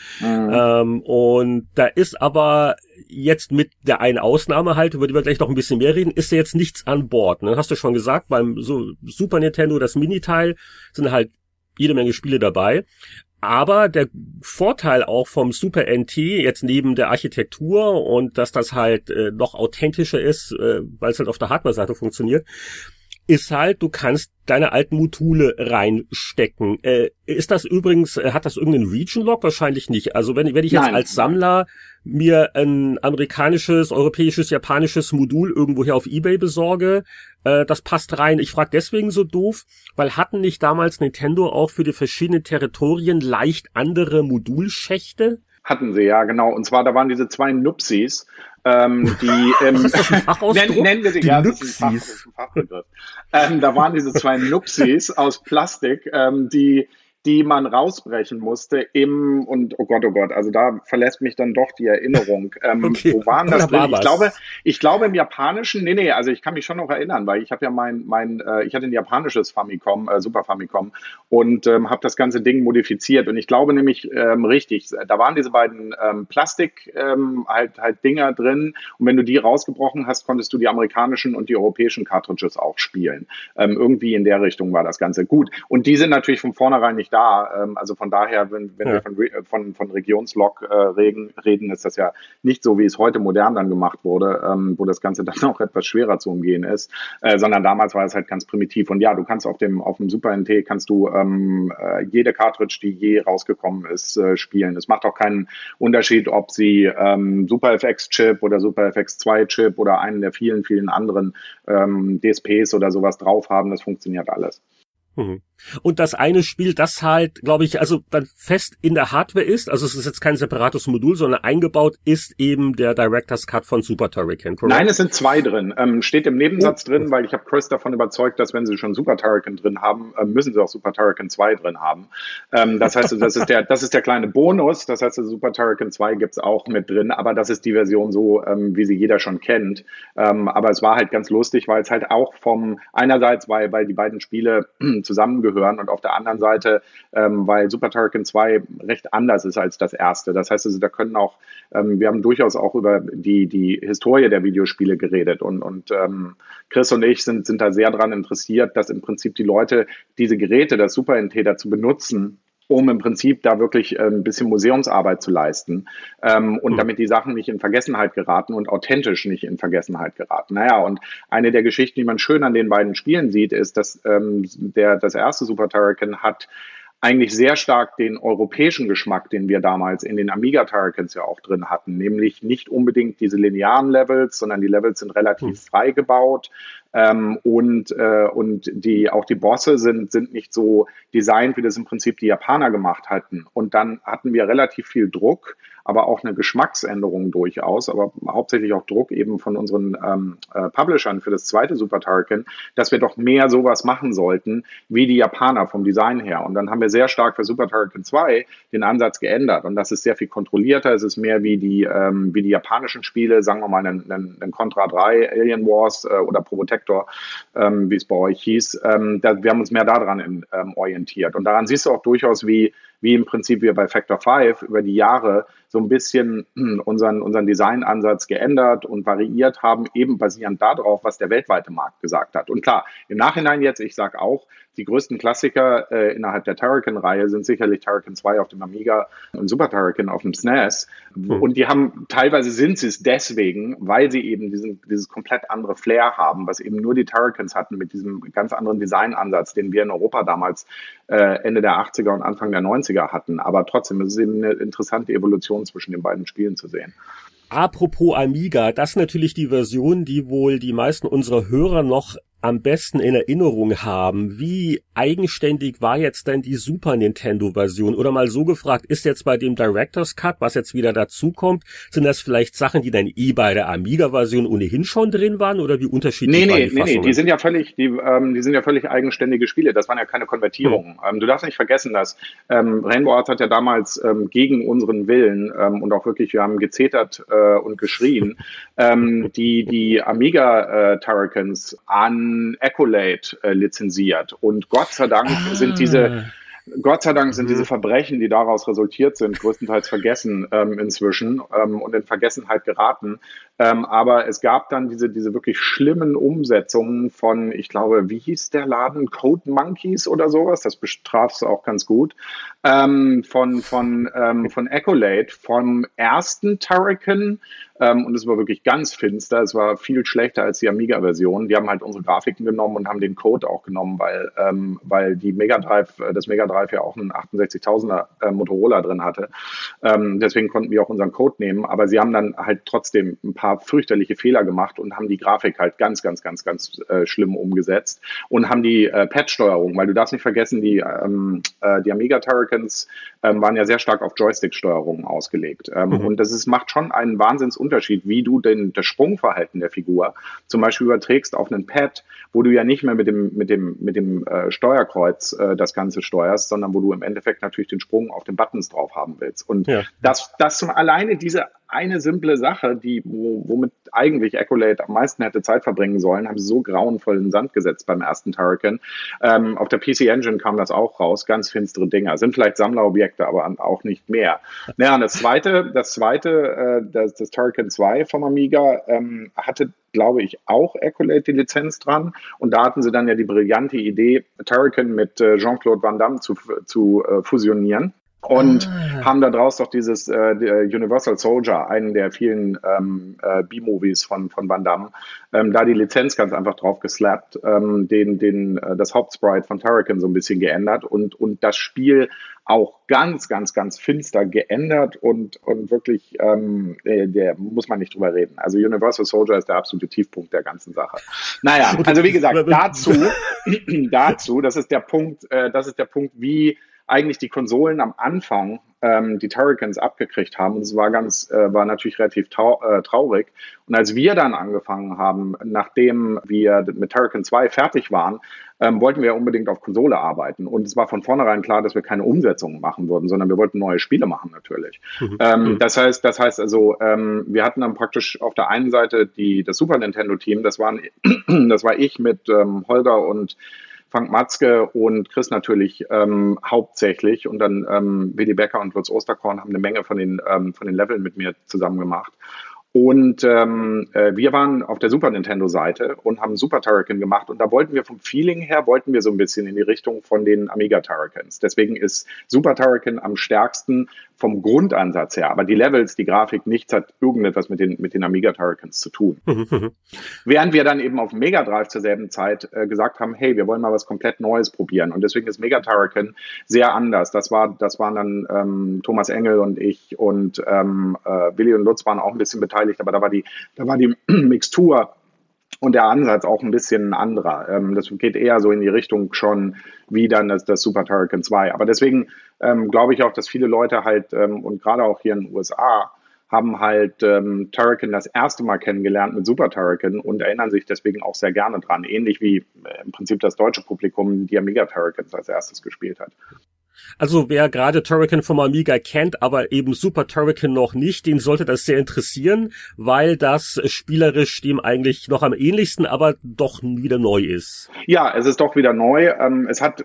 Und da ist aber jetzt mit der einen Ausnahme halt, über die wir gleich noch ein bisschen mehr reden, ist ja jetzt nichts an Bord. Ne? Hast du schon gesagt, beim Super Nintendo, das Mini-Teil, sind halt jede Menge Spiele dabei. Aber der Vorteil auch vom Super NT, jetzt neben der Architektur und dass das halt noch authentischer ist, weil es halt auf der Hardware-Seite funktioniert, ist halt, du kannst deine alten Module reinstecken. Ist das übrigens, hat das irgendeinen Region-Lock? Wahrscheinlich nicht. Also wenn ich jetzt als Sammler mir ein amerikanisches, europäisches, japanisches Modul irgendwo hier auf eBay besorge, das passt rein. Ich frage deswegen so doof, weil hatten nicht damals Nintendo auch für die verschiedenen Territorien leicht andere Modulschächte? Hatten sie, ja, genau. Und zwar, da waren diese zwei Nupsis, die ist das ein Fachausdruck? nennen wir sie, ja, das ist ein Fachbegriff. Da waren diese zwei Nupsis aus Plastik, die man rausbrechen musste und oh Gott, also da verlässt mich dann doch die Erinnerung. Okay. Wo waren das drin? Ich glaube im Japanischen, also ich kann mich schon noch erinnern, weil ich habe ja ich hatte ein japanisches Famicom, Super Famicom und habe das ganze Ding modifiziert und ich glaube nämlich richtig, da waren diese beiden Plastik halt Dinger drin und wenn du die rausgebrochen hast, konntest du die amerikanischen und die europäischen Cartridges auch spielen. Irgendwie in der Richtung war das Ganze gut. Und die sind natürlich von vornherein nicht da. Also von daher, wenn wir von Regionslock reden, ist das ja nicht so, wie es heute modern dann gemacht wurde, wo das Ganze dann auch etwas schwerer zu umgehen ist, sondern damals war es halt ganz primitiv. Und ja, du kannst auf dem Super NT kannst du jede Cartridge, die je rausgekommen ist, spielen. Es macht auch keinen Unterschied, ob sie Super FX-Chip oder Super FX2-Chip oder einen der vielen, vielen anderen DSPs oder sowas drauf haben. Das funktioniert alles. Und das eine Spiel, das halt, glaube ich, also dann fest in der Hardware ist, also es ist jetzt kein separates Modul, sondern eingebaut ist eben der Director's Cut von Super Turrican, correct? Nein, es sind 2 drin. Steht im Nebensatz drin, weil ich habe Chris davon überzeugt, dass wenn sie schon Super Turrican drin haben, müssen sie auch Super Turrican 2 drin haben. Das heißt, das ist der kleine Bonus. Das heißt, Super Turrican 2 gibt's auch mit drin, aber das ist die Version so, wie sie jeder schon kennt. Aber es war halt ganz lustig, weil es halt auch einerseits, weil die beiden Spiele zusammengehören und auf der anderen Seite, weil Super Turrican 2 recht anders ist als das erste. Das heißt also, da können auch, wir haben durchaus auch über die Historie der Videospiele geredet und Chris und ich sind da sehr dran interessiert, dass im Prinzip die Leute diese Geräte, das Super NT dazu benutzen, um im Prinzip da wirklich ein bisschen Museumsarbeit zu leisten und damit die Sachen nicht in Vergessenheit geraten und authentisch nicht in Vergessenheit geraten. Naja, und eine der Geschichten, die man schön an den beiden Spielen sieht, ist, dass das erste Super Turrican hat eigentlich sehr stark den europäischen Geschmack, den wir damals in den Amiga Turricans ja auch drin hatten, nämlich nicht unbedingt diese linearen Levels, sondern die Levels sind relativ frei gebaut. Und auch die Bosse sind nicht so designt, wie das im Prinzip die Japaner gemacht hatten. Und dann hatten wir relativ viel Druck, aber auch eine Geschmacksänderung durchaus, aber hauptsächlich auch Druck eben von unseren Publishern für das zweite Super Turrican, dass wir doch mehr sowas machen sollten, wie die Japaner vom Design her. Und dann haben wir sehr stark für Super Turrican 2 den Ansatz geändert. Und das ist sehr viel kontrollierter. Es ist mehr wie die japanischen Spiele, sagen wir mal einen Contra 3, Alien Wars oder Probotector, wie es bei euch hieß. Wir haben uns mehr daran orientiert. Und daran siehst du auch durchaus, wie im Prinzip wir bei Factor 5 über die Jahre so ein bisschen unseren Designansatz geändert und variiert haben, eben basierend darauf, was der weltweite Markt gesagt hat. Und klar, im Nachhinein jetzt, ich sage auch, die größten Klassiker innerhalb der Turrican-Reihe sind sicherlich Turrican 2 auf dem Amiga und Super Turrican auf dem SNES. Und teilweise sind sie es deswegen, weil sie eben dieses komplett andere Flair haben, was eben nur die Turricans hatten mit diesem ganz anderen Designansatz, den wir in Europa damals Ende der 80er und Anfang der 90er hatten. Aber trotzdem ist es eben eine interessante Evolution zwischen den beiden Spielen zu sehen. Apropos Amiga, das ist natürlich die Version, die wohl die meisten unserer Hörer noch am besten in Erinnerung haben. Wie eigenständig war jetzt denn die Super Nintendo-Version? Oder mal so gefragt, ist jetzt bei dem Director's Cut, was jetzt wieder dazukommt, sind das vielleicht Sachen, die dann bei der Amiga-Version ohnehin schon drin waren? Oder wie unterschiedlich waren die Fassungen? Nee, die sind ja völlig eigenständige Spiele. Das waren ja keine Konvertierungen. Du darfst nicht vergessen, dass Rainbow Arts hat ja damals gegen unseren Willen und auch wirklich, wir haben gezetert und geschrien, die Amiga Turricans an Accolade lizenziert. Und Gott sei Dank sind diese Verbrechen, die daraus resultiert sind, größtenteils vergessen inzwischen und in Vergessenheit geraten. Aber es gab dann diese wirklich schlimmen Umsetzungen von, ich glaube, wie hieß der Laden? Code Monkeys oder sowas? Das bestrafst du auch ganz gut. Von Accolade, vom ersten Turrican. Und es war wirklich ganz finster. Es war viel schlechter als die Amiga-Version. Die haben halt unsere Grafiken genommen und haben den Code auch genommen, weil das Mega Drive ja auch einen 68.000er Motorola drin hatte. Deswegen konnten wir auch unseren Code nehmen. Aber sie haben dann halt trotzdem ein paar fürchterliche Fehler gemacht und haben die Grafik halt ganz schlimm umgesetzt und haben die Pad-Steuerung, weil du darfst nicht vergessen, die Amiga Turricans waren ja sehr stark auf Joystick-Steuerung ausgelegt. Und das macht schon einen Wahnsinnsunterschied, wie du das Sprungverhalten der Figur zum Beispiel überträgst auf einen Pad, wo du ja nicht mehr mit dem Steuerkreuz das Ganze steuerst, sondern wo du im Endeffekt natürlich den Sprung auf den Buttons drauf haben willst. Und das alleine diese eine simple Sache, womit eigentlich Accolade am meisten hätte Zeit verbringen sollen, haben sie so grauenvoll in den Sand gesetzt beim ersten Turrican. Auf der PC Engine kam das auch raus, ganz finstere Dinger. Sind vielleicht Sammlerobjekte, aber auch nicht mehr. Naja, und das zweite, das Turrican 2 vom Amiga, hatte, glaube ich, auch Accolade die Lizenz dran. Und da hatten sie dann ja die brillante Idee, Turrican mit Jean-Claude Van Damme zu fusionieren. und haben da draus doch dieses Universal Soldier, einen der vielen B-Movies von Van Damme, da die Lizenz ganz einfach drauf geslappt, das Hauptsprite von Turrican so ein bisschen geändert und das Spiel auch ganz, ganz, ganz finster geändert und wirklich, der muss man nicht drüber reden. Also Universal Soldier ist der absolute Tiefpunkt der ganzen Sache. Naja, also wie gesagt, dazu, das ist der Punkt, wie eigentlich die Konsolen am Anfang die Turricans abgekriegt haben. Und es war natürlich relativ traurig. Und als wir dann angefangen haben, nachdem wir mit Turrican 2 fertig waren, wollten wir unbedingt auf Konsole arbeiten. Und es war von vornherein klar, dass wir keine Umsetzungen machen würden, sondern wir wollten neue Spiele machen natürlich. Das heißt also, wir hatten dann praktisch auf der einen Seite das Super Nintendo-Team, das war ich mit Holger und Frank Matzke und Chris natürlich hauptsächlich und dann Willi Becker und Lutz Osterkorn haben eine Menge von den Leveln mit mir zusammen gemacht. Und wir waren auf der Super Nintendo-Seite und haben Super Turrican gemacht. Und da wollten wir vom Feeling her, so ein bisschen in die Richtung von den Amiga Turricans. Deswegen ist Super Turrican am stärksten vom Grundansatz her. Aber die Levels, die Grafik, nichts hat irgendetwas mit den Amiga Turricans zu tun. Während wir dann eben auf Mega Drive zur selben Zeit gesagt haben, hey, wir wollen mal was komplett Neues probieren. Und deswegen ist Mega Turrican sehr anders. Das waren dann Thomas Engel und ich und Willi und Lutz waren auch ein bisschen beteiligt. Aber da war die Mixtur und der Ansatz auch ein bisschen ein anderer. Das geht eher so in die Richtung schon wie dann das Super Turrican 2. Aber deswegen glaube ich auch, dass viele Leute halt und gerade auch hier in den USA haben halt Turrican das erste Mal kennengelernt mit Super Turrican und erinnern sich deswegen auch sehr gerne dran. Ähnlich wie im Prinzip das deutsche Publikum die Amiga Turricans als erstes gespielt hat. Also wer gerade Turrican vom Amiga kennt, aber eben Super Turrican noch nicht, den sollte das sehr interessieren, weil das spielerisch dem eigentlich noch am ähnlichsten, aber doch wieder neu ist. Ja, es ist doch wieder neu. Es hat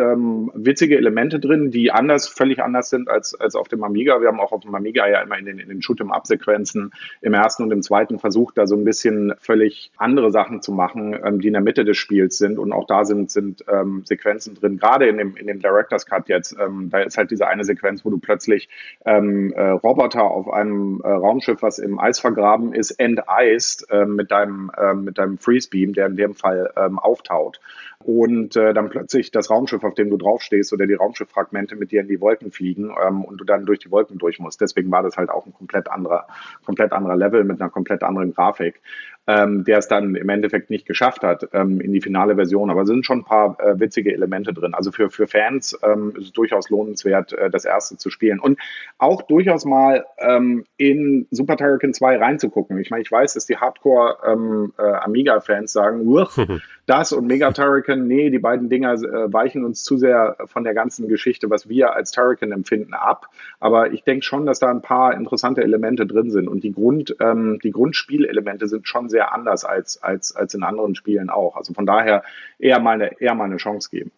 witzige Elemente drin, die völlig anders sind als auf dem Amiga. Wir haben auch auf dem Amiga ja immer in den Shoot'em-up-Sequenzen im ersten und im zweiten versucht, da so ein bisschen völlig andere Sachen zu machen, die in der Mitte des Spiels sind. Und auch da sind Sequenzen drin, gerade in dem Director's Cut jetzt. Da ist halt diese eine Sequenz, wo du plötzlich Roboter auf einem Raumschiff, was im Eis vergraben ist, enteist mit deinem Freeze Beam, der in dem Fall auftaucht. Und dann plötzlich das Raumschiff, auf dem du draufstehst, oder die Raumschifffragmente mit dir in die Wolken fliegen und du dann durch die Wolken durch musst. Deswegen war das halt auch ein komplett anderer Level mit einer komplett anderen Grafik, der es dann im Endeffekt nicht geschafft hat in die finale Version. Aber es sind schon ein paar witzige Elemente drin. Also für Fans ist es durchaus lohnenswert, das erste zu spielen. Und auch durchaus mal in Super Turrican 2 reinzugucken. Ich meine, ich weiß, dass die Hardcore Amiga-Fans sagen, das und Mega Turrican, nee, die beiden Dinger weichen uns zu sehr von der ganzen Geschichte, was wir als Turrican empfinden, ab. Aber ich denke schon, dass da ein paar interessante Elemente drin sind. Und die Grundspielelemente sind schon sehr anders als in anderen Spielen auch. Also von daher eher mal eine Chance geben.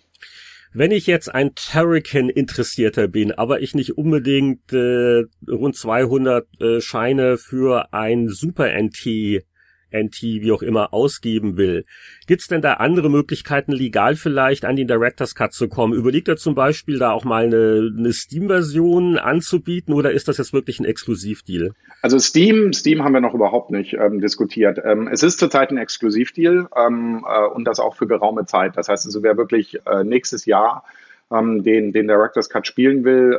Wenn ich jetzt ein Turrican-Interessierter bin, aber ich nicht unbedingt rund 200 Scheine für ein Super NT, wie auch immer, ausgeben will. Gibt's denn da andere Möglichkeiten, legal vielleicht an den Director's Cut zu kommen? Überlegt er zum Beispiel da auch mal eine Steam-Version anzubieten oder ist das jetzt wirklich ein Exklusivdeal? Also Steam haben wir noch überhaupt nicht diskutiert. Es ist zurzeit ein Exklusivdeal und das auch für geraume Zeit. Das heißt also, wer wirklich nächstes Jahr den Director's Cut spielen will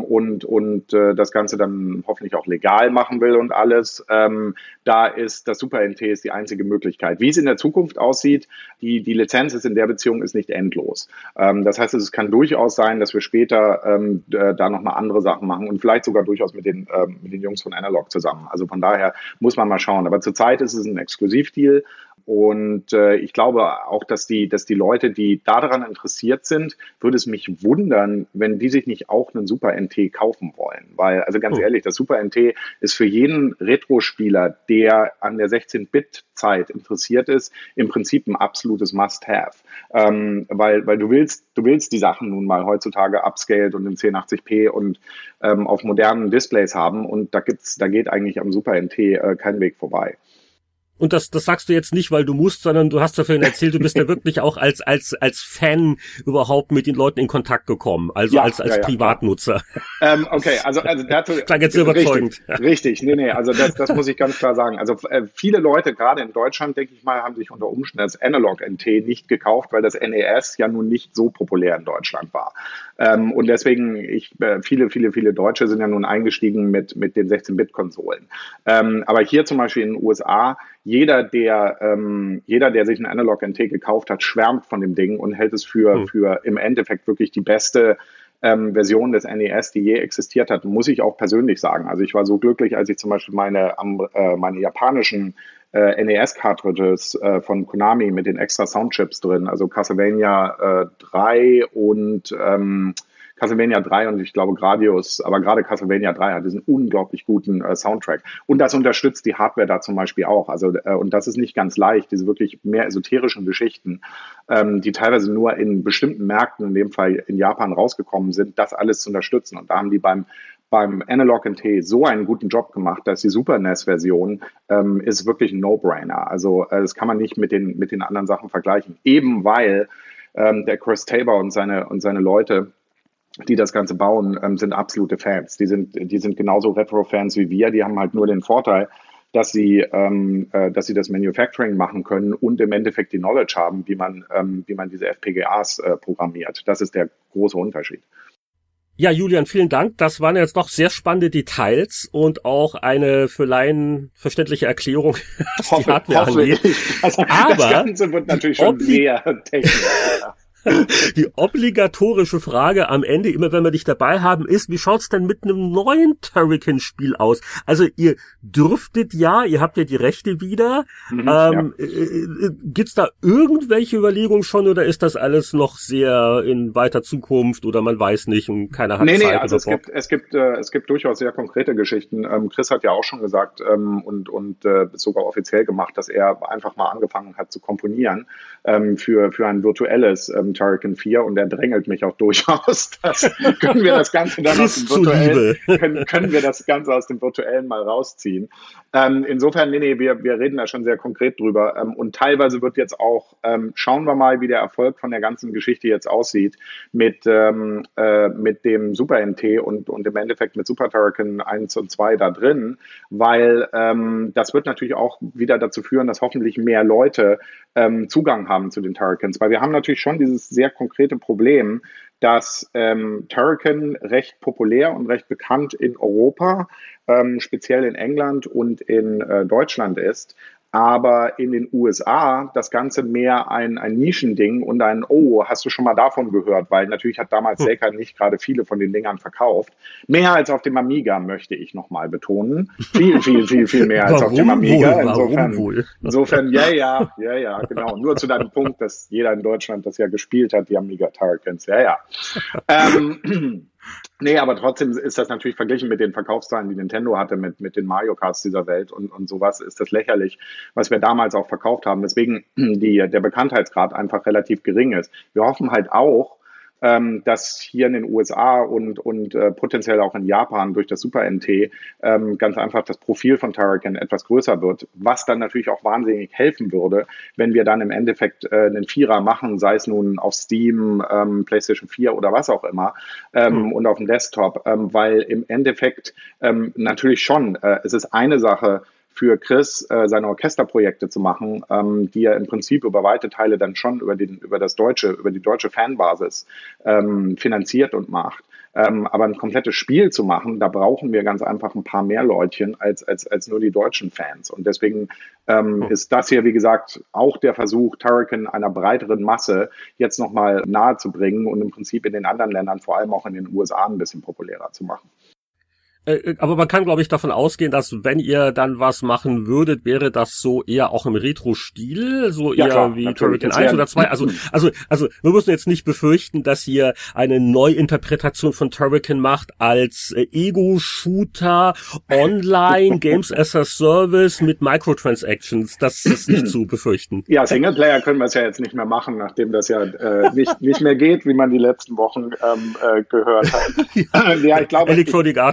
und das Ganze dann hoffentlich auch legal machen will und alles, da ist das Super NT ist die einzige Möglichkeit. Wie es in der Zukunft aussieht, die Lizenz ist in der Beziehung ist nicht endlos. Das heißt, es kann durchaus sein, dass wir später da nochmal andere Sachen machen und vielleicht sogar durchaus mit den Jungs von Analog zusammen. Also von daher muss man mal schauen. Aber zurzeit ist es ein Exklusivdeal. Und ich glaube auch, dass die Leute, die daran interessiert sind, würde es mich wundern, wenn die sich nicht auch einen Super NT kaufen wollen. Weil, also ganz ehrlich, das Super NT ist für jeden Retro-Spieler, der an der 16-Bit-Zeit interessiert ist, im Prinzip ein absolutes Must-Have. Weil du willst die Sachen nun mal heutzutage upscaled und in 1080p und auf modernen Displays haben und da geht eigentlich am Super NT kein Weg vorbei. Und das sagst du jetzt nicht, weil du musst, sondern du hast vorhin erzählt, du bist ja wirklich auch als Fan überhaupt mit den Leuten in Kontakt gekommen, also als Privatnutzer. Okay, also dazu klang jetzt überzeugend. Richtig, nee, also das muss ich ganz klar sagen. Also viele Leute, gerade in Deutschland, denke ich mal, haben sich unter Umständen das Analog NT nicht gekauft, weil das NES ja nun nicht so populär in Deutschland war. Und deswegen, viele Deutsche sind ja nun eingestiegen mit den 16-Bit-Konsolen. Aber hier zum Beispiel in den USA, jeder, der sich ein Analog NT gekauft hat, schwärmt von dem Ding und hält es für im Endeffekt wirklich die beste Version des NES, die je existiert hat, muss ich auch persönlich sagen. Also ich war so glücklich, als ich zum Beispiel meine japanischen NES-Cartridges von Konami mit den extra Soundchips drin, also Castlevania 3 und ich glaube Gradius, aber gerade Castlevania 3 hat diesen unglaublich guten Soundtrack. Und das unterstützt die Hardware da zum Beispiel auch. Also und das ist nicht ganz leicht, diese wirklich mehr esoterischen Geschichten, die teilweise nur in bestimmten Märkten, in dem Fall in Japan, rausgekommen sind, das alles zu unterstützen. Und da haben die beim Analog NT so einen guten Job gemacht, dass die Super NES-Version ist wirklich ein No-Brainer. Also das kann man nicht mit den anderen Sachen vergleichen. Eben weil der Chris Tabor und seine Leute, die das Ganze bauen, sind absolute Fans. Die sind genauso Retro-Fans wie wir. Die haben halt nur den Vorteil, dass sie das Manufacturing machen können und im Endeffekt die Knowledge haben, wie man diese FPGAs programmiert. Das ist der große Unterschied. Ja, Julian, vielen Dank. Das waren jetzt doch sehr spannende Details und auch eine für Laien verständliche Erklärung, was die Hardware angeht. Aber das Ganze wird natürlich schon sehr technisch. Die obligatorische Frage am Ende, immer wenn wir dich dabei haben, ist, wie schaut's denn mit einem neuen Turrican-Spiel aus? Also ihr dürftet ihr habt ja die Rechte wieder. Gibt's da irgendwelche Überlegungen schon oder ist das alles noch sehr in weiter Zukunft oder man weiß nicht und keiner hat Zeit? Nee, also es gibt durchaus sehr konkrete Geschichten. Chris hat ja auch schon gesagt und sogar offiziell gemacht, dass er einfach mal angefangen hat zu komponieren für ein virtuelles Turrican 4 und er drängelt mich auch durchaus. Können wir das Ganze dann aus dem Virtuellen, können wir das Ganze aus dem Virtuellen mal rausziehen. Insofern, wir reden da schon sehr konkret drüber. Und teilweise wird jetzt auch, schauen wir mal, wie der Erfolg von der ganzen Geschichte jetzt aussieht mit dem Super NT und im Endeffekt mit Super Turrican 1 und 2 da drin, weil das wird natürlich auch wieder dazu führen, dass hoffentlich mehr Leute Zugang haben zu den Turricans, weil wir haben natürlich schon dieses sehr konkrete Problem, dass Turrican recht populär und recht bekannt in Europa, speziell in England und in Deutschland ist, aber in den USA das Ganze mehr ein Nischending und hast du schon mal davon gehört, weil natürlich hat damals Sega nicht gerade viele von den Dingern verkauft. Mehr als auf dem Amiga, möchte ich nochmal betonen. Viel mehr als auf dem Amiga. Insofern, ja, genau. Nur zu deinem Punkt, dass jeder in Deutschland das ja gespielt hat, die Amiga Turricans. Ja. Nee, aber trotzdem ist das natürlich verglichen mit den Verkaufszahlen, die Nintendo hatte, mit den Mario Karts dieser Welt und sowas, ist das lächerlich, was wir damals auch verkauft haben. Deswegen der Bekanntheitsgrad einfach relativ gering ist. Wir hoffen halt auch, dass hier in den USA und potenziell auch in Japan durch das Super NT ganz einfach das Profil von Turrican etwas größer wird, was dann natürlich auch wahnsinnig helfen würde, wenn wir dann im Endeffekt einen Vierer machen, sei es nun auf Steam, PlayStation 4 oder was auch immer und auf dem Desktop, weil im Endeffekt natürlich schon, es ist eine Sache, für Chris seine Orchesterprojekte zu machen, die er im Prinzip über weite Teile dann schon über die deutsche Fanbasis finanziert und macht. Aber ein komplettes Spiel zu machen, da brauchen wir ganz einfach ein paar mehr Leutchen als nur die deutschen Fans. Und deswegen ist das hier, wie gesagt, auch der Versuch, Turrican einer breiteren Masse jetzt nochmal nahe zu bringen und im Prinzip in den anderen Ländern, vor allem auch in den USA, ein bisschen populärer zu machen. Aber man kann, glaube ich, davon ausgehen, dass wenn ihr dann was machen würdet, wäre das so eher auch im Retro-Stil, so eher klar, wie Turrican 1 oder 2. Also wir müssen jetzt nicht befürchten, dass ihr eine Neuinterpretation von Turrican macht als Ego-Shooter, Online, Games as a Service mit Microtransactions. Das ist nicht zu befürchten. Ja, Singleplayer können wir es ja jetzt nicht mehr machen, nachdem das ja nicht mehr geht, wie man die letzten Wochen gehört hat. Ja, ich glaube, Electronic Arts und das Star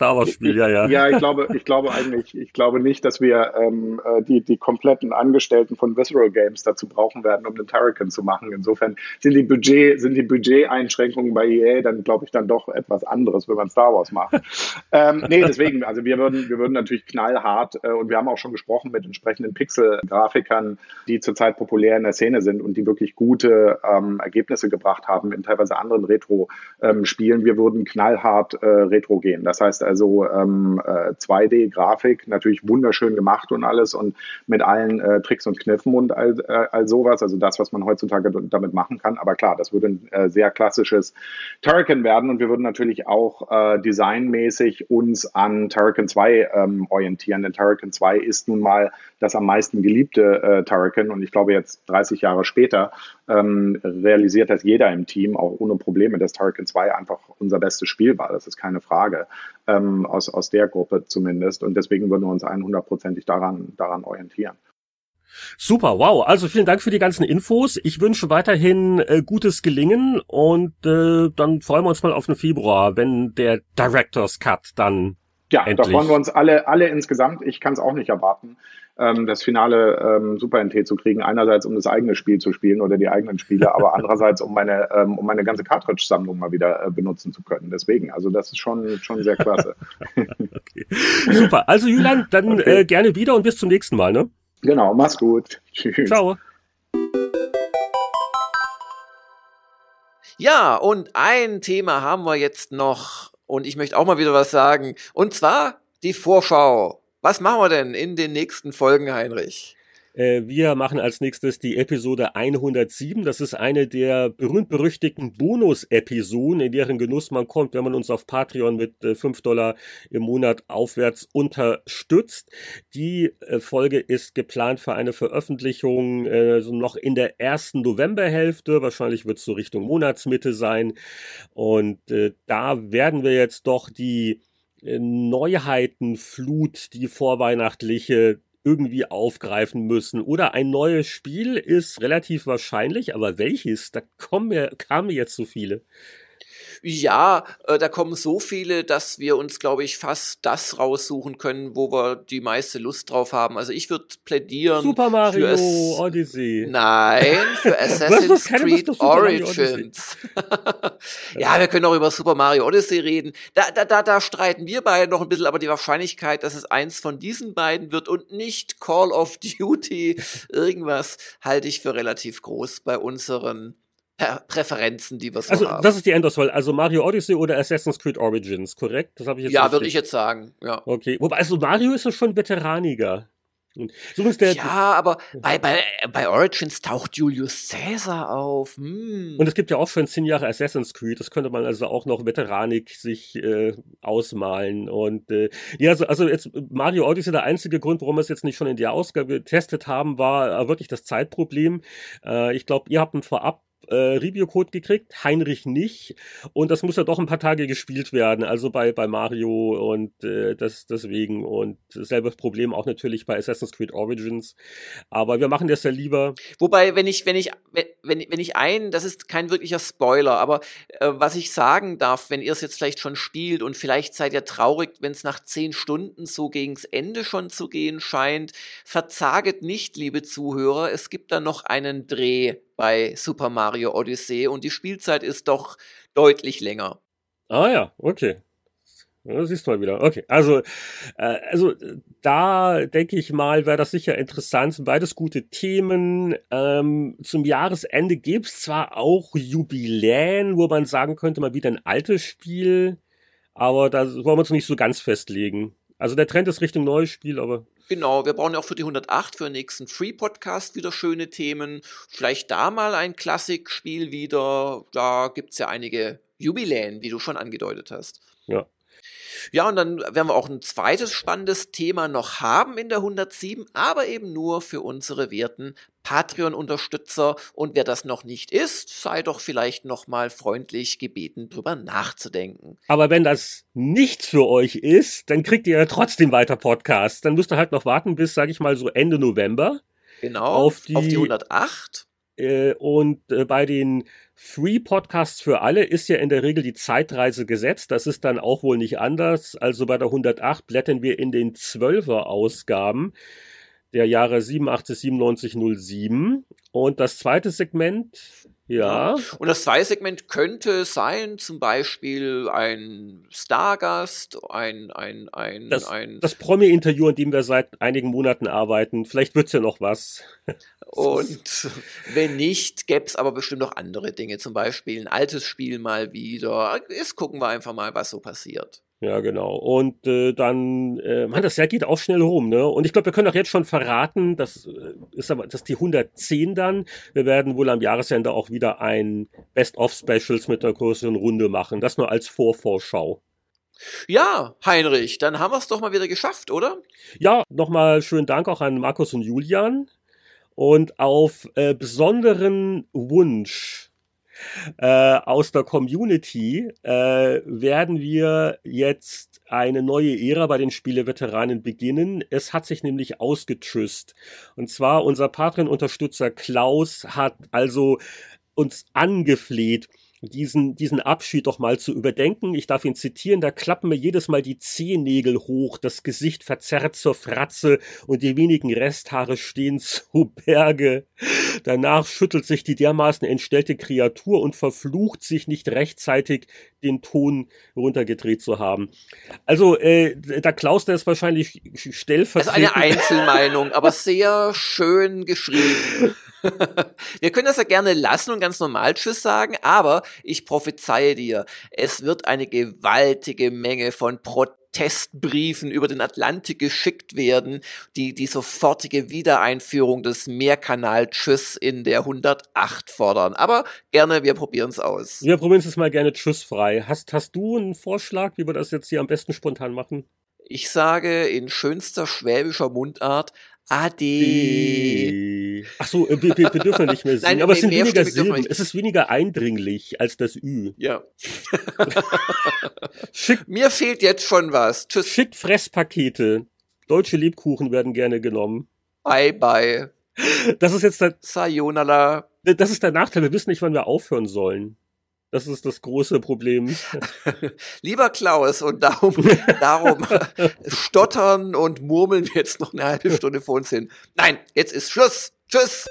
Star Wars Spiel, ja. Ja, ich glaube nicht, dass wir die kompletten Angestellten von Visceral Games dazu brauchen werden, um den Turrican zu machen. Insofern sind die Budgeteinschränkungen bei EA dann, glaube ich, dann doch etwas anderes, wenn man Star Wars macht. Nee, deswegen, also wir würden natürlich knallhart, und wir haben auch schon gesprochen mit entsprechenden Pixel-Grafikern, die zurzeit populär in der Szene sind und die wirklich gute Ergebnisse gebracht haben in teilweise anderen Retro-Spielen. Wir würden knallhart Retro gehen. Das heißt also 2D-Grafik, natürlich wunderschön gemacht und alles und mit allen Tricks und Kniffen und all sowas, also das, was man heutzutage damit machen kann. Aber klar, das würde ein sehr klassisches Turrican werden und wir würden natürlich auch designmäßig uns an Turrican 2 orientieren, denn Turrican 2 ist nun mal das am meisten geliebte Turrican und ich glaube jetzt 30 Jahre später realisiert das jeder im Team, auch ohne Probleme, dass Turrican 2 einfach unser bestes Spiel war. Das ist keine Frage, aus der Gruppe zumindest. Und deswegen würden wir uns 100%ig daran orientieren. Super, wow. Also vielen Dank für die ganzen Infos. Ich wünsche weiterhin gutes Gelingen und dann freuen wir uns mal auf den Februar, wenn der Director's Cut dann endlich. Da freuen wir uns alle insgesamt. Ich kann es auch nicht erwarten, das finale Super NT zu kriegen. Einerseits, um das eigene Spiel zu spielen oder die eigenen Spiele, aber andererseits, um meine ganze Cartridge-Sammlung mal wieder benutzen zu können. Deswegen, also das ist schon sehr klasse. Okay. Super, also Julian, dann gerne wieder und bis zum nächsten Mal, ne? Genau, mach's gut. Tschüss. Ciao. Ja, und ein Thema haben wir jetzt noch und ich möchte auch mal wieder was sagen und zwar die Vorschau. Was machen wir denn in den nächsten Folgen, Heinrich? Wir machen als nächstes die Episode 107. Das ist eine der berühmt-berüchtigten Bonus-Episoden, in deren Genuss man kommt, wenn man uns auf Patreon mit $5 im Monat aufwärts unterstützt. Die Folge ist geplant für eine Veröffentlichung so noch in der ersten Novemberhälfte. Wahrscheinlich wird es so Richtung Monatsmitte sein. Und da werden wir jetzt doch die Neuheitenflut, die vorweihnachtliche, irgendwie aufgreifen müssen. Oder ein neues Spiel ist relativ wahrscheinlich, aber welches? Da kamen jetzt so viele. Ja, da kommen so viele, dass wir uns, glaube ich, fast das raussuchen können, wo wir die meiste Lust drauf haben. Also ich würde plädieren Super Mario Odyssey. Nein, für Assassin's Creed Origins. Ja, wir können auch über Super Mario Odyssey reden. Da streiten wir beide noch ein bisschen, aber die Wahrscheinlichkeit, dass es eins von diesen beiden wird und nicht Call of Duty irgendwas, halte ich für relativ groß bei unseren Präferenzen, die wir so haben. Also, das ist die Endauswahl. Also Mario Odyssey oder Assassin's Creed Origins, korrekt? Das habe ich jetzt Ja, würde ich jetzt sagen, ja. Okay. Wobei, also Mario ist ja schon veteraniger. Und so ist aber bei Origins taucht Julius Caesar auf. Und es gibt ja auch schon 10 Jahre Assassin's Creed. Das könnte man also auch noch veteranig sich ausmalen. Und ja, also jetzt Mario Odyssey, der einzige Grund, warum wir es jetzt nicht schon in der Ausgabe getestet haben, war wirklich das Zeitproblem. Ich glaube, ihr habt einen Vorab Review-Code gekriegt, Heinrich nicht. Und das muss ja doch ein paar Tage gespielt werden, also bei Mario und deswegen. Und selbes Problem auch natürlich bei Assassin's Creed Origins. Aber wir machen das ja lieber. Wobei, das ist kein wirklicher Spoiler, aber was ich sagen darf, wenn ihr es jetzt vielleicht schon spielt und vielleicht seid ihr traurig, wenn es nach 10 Stunden so gegens Ende schon zu gehen scheint, verzaget nicht, liebe Zuhörer, es gibt da noch einen Dreh bei Super Mario Odyssey und die Spielzeit ist doch deutlich länger. Ah ja, okay. Ja, siehst du mal wieder. Okay, also da denke ich mal, wäre das sicher interessant. Sind beides gute Themen. Zum Jahresende gäbe es zwar auch Jubiläen, wo man sagen könnte, mal wieder ein altes Spiel, aber da wollen wir uns nicht so ganz festlegen. Also der Trend ist Richtung neues Spiel, aber... Genau, wir brauchen ja auch für die 108 für den nächsten Free-Podcast wieder schöne Themen. Vielleicht da mal ein Klassikspiel wieder. Da gibt's ja einige Jubiläen, wie du schon angedeutet hast. Ja. Ja, und dann werden wir auch ein zweites spannendes Thema noch haben in der 107, aber eben nur für unsere werten Patreon-Unterstützer. Und wer das noch nicht ist, sei doch vielleicht noch mal freundlich gebeten, drüber nachzudenken. Aber wenn das nichts für euch ist, dann kriegt ihr ja trotzdem weiter Podcasts. Dann müsst ihr halt noch warten bis, sage ich mal, so Ende November. Genau, auf die 108. Und bei den Free-Podcasts für alle ist ja in der Regel die Zeitreise gesetzt. Das ist dann auch wohl nicht anders. Also bei der 108 blättern wir in den 12er-Ausgaben der Jahre 87, 97, 07. Und das zweite Segment, ja. Und das zweite Segment könnte sein, zum Beispiel ein Stargast, das Promi-Interview, an dem wir seit einigen Monaten arbeiten. Vielleicht wird's ja noch was. Und wenn nicht, gäbe es aber bestimmt noch andere Dinge, zum Beispiel ein altes Spiel mal wieder. Jetzt gucken wir einfach mal, was so passiert. Ja, genau. Und dann, das Jahr geht auch schnell rum, ne? Und ich glaube, wir können auch jetzt schon verraten, das ist die 110 dann. Wir werden wohl am Jahresende auch wieder ein Best-of-Specials mit einer größeren Runde machen. Das nur als Vorschau. Ja, Heinrich, dann haben wir es doch mal wieder geschafft, oder? Ja, nochmal schönen Dank auch an Markus und Julian. Und auf besonderen Wunsch aus der Community werden wir jetzt eine neue Ära bei den Spieleveteranen beginnen. Es hat sich nämlich ausgetschüsst. Und zwar unser Patreon-Unterstützer Klaus hat also uns angefleht, diesen Abschied doch mal zu überdenken. Ich darf ihn zitieren, da klappen mir jedes Mal die Zehennägel hoch, das Gesicht verzerrt zur Fratze und die wenigen Resthaare stehen zu Berge. Danach schüttelt sich die dermaßen entstellte Kreatur und verflucht sich nicht rechtzeitig, den Ton runtergedreht zu haben. Also, der Klaus, der ist wahrscheinlich stellvertretend. Das ist eine Einzelmeinung, aber sehr schön geschrieben. Wir können das ja gerne lassen und ganz normal Tschüss sagen, aber ich prophezeie dir, es wird eine gewaltige Menge von Protestbriefen über den Atlantik geschickt werden, die sofortige Wiedereinführung des Mehrkanal-Tschüss in der 108 fordern. Aber gerne, wir probieren es aus. Wir probieren es mal gerne tschüssfrei. Hast du einen Vorschlag, wie wir das jetzt hier am besten spontan machen? Ich sage in schönster schwäbischer Mundart, Ade. Ach so, wir dürfen nicht mehr singen, Nein, aber es sind weniger Silben. Es ist weniger eindringlich als das Ü. Ja. Mir fehlt jetzt schon was. Tschüss. Schickt Fresspakete. Deutsche Lebkuchen werden gerne genommen. Bye, bye. Das ist jetzt Sayonara. Das ist der Nachteil. Wir wissen nicht, wann wir aufhören sollen. Das ist das große Problem. Lieber Klaus, und darum stottern und murmeln wir jetzt noch eine halbe Stunde vor uns hin. Nein, jetzt ist Schluss. Tschüss.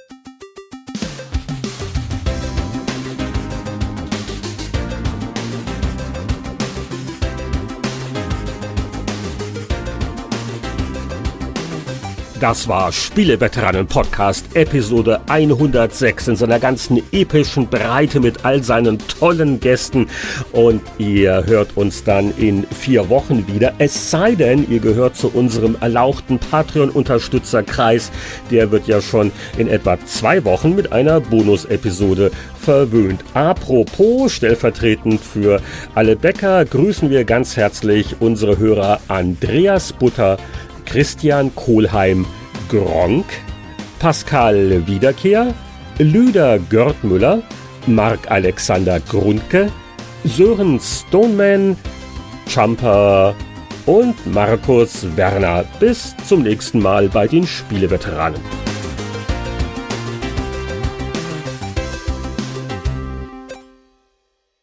Das war Spieleveteranen-Podcast, Episode 106 in seiner ganzen epischen Breite mit all seinen tollen Gästen. Und ihr hört uns dann in 4 Wochen wieder. Es sei denn, ihr gehört zu unserem erlauchten Patreon-Unterstützerkreis. Der wird ja schon in etwa 2 Wochen mit einer Bonus-Episode verwöhnt. Apropos, stellvertretend für alle Bäcker grüßen wir ganz herzlich unsere Hörer Andreas Butter, Christian Kohlheim, Gronk, Pascal Wiederkehr, Lüder Görtmüller, Marc-Alexander Grundke, Sören Stoneman, Champer und Markus Werner. Bis zum nächsten Mal bei den Spieleveteranen.